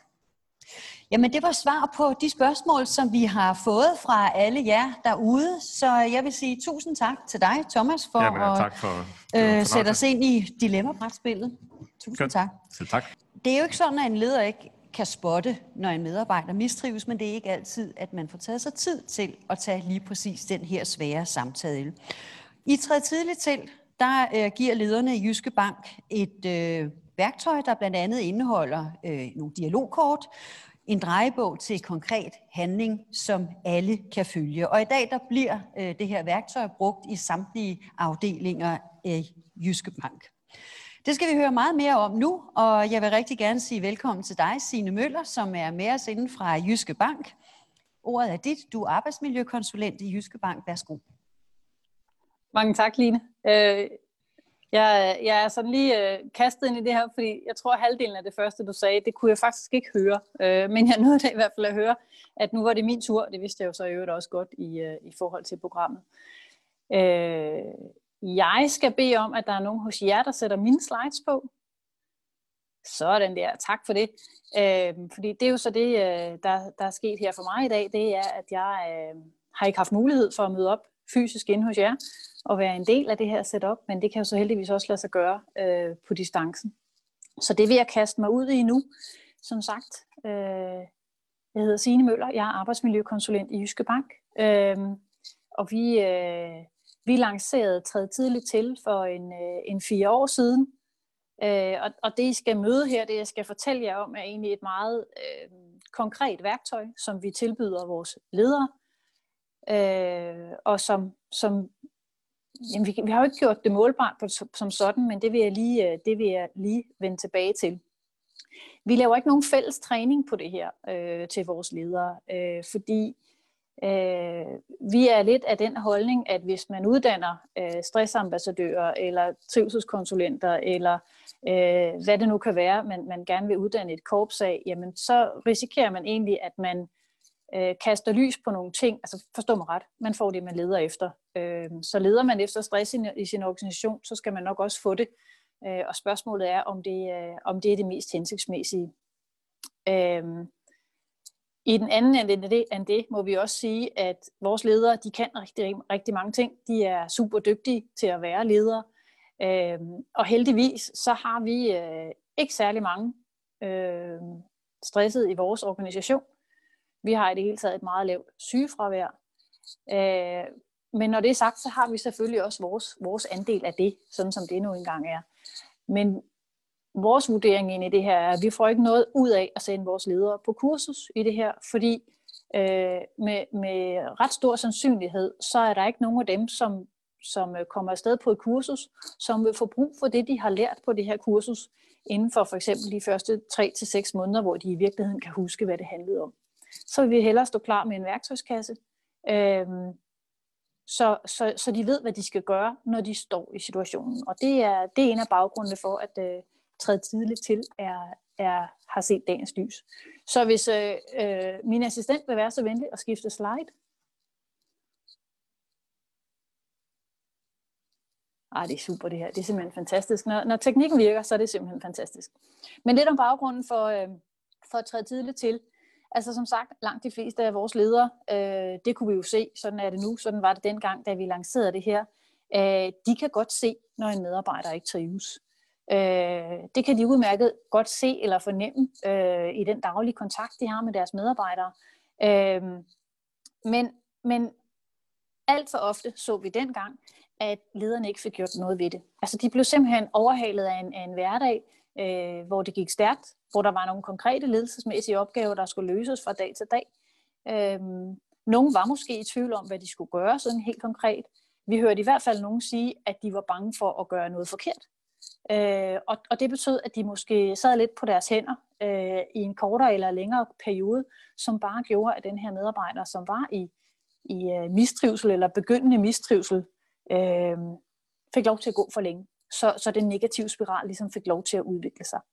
[SPEAKER 2] Jamen det var svar på de spørgsmål, som vi har fået fra alle jer derude, så jeg vil sige tusind tak til dig, Thomas, for
[SPEAKER 9] Jamen,
[SPEAKER 2] at
[SPEAKER 9] tak for,
[SPEAKER 2] øh, sætte os ind i dilemmabrætspillet. Tusind
[SPEAKER 9] Godt.
[SPEAKER 2] tak.
[SPEAKER 9] Selv tak.
[SPEAKER 2] Det er jo ikke sådan, at en leder ikke kan spotte, når en medarbejder mistrives, men det er ikke altid, at man får taget sig tid til at tage lige præcis den her svære samtale. I Træd Tidligt Til, der øh, giver lederne i Jyske Bank et øh, værktøj, der blandt andet indeholder øh, nogle dialogkort, en drejebog til konkret handling, som alle kan følge. Og i dag der bliver øh, det her værktøj brugt i samtlige afdelinger af Jyske Bank. Det skal vi høre meget mere om nu, og jeg vil rigtig gerne sige velkommen til dig, Signe Møller, som er med os inden fra Jyske Bank. Ordet er dit. Du er arbejdsmiljøkonsulent i Jyske Bank. Værsgo.
[SPEAKER 10] Mange tak, Line. Øh, jeg, jeg er sådan lige øh, kastet ind i det her, fordi jeg tror, at halvdelen af det første, du sagde, det kunne jeg faktisk ikke høre. Øh, men jeg nåede det i hvert fald at høre, at nu var det min tur. Det vidste jeg jo så i øvrigt også godt i, øh, i forhold til programmet. Øh, jeg skal bede om, at der er nogen hos jer, der sætter mine slides på. Sådan der. Tak for det. Øh, fordi det er jo så det, øh, der, der er sket her for mig i dag. Det er, at jeg øh, har ikke haft mulighed for at møde op fysisk inde hos jer og være en del af det her setup, men det kan jo så heldigvis også lade sig gøre øh, på distancen. Så det vil jeg kaste mig ud i nu. Som sagt, øh, jeg hedder Signe Møller, jeg er arbejdsmiljøkonsulent i Jyske Bank, øh, og vi, øh, vi lancerede Træd Tidligt Til for en, øh, en fire år siden, øh, og, og det I skal møde her, det jeg skal fortælle jer om, er egentlig et meget øh, konkret værktøj, som vi tilbyder vores ledere, øh, og som, som jamen, vi, vi har jo ikke gjort det målbart på, som sådan, men det vil, jeg lige, det vil jeg lige vende tilbage til. Vi laver ikke nogen fælles træning på det her øh, til vores ledere, øh, fordi øh, vi er lidt af den holdning, at hvis man uddanner øh, stressambassadører eller trivselskonsulenter, eller øh, hvad det nu kan være, man, man gerne vil uddanne et korps af, jamen så risikerer man egentlig, at man øh, kaster lys på nogle ting, altså forstå mig ret, man får det, man leder efter. Øh, så leder man efter stress i, i sin organisation, så skal man nok også få det. Øh, og spørgsmålet er, om det, øh, om det er det mest hensigtsmæssige. Øh, I den anden end det, end det må vi også sige, at vores ledere, de kan rigtig, rigtig mange ting. De er super dygtige til at være ledere. Øh, og heldigvis, så har vi øh, ikke særlig mange øh, stresset i vores organisation. Vi har i det hele taget et meget lavt sygefravær. Øh, men når det er sagt, så har vi selvfølgelig også vores, vores andel af det, sådan som det nu engang er. Men vores vurdering ind i det her er, at vi får ikke noget ud af at sende vores ledere på kursus i det her, fordi øh, med, med ret stor sandsynlighed, så er der ikke nogen af dem, som, som kommer afsted på et kursus, som vil få brug for det, de har lært på det her kursus, inden for for eksempel de første tre til seks måneder, hvor de i virkeligheden kan huske, hvad det handlede om. Så vil vi hellere stå klar med en værktøjskasse, Øhm, så, så, så de ved, hvad de skal gøre, når de står i situationen. Og det er, det er en af baggrundene for, at øh, træde tidligt til er, er, har set dagens lys. Så hvis øh, øh, min assistent vil være så venlig at skifte slide. Ah, det er super det her. Det er simpelthen fantastisk. Når, når teknikken virker, så er det simpelthen fantastisk. Men lidt om baggrunden for, øh, for at træde tidligt til. Altså som sagt, langt de fleste af vores ledere, øh, det kunne vi jo se, sådan er det nu, sådan var det dengang, da vi lancerede det her. Øh, de kan godt se, når en medarbejder ikke trives. Øh, det kan de udmærket godt se eller fornemme øh, i den daglige kontakt, de har med deres medarbejdere. Øh, men, men alt for ofte så vi dengang, at lederne ikke fik gjort noget ved det. Altså de blev simpelthen overhalet af en, af en hverdag, øh, hvor det gik stærkt, hvor der var nogle konkrete ledelsesmæssige opgaver, der skulle løses fra dag til dag. Øh, nogle var måske i tvivl om, hvad de skulle gøre sådan helt konkret. Vi hørte i hvert fald nogen sige, at de var bange for at gøre noget forkert. Øh, og, og det betød, at de måske sad lidt på deres hænder øh, i en kortere eller længere periode, som bare gjorde, at den her medarbejder, som var i, i uh, mistrivsel eller begyndende mistrivsel, øh, fik lov til at gå for længe. Så, så den negative spiral ligesom fik lov til at udvikle sig.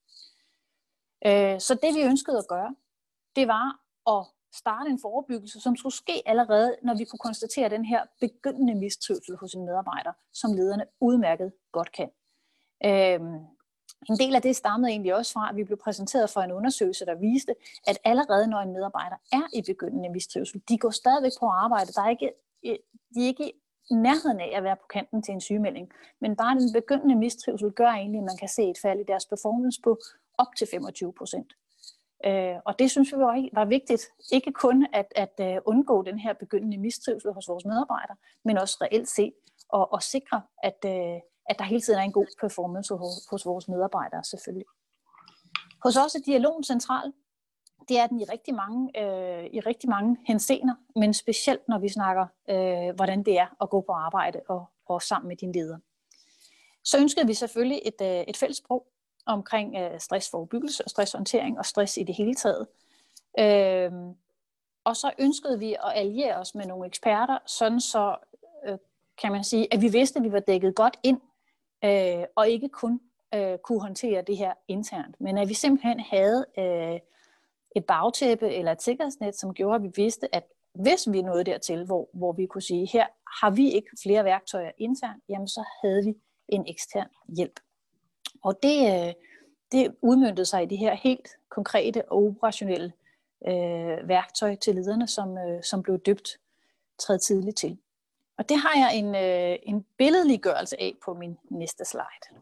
[SPEAKER 10] Øh, så det vi ønskede at gøre, det var at starte en forebyggelse, som skulle ske allerede, når vi kunne konstatere den her begyndende mistrivsel hos en medarbejder, som lederne udmærket godt kan. Øhm, en del af det stammede egentlig også fra, at vi blev præsenteret for en undersøgelse, der viste, at allerede når en medarbejder er i begyndende mistrivsel, de går stadigvæk på arbejde. Der er ikke, de er ikke i nærheden af at være på kanten til en sygemelding, men bare den begyndende mistrivsel gør egentlig, at man kan se et fald i deres performance på op til femogtyve procent. Øh, og det synes vi var, var vigtigt, ikke kun at, at uh, undgå den her begyndende mistrivsel hos vores medarbejdere, men også reelt set at, at sikre, at uh, at der hele tiden er en god performance hos, hos vores medarbejdere selvfølgelig. Hos os er dialogen central. Det er den i rigtig mange, øh, i rigtig mange henseender, men specielt når vi snakker, øh, hvordan det er at gå på arbejde og, og sammen med din leder. Så ønskede vi selvfølgelig et, øh, et fælles sprog omkring øh, stressforebyggelse og stresshåndtering og stress i det hele taget. Øh, og så ønskede vi at alliere os med nogle eksperter, sådan så øh, kan man sige, at vi vidste, at vi var dækket godt ind, øh, og ikke kun øh, kunne håndtere det her internt, men at vi simpelthen havde øh, et bagtæppe eller et sikkerhedsnet, som gjorde, at vi vidste, at hvis vi nåede dertil, hvor, hvor vi kunne sige, her har vi ikke flere værktøjer internt, jamen så havde vi en ekstern hjælp. Og det, øh, det udmøntede sig i det her helt konkrete og operationelle øh, værktøj til lederne, som, øh, som blev døbt træde tidligt til. Og det har jeg en, øh, en billedliggørelse af på min næste slide.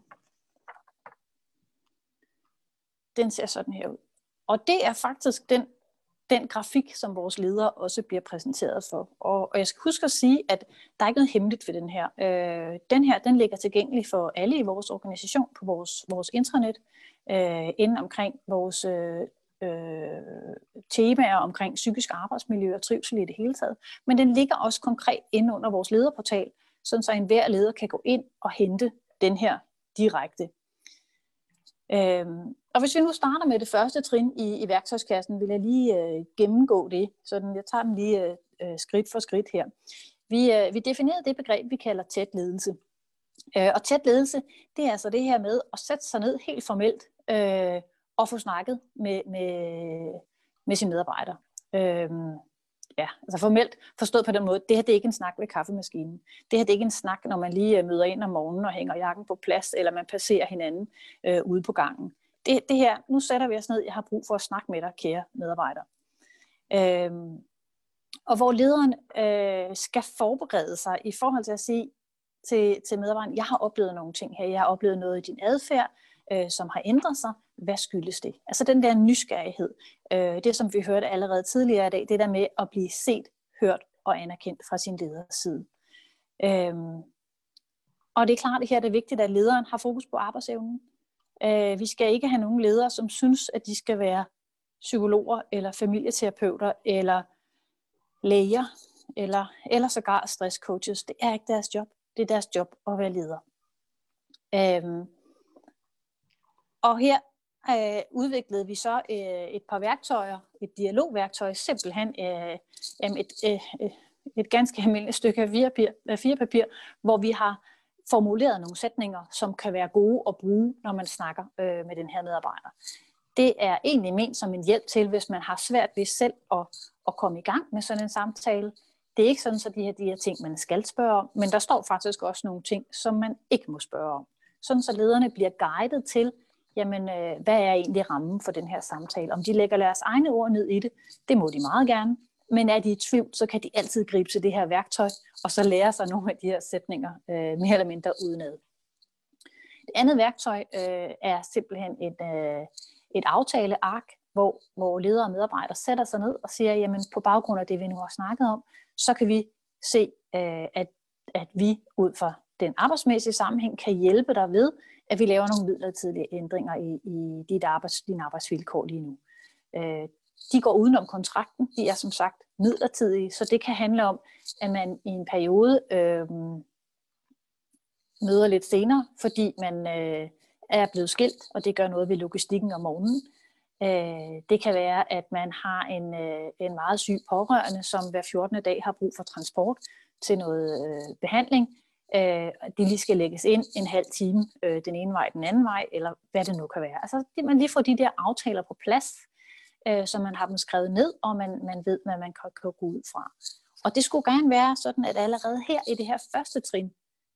[SPEAKER 10] Den ser sådan her ud. Og det er faktisk den, den grafik, som vores ledere også bliver præsenteret for. Og, og jeg skal huske at sige, at der er ikke noget hemmeligt ved den her. Øh, den her den ligger tilgængelig for alle i vores organisation på vores, vores intranet, øh, inden omkring vores øh, øh, temaer omkring psykisk arbejdsmiljø og trivsel i det hele taget. Men den ligger også konkret inde under vores lederportal, sådan så enhver leder kan gå ind og hente den her direkte. Øhm, og hvis vi nu starter med det første trin i, i værktøjskassen, vil jeg lige øh, gennemgå det. Så jeg tager den lige øh, skridt for skridt her. Vi, øh, vi definerede det begreb, vi kalder tæt ledelse. Øh, og tæt ledelse, det er altså det her med at sætte sig ned helt formelt øh, og få snakket med, med, med sine medarbejdere. Øh, ja, altså formelt forstået på den måde, det her det er ikke en snak ved kaffemaskinen. Det her det er ikke en snak, når man lige møder ind om morgenen og hænger jakken på plads, eller man passerer hinanden øh, ude på gangen. Det, det her, nu sætter vi os ned, jeg har brug for at snakke med dig, kære medarbejdere. Øh, og hvor lederen øh, skal forberede sig i forhold til at sige til, til medarbejderen, jeg har oplevet nogle ting her, jeg har oplevet noget i din adfærd, øh, som har ændret sig. Hvad skyldes det? Altså den der nysgerrighed, øh, det som vi hørte allerede tidligere i dag, det der med at blive set, hørt og anerkendt fra sin leders side. Øhm, og det er klart, at her er det vigtigt, at lederen har fokus på arbejdsevnen. Øh, vi skal ikke have nogen ledere, som synes, at de skal være psykologer eller familieterapeuter eller læger eller, eller sågar stresscoaches. Det er ikke deres job. Det er deres job at være leder. Øhm, og her øh, udviklede vi så øh, et par værktøjer, et dialogværktøj, simpelthen øh, et, øh, et ganske almindeligt stykke A fire papir, hvor vi har formuleret nogle sætninger, som kan være gode at bruge, når man snakker øh, med den her medarbejder. Det er egentlig ment som en hjælp til, hvis man har svært ved selv at, at komme i gang med sådan en samtale. Det er ikke sådan, at de her, de her ting, man skal spørge om, men der står faktisk også nogle ting, som man ikke må spørge om. Sådan så lederne bliver guidet til, jamen, øh, hvad er egentlig rammen for den her samtale? Om de lægger deres egne ord ned i det, det må de meget gerne. Men er de i tvivl, så kan de altid gribe til det her værktøj, og så lære sig nogle af de her sætninger øh, mere eller mindre udenad. Det andet værktøj øh, er simpelthen et, øh, et aftaleark, hvor, hvor ledere og medarbejdere sætter sig ned og siger, jamen på baggrund af det, vi nu har snakket om, så kan vi se, øh, at, at vi ud fra den arbejdsmæssige sammenhæng kan hjælpe dig ved, at vi laver nogle midlertidige ændringer i, i dit arbejds, dine arbejdsvilkår lige nu. Øh, de går udenom kontrakten, de er som sagt midlertidige, så det kan handle om, at man i en periode øh, møder lidt senere, fordi man øh, er blevet skilt, og det gør noget ved logistikken om morgenen. Øh, det kan være, at man har en, øh, en meget syg pårørende, som hver fjortende dag har brug for transport til noget øh, behandling. Øh, de lige skal lægges ind en halv time øh, den ene vej, den anden vej, eller hvad det nu kan være. Altså, det, man lige får de der aftaler på plads, øh, så man har dem skrevet ned, og man, man ved, hvad man kan, kan gå ud fra. Og det skulle gerne være sådan, at allerede her i det her første trin,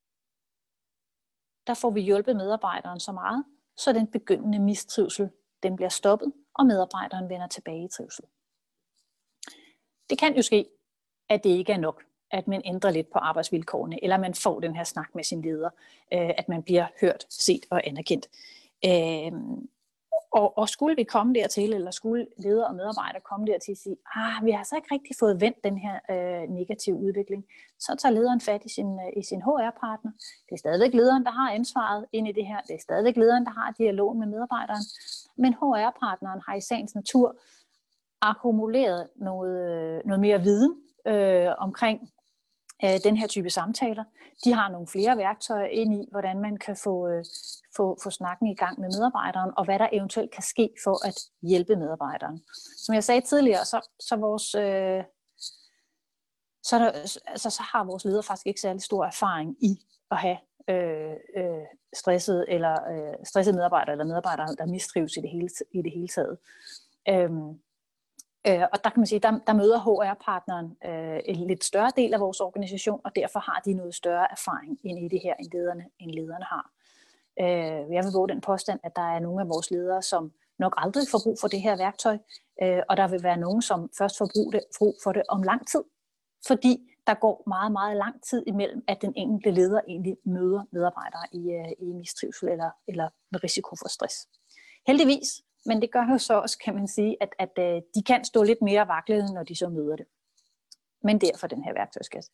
[SPEAKER 10] der får vi hjulpet medarbejderen så meget, så den begyndende mistrivsel, den bliver stoppet, og medarbejderen vender tilbage i trivsel. Det kan jo ske, at det ikke er nok, at man ændrer lidt på arbejdsvilkårene, eller man får den her snak med sin leder, øh, at man bliver hørt, set og anerkendt. Øh, og, og skulle vi komme dertil, eller skulle ledere og medarbejdere komme dertil og sige, ah, vi har så ikke rigtig fået vendt den her øh, negative udvikling, så tager lederen fat i sin, øh, i sin H R-partner. Det er stadigvæk lederen, der har ansvaret ind i det her. Det er stadigvæk lederen, der har dialogen med medarbejderen. Men H R-partneren har i sagens natur akkumuleret noget, noget mere viden øh, omkring øh, den her type samtaler. De har nogle flere værktøjer ind i, hvordan man kan få, øh, få, få snakken i gang med medarbejderen, og hvad der eventuelt kan ske for at hjælpe medarbejderen. Som jeg sagde tidligere, så, så, vores, øh, så, der, altså, så har vores ledere faktisk ikke særlig stor erfaring i at have øh, øh, stressede, eller, øh, stressede medarbejdere, eller medarbejdere, der mistrives i det hele, i det hele taget. Øhm, Øh, og der kan man sige, der, der møder H R-partneren øh, en lidt større del af vores organisation, og derfor har de noget større erfaring ind i det her, end lederne, end lederne har. Øh, jeg vil våge den påstand, at der er nogle af vores ledere, som nok aldrig får brug for det her værktøj, øh, og der vil være nogen, som først får brug, det, brug for det om lang tid, fordi der går meget, meget lang tid imellem, at den enkelte leder egentlig møder medarbejdere i, øh, i mistrivsel eller, eller med risiko for stress. Heldigvis. Men det gør jo så også, kan man sige, at, at, at de kan stå lidt mere vaklede, når de så møder det. Men derfor den her værktøjskasse.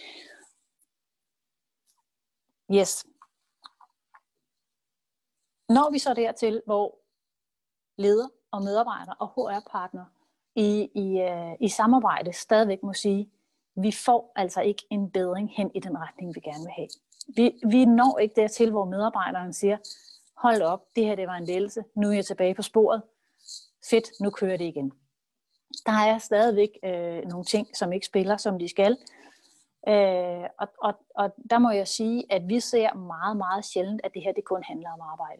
[SPEAKER 10] Yes. Når vi så dertil, hvor leder og medarbejdere og H R-partnere i, i, uh, i samarbejde stadigvæk må sige, vi får altså ikke en bedring hen i den retning, vi gerne vil have. Vi, vi når ikke dertil, hvor medarbejderen siger, hold op, det her det var en lettelse, nu er jeg tilbage på sporet, fedt, nu kører det igen. Der er stadigvæk øh, nogle ting, som ikke spiller, som de skal. Øh, og, og, og der må jeg sige, at vi ser meget, meget sjældent, at det her det kun handler om arbejde.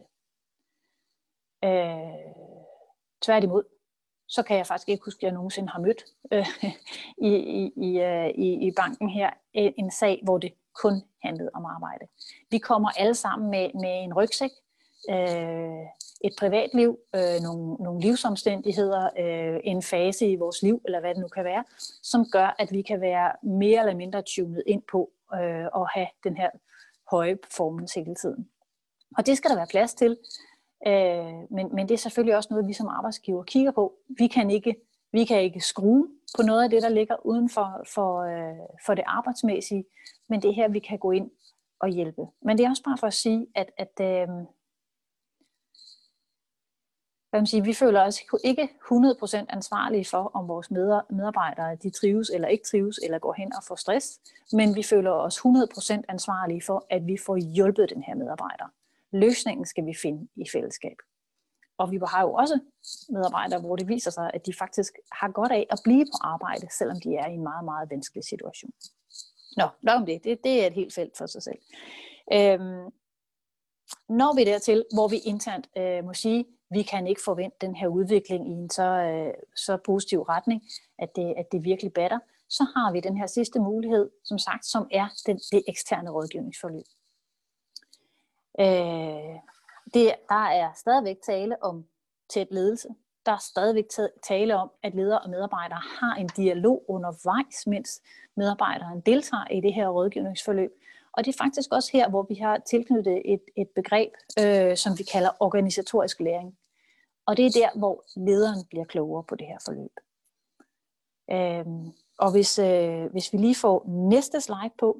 [SPEAKER 10] Øh, tværtimod, så kan jeg faktisk ikke huske, at jeg nogensinde har mødt øh, i, i, i, i banken her en sag, hvor det kun handlede om arbejde. Vi kommer alle sammen med, med en rygsæk, Øh, et privatliv, øh, nogle, nogle livsomstændigheder, øh, en fase i vores liv, eller hvad det nu kan være, som gør, at vi kan være mere eller mindre tunet ind på øh, at have den her høje performance hele tiden. Og det skal der være plads til, øh, men, men det er selvfølgelig også noget, vi som arbejdsgiver kigger på. Vi kan ikke, vi kan ikke skrue på noget af det, der ligger uden for, for, øh, for det arbejdsmæssige, men det er her, vi kan gå ind og hjælpe. Men det er også bare for at sige, at, at øh, Hvad man siger, vi føler os ikke hundrede procent ansvarlige for, om vores medarbejdere de trives eller ikke trives, eller går hen og får stress, men vi føler os hundrede procent ansvarlige for, at vi får hjulpet den her medarbejder. Løsningen skal vi finde i fællesskab. Og vi har jo også medarbejdere, hvor det viser sig, at de faktisk har godt af at blive på arbejde, selvom de er i en meget, meget vanskelig situation. Nå, nok om det. det. Det er et helt felt for sig selv. Øhm, når vi dertil, hvor vi internt øh, må sige, vi kan ikke forvente den her udvikling i en så, øh, så positiv retning, at det, at det virkelig batter, så har vi den her sidste mulighed, som sagt, som er den, det eksterne rådgivningsforløb. Øh, det, der er stadigvæk tale om tæt ledelse. Der er stadigvæk tale om, at ledere og medarbejdere har en dialog undervejs, mens medarbejderen deltager i det her rådgivningsforløb. Og det er faktisk også her, hvor vi har tilknyttet et, et begreb, øh, som vi kalder organisatorisk læring. Og det er der, hvor lederen bliver klogere på det her forløb. Øhm, og hvis, øh, hvis vi lige får næste slide på,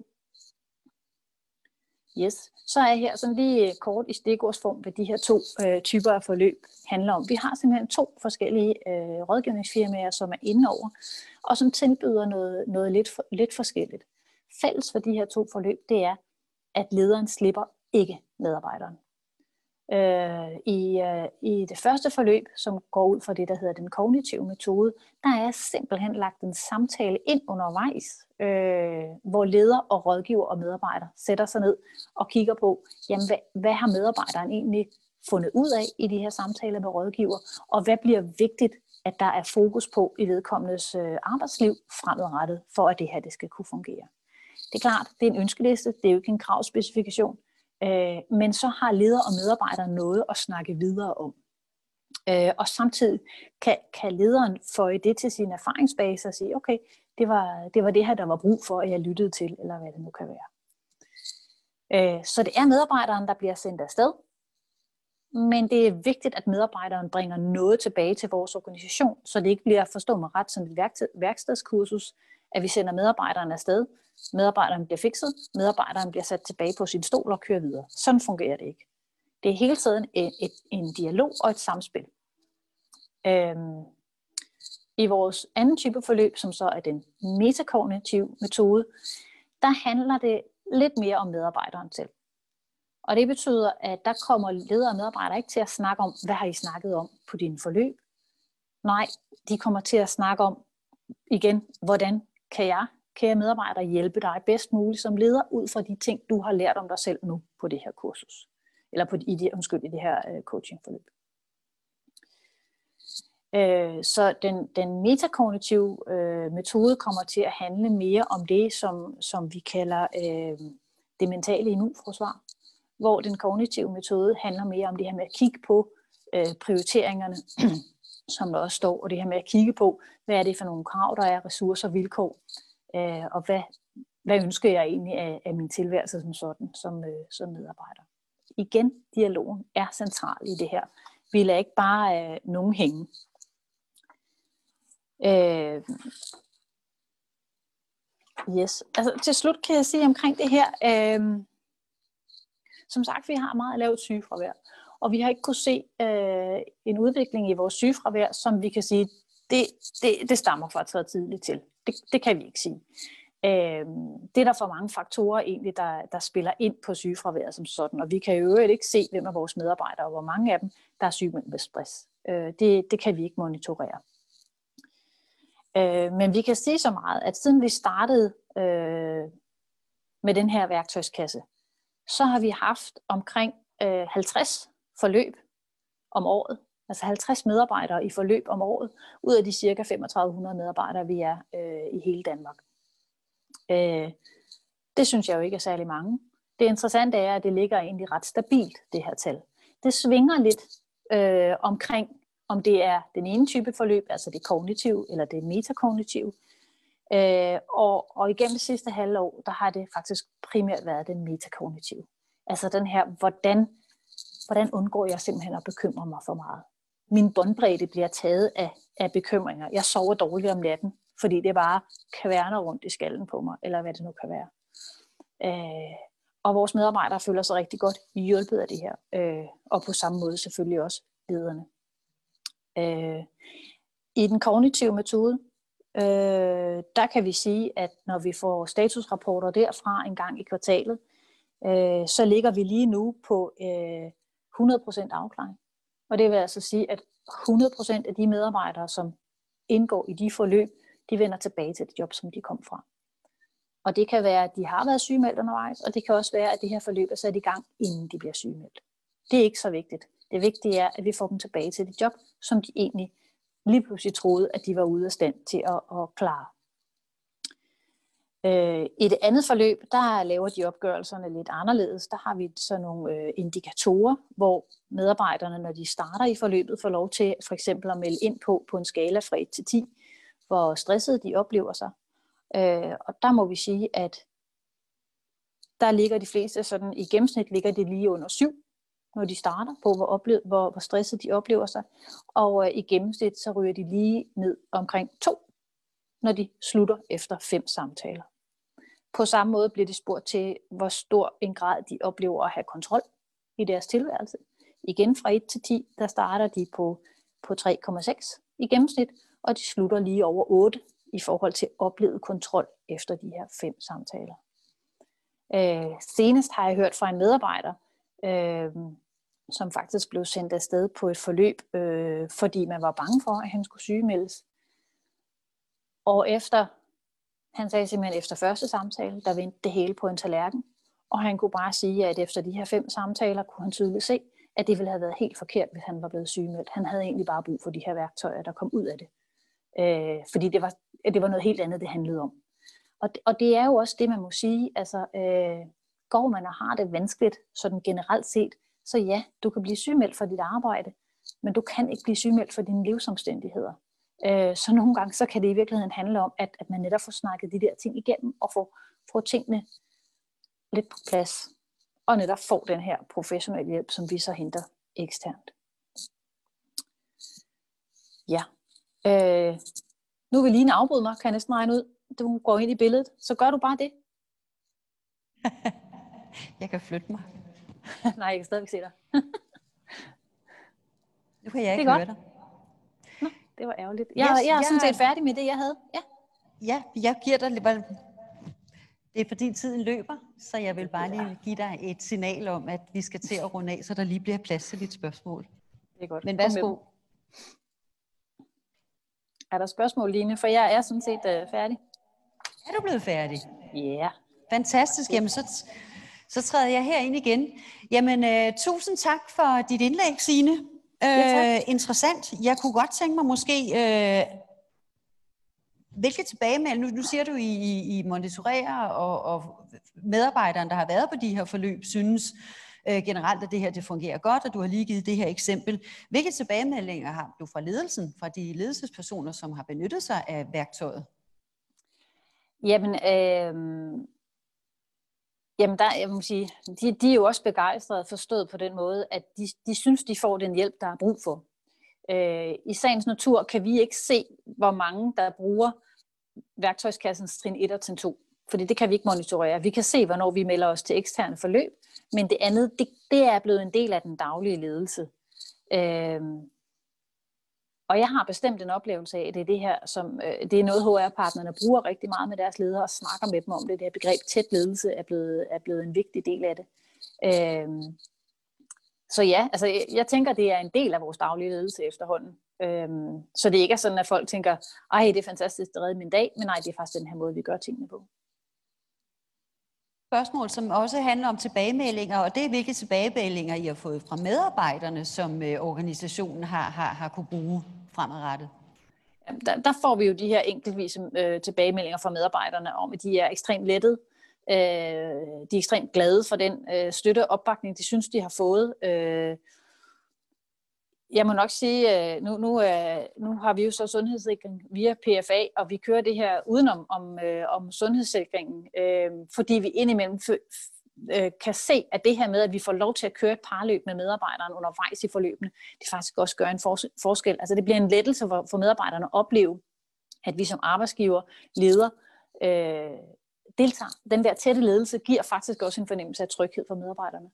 [SPEAKER 10] yes, så er her sådan lige kort i stikordsform, hvad de her to øh, typer af forløb handler om. Vi har simpelthen to forskellige øh, rådgivningsfirmaer, som er inde over, og som tilbyder noget, noget lidt, for, lidt forskelligt. Fælles for de her to forløb, det er, at lederen slipper ikke medarbejderen. Øh, i, øh, I det første forløb, som går ud fra det, der hedder den kognitive metode, der er simpelthen lagt en samtale ind undervejs, øh, hvor leder og rådgiver og medarbejder sætter sig ned og kigger på, jamen, hvad, hvad har medarbejderen egentlig fundet ud af i de her samtaler med rådgiver, og hvad bliver vigtigt, at der er fokus på i vedkommendes øh, arbejdsliv fremadrettet, for at det her det skal kunne fungere. Det er klart, det er en ønskeliste, det er jo ikke en kravspecifikation, øh, men så har ledere og medarbejdere noget at snakke videre om. Øh, og samtidig kan, kan lederen føje det til sin erfaringsbase og sige, okay, det var, det var det her, der var brug for, at jeg lyttede til, eller hvad det nu kan være. Øh, så det er medarbejderen, der bliver sendt afsted, men det er vigtigt, at medarbejderen bringer noget tilbage til vores organisation, så det ikke bliver, forstå mig ret, som et værkstedskursus, at vi sender medarbejderen afsted, medarbejderen bliver fikset, medarbejderen bliver sat tilbage på sin stol og kører videre. Sådan fungerer det ikke. Det er hele tiden en, et, en dialog og et samspil. Øhm, I vores anden type forløb, som så er den metakognitive metode, der handler det lidt mere om medarbejderen selv. Og det betyder, at der kommer ledere og medarbejdere ikke til at snakke om, hvad har I snakket om på dine forløb? Nej, de kommer til at snakke om, igen, hvordan kan jeg, kære medarbejder, hjælpe dig bedst muligt som leder, ud fra de ting, du har lært om dig selv nu på det her kursus. Eller på, i, det, undskyld, i det her uh, coachingforløb. Uh, så den, den metakognitive uh, metode kommer til at handle mere om det, som, som vi kalder uh, det mentale immunforsvar. Hvor den kognitive metode handler mere om det her med at kigge på uh, prioriteringerne, som der også står, og det her med at kigge på, hvad er det for nogle krav, der er, ressourcer, vilkår, øh, og hvad, hvad ønsker jeg egentlig af, af min tilværelse som sådan, som, øh, som medarbejder. Igen, dialogen er central i det her. Vi lader ikke bare øh, nogen hænge. Øh, yes. Altså, til slut kan jeg sige omkring det her, øh, som sagt, vi har meget lavt sygefravær. Og vi har ikke kunne se øh, en udvikling i vores sygefravær, som vi kan sige, det, det, det stammer fra at træde tidligt til. Det, det kan vi ikke sige. Øh, det er der for mange faktorer egentlig, der, der spiller ind på sygefraværet som sådan. Og vi kan jo ikke se, hvem af vores medarbejdere, og hvor mange af dem, der er syge med stress. Øh, det, det kan vi ikke monitorere. Øh, men vi kan sige så meget, at siden vi startede øh, med den her værktøjskasse, så har vi haft omkring øh, halvtreds forløb om året, altså halvtreds medarbejdere i forløb om året, ud af de cirka femogtredive hundrede medarbejdere, vi er øh, i hele Danmark. Øh, det synes jeg jo ikke er særlig mange. Det interessante er, at det ligger egentlig ret stabilt, det her tal. Det svinger lidt øh, omkring, om det er den ene type forløb, altså det kognitive eller det metakognitive. Øh, og, og igennem det sidste halvår, der har det faktisk primært været den metakognitive. Altså den her, hvordan Hvordan undgår jeg simpelthen at bekymre mig for meget? Min båndbredde bliver taget af, af bekymringer. Jeg sover dårligt om natten, fordi det bare kværner rundt i skallen på mig, eller hvad det nu kan være. Øh, og vores medarbejdere føler sig rigtig godt hjulpet af det her. Øh, og på samme måde selvfølgelig også lederne. Øh, I den kognitive metode, øh, der kan vi sige, at når vi får statusrapporter derfra en gang i kvartalet, øh, så ligger vi lige nu på øh, hundrede procent afklaring. Og det vil altså sige, at hundrede procent af de medarbejdere, som indgår i de forløb, de vender tilbage til det job, som de kom fra. Og det kan være, at de har været sygemeldt undervejs, og det kan også være, at det her forløb er sat i gang, inden de bliver sygemeldt. Det er ikke så vigtigt. Det vigtige er, at vi får dem tilbage til det job, som de egentlig lige pludselig troede, at de var ude af stand til at, at klare. I det andet forløb, der laver de opgørelserne lidt anderledes. Der har vi så nogle indikatorer, hvor medarbejderne, når de starter i forløbet, får lov til for eksempel at melde ind på, på en skala fra et til ti, hvor stressede de oplever sig. Og der må vi sige, at der ligger de fleste sådan, i gennemsnit ligger det lige under syv, når de starter på, hvor, oplev, hvor, hvor stresset de oplever sig. Og i gennemsnit, så ryger de lige ned omkring to, når de slutter efter fem samtaler. På samme måde bliver de spurgt til, hvor stor en grad de oplever at have kontrol i deres tilværelse. Igen fra et til ti, der starter de på, på tre komma seks i gennemsnit, og de slutter lige over otte i forhold til oplevet kontrol efter de her fem samtaler. Øh, senest har jeg hørt fra en medarbejder, øh, som faktisk blev sendt afsted på et forløb, øh, fordi man var bange for, at han skulle sygemeldes. Og efter, han sagde simpelthen efter første samtale, der vendte det hele på en tallerken. Og han kunne bare sige, at efter de her fem samtaler, kunne han tydeligt se, at det ville have været helt forkert, hvis han var blevet sygemeldt. Han havde egentlig bare brug for de her værktøjer, der kom ud af det. Øh, fordi det var, det var noget helt andet, det handlede om. Og det, og det er jo også det, man må sige. Altså, øh, går man og har det vanskeligt, sådan generelt set, så ja, du kan blive sygemeldt for dit arbejde, men du kan ikke blive sygemeldt for dine livsomstændigheder. Øh, så nogle gange, så kan det i virkeligheden handle om, at, at man netop får snakket de der ting igennem, og får, får tingene lidt på plads, og netop får den her professionelle hjælp, som vi så henter eksternt. Ja. Øh, nu vil Line afbryde mig, kan jeg næsten regne ud. Du går ind i billedet, så gør du bare det.
[SPEAKER 2] Jeg kan flytte mig.
[SPEAKER 10] Nej, jeg kan stadigvæk se dig.
[SPEAKER 2] Nu kan jeg ikke høre dig.
[SPEAKER 10] Nå, det var ærgerligt. Jeg, yes, jeg er sådan set færdig med det, jeg havde. Ja,
[SPEAKER 2] ja jeg giver dig lidt. Det er fordi tiden løber, så jeg vil bare lige give dig et signal om, at vi skal til at runde af, så der lige bliver plads til dit spørgsmål.
[SPEAKER 10] Det er godt.
[SPEAKER 2] Men værsgo.
[SPEAKER 10] Er der spørgsmål, Line? For jeg er sådan set uh, færdig.
[SPEAKER 2] Er du blevet færdig?
[SPEAKER 10] Ja. Yeah.
[SPEAKER 2] Fantastisk. Jamen, så, så træder jeg her ind igen. Jamen, uh, tusind tak for dit indlæg, Signe. Uh, ja, interessant. Jeg kunne godt tænke mig måske, uh, hvilke tilbagemelding, nu, nu siger du, I, I monitorerer, og, og medarbejderen, der har været på de her forløb, synes uh, generelt, at det her det fungerer godt, og du har lige givet det her eksempel. Hvilke tilbagemeldinger har du fra ledelsen, fra de ledelsespersoner, som har benyttet sig af værktøjet?
[SPEAKER 10] Jamen, øh, jamen der, jeg må sige, de, de er jo også begejstrede forstået på den måde, at de, de synes, de får den hjælp, der er brug for. Øh, I sagens natur kan vi ikke se, hvor mange, der bruger værktøjskassens trin et og trin to, fordi det kan vi ikke monitorere. Vi kan se, hvornår vi melder os til eksterne forløb, men det andet, det, det er blevet en del af den daglige ledelse. Øh, Og jeg har bestemt en oplevelse af, at det er det her, som øh, det er noget H R-partnerne bruger rigtig meget med deres ledere og snakker med dem om det. Det her begreb tæt ledelse er blevet, er blevet en vigtig del af det. Øhm, så ja, altså jeg, jeg tænker, det er en del af vores daglige ledelse efterhånden. Øhm, så det ikke er sådan, at folk tænker, ej, det er fantastisk, det redder min dag, men nej, det er faktisk den her måde, vi gør tingene på.
[SPEAKER 2] Spørgsmål, som også handler om tilbagemeldinger, og det er hvilke tilbagemeldinger, I har fået fra medarbejderne, som øh, organisationen har, har, har kunne bruge fremadrettet.
[SPEAKER 10] Der, der får vi jo de her enkeltvise øh, tilbagemeldinger fra medarbejderne om, at de er ekstremt lettet. Øh, de er ekstremt glade for den øh, støtte og opbakning, de synes, de har fået. Øh, jeg må nok sige, øh, nu, nu, øh, nu har vi jo så sundhedssikring via P F A, og vi kører det her udenom om, øh, om sundhedssikringen, øh, fordi vi indimellem øh, kan se, at det her med, at vi får lov til at køre et parløb med medarbejderen undervejs i forløbene, det faktisk også gør en forskel. Altså det bliver en lettelse for, for medarbejderne at opleve, at vi som arbejdsgiver, leder, øh, deltager. Den der tætte ledelse giver faktisk også en fornemmelse af tryghed for medarbejderne.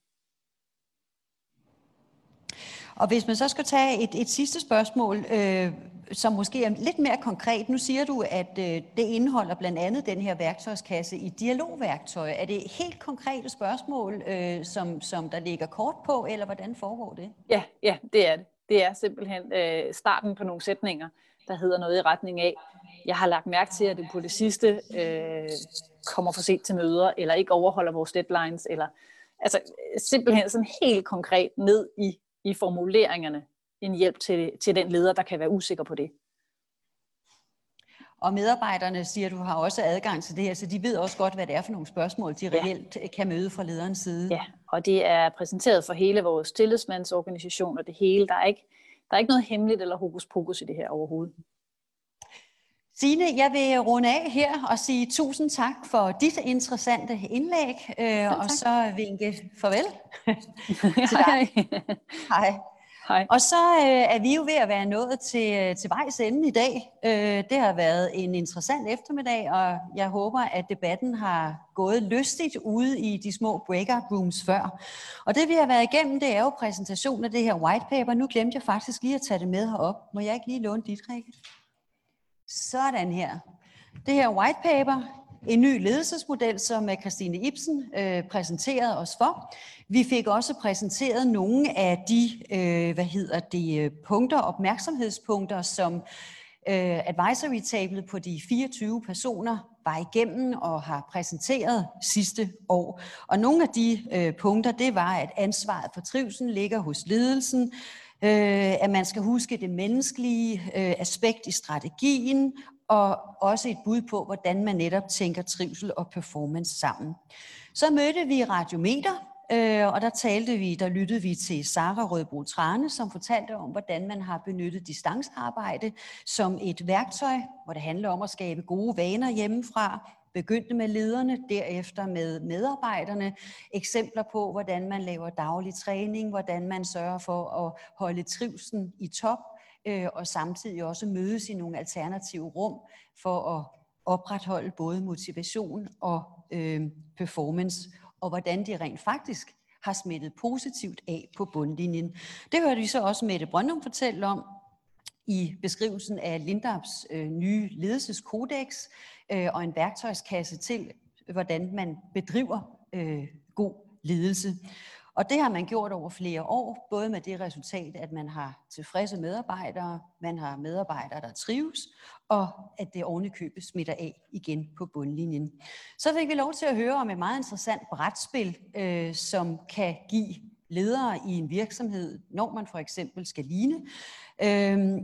[SPEAKER 2] Og hvis man så skal tage et, et sidste spørgsmål, øh, som måske er lidt mere konkret. Nu siger du, at øh, det indeholder blandt andet den her værktøjskasse i dialogværktøj. Er det helt konkrete spørgsmål, øh, som, som der ligger kort på, eller hvordan foregår det?
[SPEAKER 10] Ja, ja, det er det. det er simpelthen øh, starten på nogle sætninger, der hedder noget i retning af, jeg har lagt mærke til, at det på det sidste øh, kommer for sent til møder, eller ikke overholder vores deadlines, eller altså simpelthen sådan helt konkret ned i, i formuleringerne, en hjælp til, til den leder, der kan være usikker på det.
[SPEAKER 2] Og medarbejderne, siger du, har også adgang til det her, så de ved også godt, hvad det er for nogle spørgsmål, de reelt ja. kan møde fra lederens side.
[SPEAKER 10] Ja, og det er præsenteret for hele vores tillidsmandsorganisation og det hele. Der er ikke, der er ikke noget hemmeligt eller hokus pokus i det her overhovedet.
[SPEAKER 2] Signe, jeg vil runde af her og sige tusind tak for dit interessante indlæg, øh, ja, og så vinke farvel til dig. Hej.
[SPEAKER 10] Hej.
[SPEAKER 2] Og så øh, er vi jo ved at være nået til, til vejs ende i dag. Øh, det har været en interessant eftermiddag, og jeg håber, at debatten har gået lystigt ude i de små breakout rooms før. Og det vi har været igennem, det er jo præsentationen af det her white paper. Nu glemte jeg faktisk lige at tage det med herop. Må jeg ikke lige låne dit, Rikke? Sådan her. Det her white paper, en ny ledelsesmodel, som Christine Ibsen øh, præsenterede os for. Vi fik også præsenteret nogle af de øh, hvad hedder det, punkter, opmærksomhedspunkter, som øh, advisory-tablet på de fireogtyve personer var igennem og har præsenteret sidste år. Og nogle af de øh, punkter, det var, at ansvaret for trivsel ligger hos ledelsen, øh, at man skal huske det menneskelige øh, aspekt i strategien, og også et bud på, hvordan man netop tænker trivsel og performance sammen. Så mødte vi Radiometer, øh, og der talte vi, der lyttede vi til Sara Rødbro Trane, som fortalte om, hvordan man har benyttet distancearbejde som et værktøj, hvor det handler om at skabe gode vaner hjemmefra. Begyndte med lederne, derefter med medarbejderne. Eksempler på, hvordan man laver daglig træning, hvordan man sørger for at holde trivslen i top, og samtidig også mødes i nogle alternative rum for at opretholde både motivation og øh, performance, og hvordan det rent faktisk har smittet positivt af på bundlinjen. Det hørte vi så også Mette Brøndum fortælle om i beskrivelsen af Lindabs øh, nye ledelseskodex øh, og en værktøjskasse til, hvordan man bedriver øh, god ledelse. Og det har man gjort over flere år, både med det resultat, at man har tilfredse medarbejdere, man har medarbejdere, der trives, og at det ovenikøbet smitter af igen på bundlinjen. Så fik vi lov til at høre om et meget interessant brætspil, øh, som kan give ledere i en virksomhed, når man for eksempel skal ligne, øh,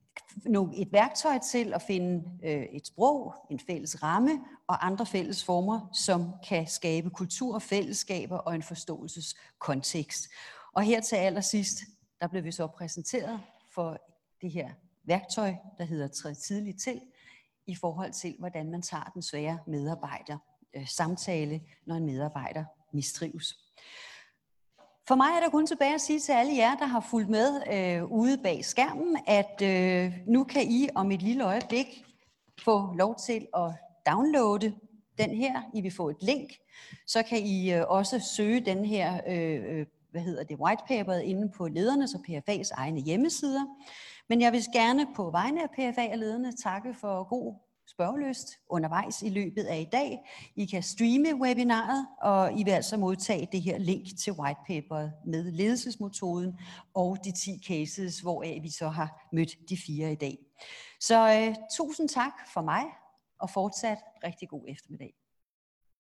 [SPEAKER 2] et værktøj til at finde øh, et sprog, en fælles ramme og andre fælles former, som kan skabe kultur, fællesskaber og en forståelseskontekst. Og her til allersidst, der blev vi så præsenteret for det her værktøj, der hedder Træd tidligt til, i forhold til, hvordan man tager den svære medarbejder øh, samtale, når en medarbejder mistrives. For mig er der kun tilbage at sige til alle jer, der har fulgt med øh, ude bag skærmen, at øh, nu kan I om et lille øjeblik få lov til at downloade den her. I vil få et link. Så kan I øh, også søge den her, øh, hvad hedder det, whitepaperet inde på ledernes og P F A's egne hjemmesider. Men jeg vil gerne på vegne af P F A og lederne takke for god spørgelyst undervejs i løbet af i dag. I kan streame webinaret, og I vil altså modtage det her link til whitepaperet med ledelsesmetoden og de ti cases, hvoraf vi så har mødt de fire i dag. Så øh, tusind tak for mig, og fortsat rigtig god eftermiddag.